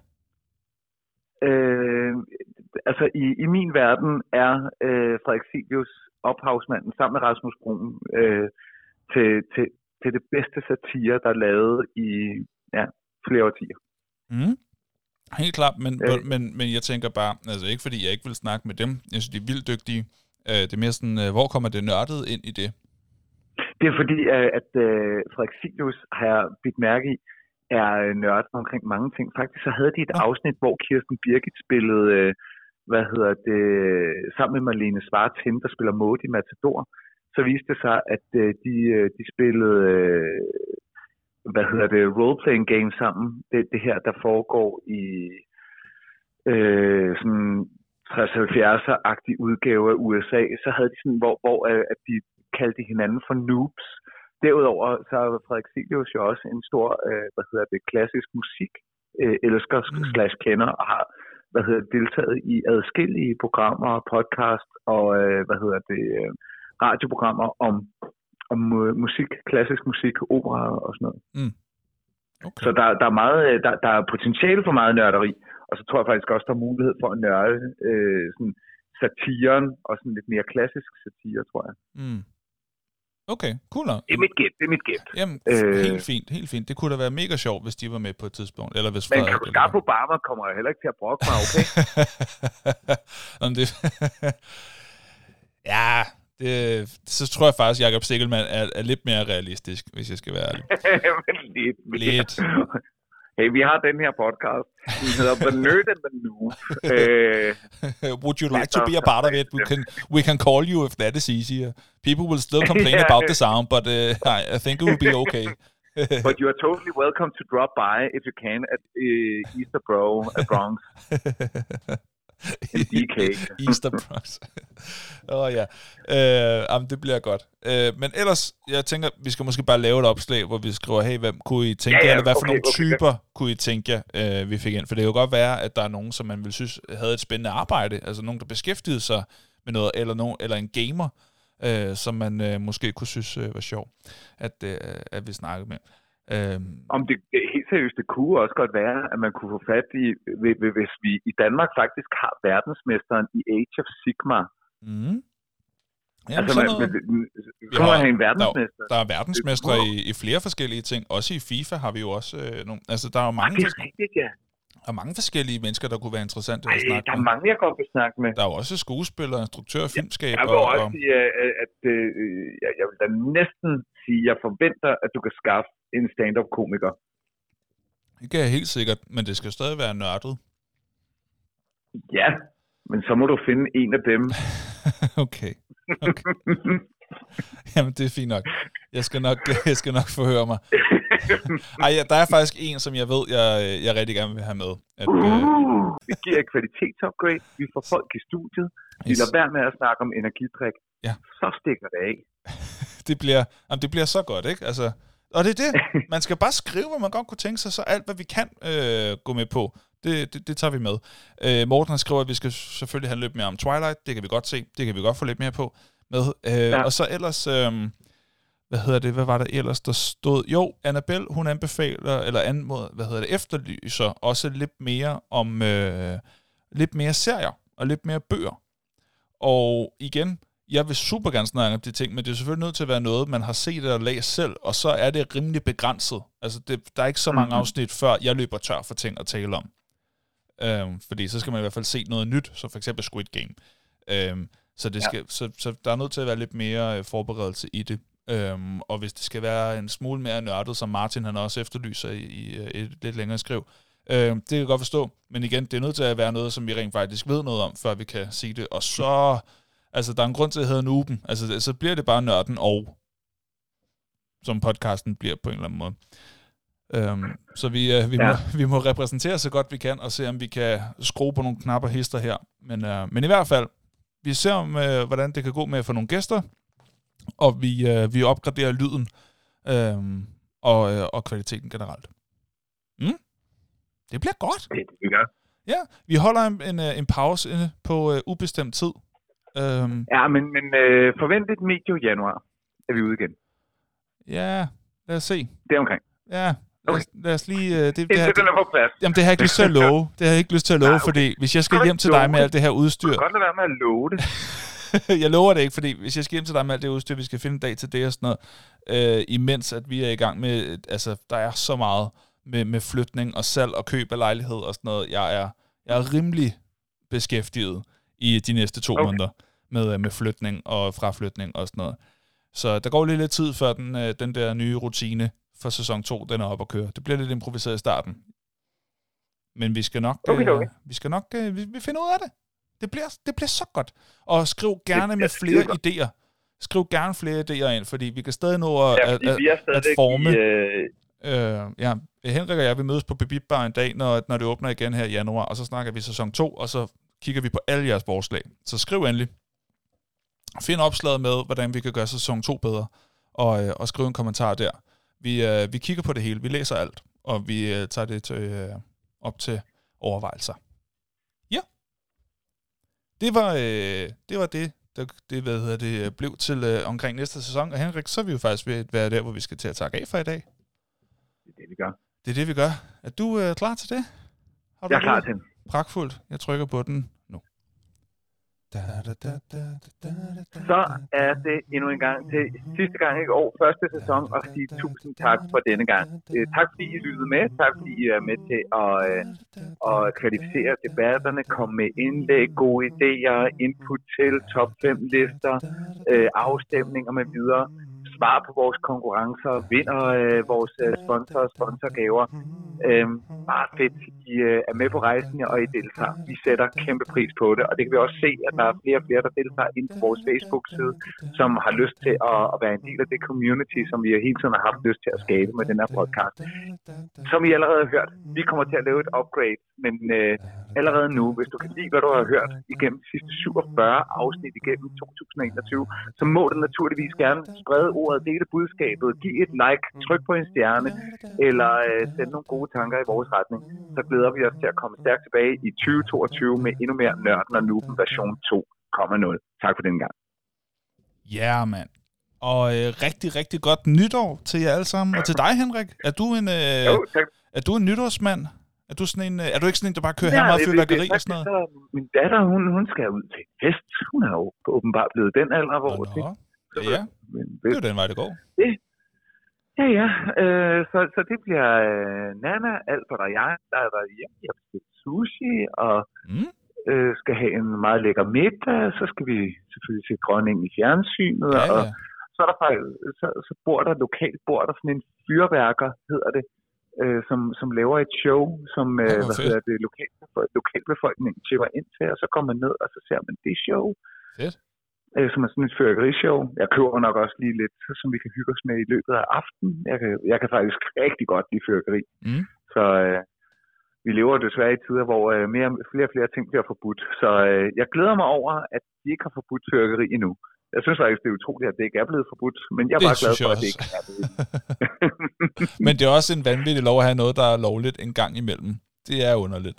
Øh, altså, i, i min verden er øh, Frederik Silius ophavsmanden sammen med Rasmus Bruun øh, til, til, til det bedste satire, der er lavet i ja, flere årtier. Mm. Helt klart, men, øh. men, men jeg tænker bare, altså ikke fordi jeg ikke vil snakke med dem, jeg synes, de er vildt dygtige. Øh, det er mere sådan, øh, hvor kommer det nørdet ind i det? Det er fordi, at, at uh, Frederik Silius, har jeg bidt mærke i, er nørdet omkring mange ting. Faktisk så havde de et ja. afsnit, hvor Kirsten Birgit spillede, øh, hvad hedder det, sammen med Marlene Svarts, hende, der spiller Maud i Matador. Så viste det sig, at øh, de, de spillede... Øh, hvad hedder det, role-playing game sammen. Det, det her, der foregår i øh, sådan tres halvfjerdser-agtig udgave af U S A. Så havde de sådan, hvor, hvor at de kaldte hinanden for noobs. Derudover så er Frederik Silius jo også en stor, øh, hvad hedder det, klassisk musik øh, elsker mm. slash kender og har, hvad hedder det, deltaget i adskillige programmer, podcast og, øh, hvad hedder det, øh, radioprogrammer om om musik, klassisk musik, opera og sådan noget. Mm. Okay. Så der, der, er meget, der, der er potentiale for meget nørderi, og så tror jeg faktisk også, der er mulighed for at nørde øh, sådan satiren, og sådan lidt mere klassisk satire, tror jeg. Mm. Okay, cool. Det er mit gæt, det er mit gæt. Jamen, øh, helt fint, helt fint. Det kunne da være mega sjovt, hvis de var med på et tidspunkt. Eller hvis men kan du skaffe Obama, kommer jeg heller ikke til at brokke mig, okay? Jamen, det... ja... Det, så tror jeg faktisk, at Jakob Stegelmann er, er lidt mere realistisk, hvis jeg skal være ærlig. lidt, lidt. Hey, vi har den her podcast. Den hedder The Nerd and the Noob. Would you like to be a part of it? We can, we can call you if that is easier. People will still complain yeah. about the sound, but uh, I, I think it will be okay. But you are totally welcome to drop by, if you can, at uh, Easter Bro, at Bronx. Easter Bronx. Åh oh, ja. Øh, jamen, det bliver godt. Øh, men ellers, jeg tænker, vi skal måske bare lave et opslag, hvor vi skriver, hey, hvem kunne I tænke, ja, ja, eller hvad for okay, nogle okay, typer okay. kunne I tænke, øh, vi fik ind? For det kan jo godt være, at der er nogen, som man vil synes havde et spændende arbejde, altså nogen, der beskæftigede sig med noget, eller, nogen, eller en gamer, øh, som man øh, måske kunne synes øh, var sjov, at, øh, at vi snakkede med. Øhm. Om det helt seriøst, det kunne også godt være, at man kunne få fat i, hvis vi i Danmark faktisk har verdensmesteren i Age of Sigmar. Mm. Jamen, altså, man, man, så må have en verdensmester. Der, der er verdensmestre i, i flere forskellige ting. Også i FIFA har vi jo også øh, nogle... Altså, der er jo mange... Ah, det er rigtigt, ja. Og mange forskellige mennesker, der kunne være interessante Ej, at snakke der med. er mange, jeg godt vil snakke med. Der er jo også skuespillere, instruktører, filmskaber. Jeg vil også og... sige, at, at øh, jeg, jeg vil da næsten sige, at jeg forventer, at du kan skaffe en stand-up-komiker. Det kan jeg helt sikkert, men det skal stadig være nørdet. Ja, men så må du finde en af dem. okay. okay. Jamen, det er fint nok. Jeg skal nok, jeg skal nok forhøre mig. Ej, der er faktisk en, som jeg ved, jeg, jeg rigtig gerne vil have med. At, uh, øh... Vi giver et kvalitetsupgrade. Vi får folk i studiet. Vi yes. lader være med at snakke om energidrik. Ja. Så stikker det af. det, bliver, jamen, det bliver så godt, ikke? Altså, og det er det. Man skal bare skrive, hvad man godt kunne tænke sig, så alt, hvad vi kan øh, gå med på, det, det, det tager vi med. Øh, Morten han skriver, at vi skal selvfølgelig have lidt mere om Twilight. Det kan vi godt se. Det kan vi godt få lidt mere på. Med. Øh, ja. Og så ellers... Øh, Hvad hedder det? Hvad var der ellers, der stod? Jo, Annabelle, hun anbefaler, eller anmoder, hvad hedder det, efterlyser også lidt mere om, øh, lidt mere serier, og lidt mere bøger. Og igen, jeg vil super gerne snakke om de ting, men det er selvfølgelig nødt til at være noget, man har set eller læst selv, og så er det rimelig begrænset. Altså, det, der er ikke så mange afsnit, før jeg løber tør for ting at tale om. Øhm, fordi så skal man i hvert fald se noget nyt, som for eksempel Squid Game. Øhm, så, det skal, ja. så, så der er nødt til at være lidt mere forberedelse i det. Øhm, og hvis det skal være en smule mere nørdet, som Martin han også efterlyser i, i et lidt længere skriv, øhm, det kan jeg godt forstå. Men igen, det er nødt til at være noget, som vi rent faktisk ved noget om, før vi kan sige det. Og så, altså der er en grund til, at det hedder Nuben. Altså så bliver det bare nørden og, som podcasten bliver på en eller anden måde. Øhm, så vi, øh, vi, ja. må, vi må repræsentere så godt vi kan, og se om vi kan skrue på nogle knapper hister her. Men, øh, men i hvert fald, vi ser om, øh, hvordan det kan gå med at få nogle gæster, og vi, øh, vi opgraderer lyden øh, og, øh, og kvaliteten generelt. Mm? Det bliver godt. Det er det, ja, vi holder en, en, en pause på øh, ubestemt tid. Øhm. Ja, men, men øh, forventet medio januar er vi ude igen. Ja, lad os se. Det er omkring. Ja, lad os, lad os lige... Øh, det, det, det, her, det, den er på plads. Jamen, det har jeg ikke lyst til at love. Det har jeg ikke lyst til at love, ja, okay. Fordi hvis jeg skal hjem til dig med alt det her udstyr... Du kan godt lade være med at love det. Jeg lover det ikke, fordi hvis jeg skal hjem til dig med alt det udstyr, vi skal finde en dag til det og sådan noget, øh, imens at vi er i gang med... Altså, der er så meget med, med flytning og salg og køb af lejlighed og sådan noget. Jeg er, jeg er rimelig beskæftiget i de næste to okay. måneder med, med flytning og fraflytning og sådan noget. Så der går lige lidt tid, før den, den der nye rutine for sæson to, den er op at køre. Det bliver lidt improviseret i starten. Men vi skal nok, okay, okay. Øh, vi skal nok, øh, vi, vi finder ud af det. Det bliver, det bliver så godt. Og skriv gerne med flere idéer. Skriv gerne flere idéer ind, fordi vi kan stadig nå at, ja, at, at forme. I, øh... Øh, ja, Henrik og jeg vil mødes på Bebip Bar en dag, når, når det åbner igen her i januar, og så snakker vi sæson to, og så kigger vi på alle jeres forslag. Så skriv endelig. Find opslaget med, hvordan vi kan gøre sæson to bedre, og, øh, og skriv en kommentar der. Vi, øh, vi kigger på det hele, vi læser alt, og vi øh, tager det til, øh, op til overvejelser. Ja. Det var øh, det, var det, der, det hvad hedder det, blev til øh, omkring næste sæson. Og Henrik, så er vi jo faktisk ved at være der, hvor vi skal til at takke af for i dag. Det er det, vi gør. Det er det, vi gør. Er du øh, klar til det? Har du Jeg er klar til det. Pragtfuldt. Jeg trykker på den nu. Så er det endnu en gang til sidste gang i år, første sæson, og sige tusind tak for denne gang. Tak fordi I lyttede med, tak fordi I er med til at, at kvalificere debatterne, komme med indlæg, gode idéer, input til top fem lister, afstemninger med videre, svar på vores konkurrencer, vinder vores sponsor og sponsorgaver. Bare fedt, I er med på rejsen, og I deltager. Vi sætter kæmpe pris på det, og det kan vi også se, at der er flere og flere, der deltager ind på vores Facebook-side, som har lyst til at, at være en del af det community, som vi hele tiden har haft lyst til at skabe med den her podcast. Som I allerede har hørt, vi kommer til at lave et upgrade, men øh, allerede nu, hvis du kan lide, hvad du har hørt igennem de sidste syvogfyrre afsnit igennem to tusind og enogtyve, så må du naturligvis gerne sprede ordet, dele budskabet, give et like, tryk på en stjerne, eller øh, sende nogle gode tanker i vores retning. Så glæder vi os til at komme stærkt tilbage i tyve toogtyve med endnu mere Nørden og Nuben version to komma nul. Tak for den gang. Ja, yeah, mand. Og øh, rigtig, rigtig godt nytår til jer alle sammen. Og til dig, Henrik. Er du en, øh, jo, er du en nytårsmand? Er du, sådan en, er du ikke sådan en, der bare kører ja, her meget fyrværkeri og sådan noget? Så, min datter, hun, hun skal ud til en fest. Hun er jo åbenbart blevet den alder, hvor... Nå, nå. Ja, ja. Det er jo den vej, det går. Det, Ja, ja. Øh, så, så det bliver øh, Nana, Albert og jeg, der er der hjemme. Jeg bestilt sushi, og mm. øh, skal have en meget lækker middag. Så skal vi selvfølgelig se dronningen i fjernsynet. Ja, ja. Og så er der faktisk, så, så bor der lokalt, bor der sådan en fyrværker, hedder det, øh, som, som laver et show, som øh, hvad hedder det, lokal, lokalbefolkningen tjekker ind til, og så kommer man ned, og så ser man det show. Fedt. Øh, som er sådan et fyrværkerishow. Jeg køber nok også lige lidt, som vi kan hygge os med i løbet af aftenen. Jeg kan, jeg kan faktisk rigtig godt lide fyrværkeri. Mm. Så øh, vi lever desværre i tider, hvor øh, mere, flere og flere ting bliver forbudt. Så øh, jeg glæder mig over, at de ikke har forbudt fyrværkeri endnu. Jeg synes faktisk, det er utroligt, at det ikke er blevet forbudt, men jeg er det bare glad for, at det ikke er blevet. Men det er også en vanvittig lov at have noget, der er lovligt en gang imellem. Det er underligt.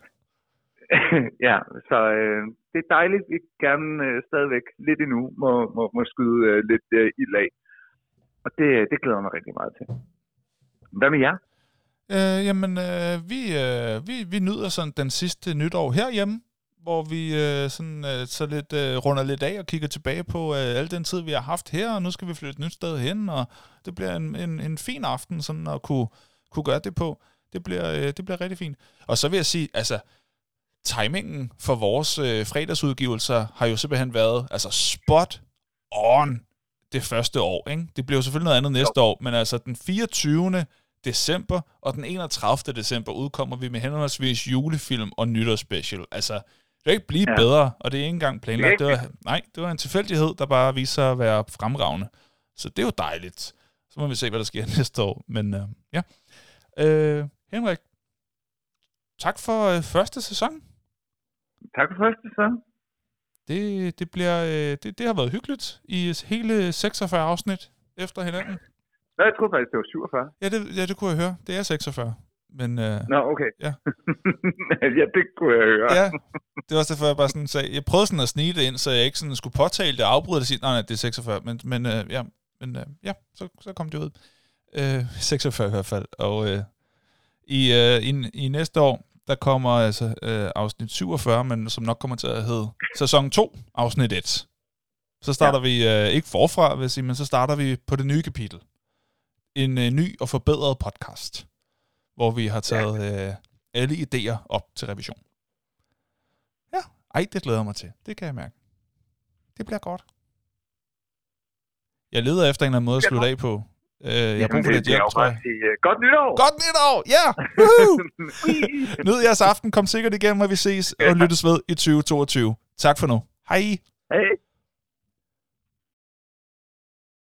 Ja, så øh, det er dejligt, vi gerne øh, stadigvæk lidt endnu må, må, må skyde øh, lidt øh, ild af. Og det, det glæder mig rigtig meget til. Hvad med jer? Øh, jamen, øh, vi, øh, vi, vi nyder sådan den sidste nytår herhjemme, hvor vi øh, sådan, øh, så lidt, øh, runder lidt af og kigger tilbage på øh, al den tid, vi har haft her, og nu skal vi flytte et nyt sted hen, og det bliver en, en, en fin aften sådan at kunne, kunne gøre det på. Det bliver, øh, det bliver rigtig fint. Og så vil jeg sige, altså, timingen for vores øh, fredagsudgivelser har jo simpelthen været altså spot on det første år, ikke? Det bliver jo selvfølgelig noget andet næste år, men altså den fireogtyvende december og den enogtredivte december udkommer vi med henholdsvis julefilm og nytårsspecial. Altså, det kan ikke blive ja. bedre, og det er ikke engang planlagt. Det var, nej, det var en tilfældighed, der bare viser sig at være fremragende. Så det er jo dejligt. Så må vi se, hvad der sker næste år. Men øh, ja. Øh, Henrik, tak for øh, første sæson. Tak for første sæson. Det, det, bliver, øh, det, det har været hyggeligt i hele seksogfyrre afsnit efter hinanden. Nej, jeg troede faktisk, det var syvogfyrre. Ja, det, ja, det kunne jeg høre. Det er seksogfyrre. Men, øh, Nå, okay. Ja. Ja, det kunne jeg høre. Ja, det var også derfor, jeg bare sådan sagde, jeg prøvede sådan at snige det ind, så jeg ikke sådan skulle påtale det og afbryde det og sige, nej, nej, det er seksogfyrre. Men, men, øh, ja, men øh, ja, så, så kom det ud. Øh, seksogfyrre i hvert fald. Og øh, i, øh, i, i næste år, der kommer altså øh, afsnit syvogfyrre, men som nok kommer til at hedde sæson to, afsnit et. Så starter ja. vi, øh, ikke forfra, vil jeg sige, men så starter vi på det nye kapitel. En øh, ny og forbedret podcast, hvor vi har taget ja. øh, alle idéer op til revision. Ja, ej, det glæder jeg mig til. Det kan jeg mærke. Det bliver godt. Jeg leder efter en eller anden måde at slutte af på. Uh, jeg har brug for lidt hjælp, tror jeg. Sige, uh, godt nytår! Godt nytår! Ja! Yeah! Nyd jeres aften. Kom sikkert igen, når vi ses og lyttes ved i tyve toogtyve. Tak for nu. Hej! Hej!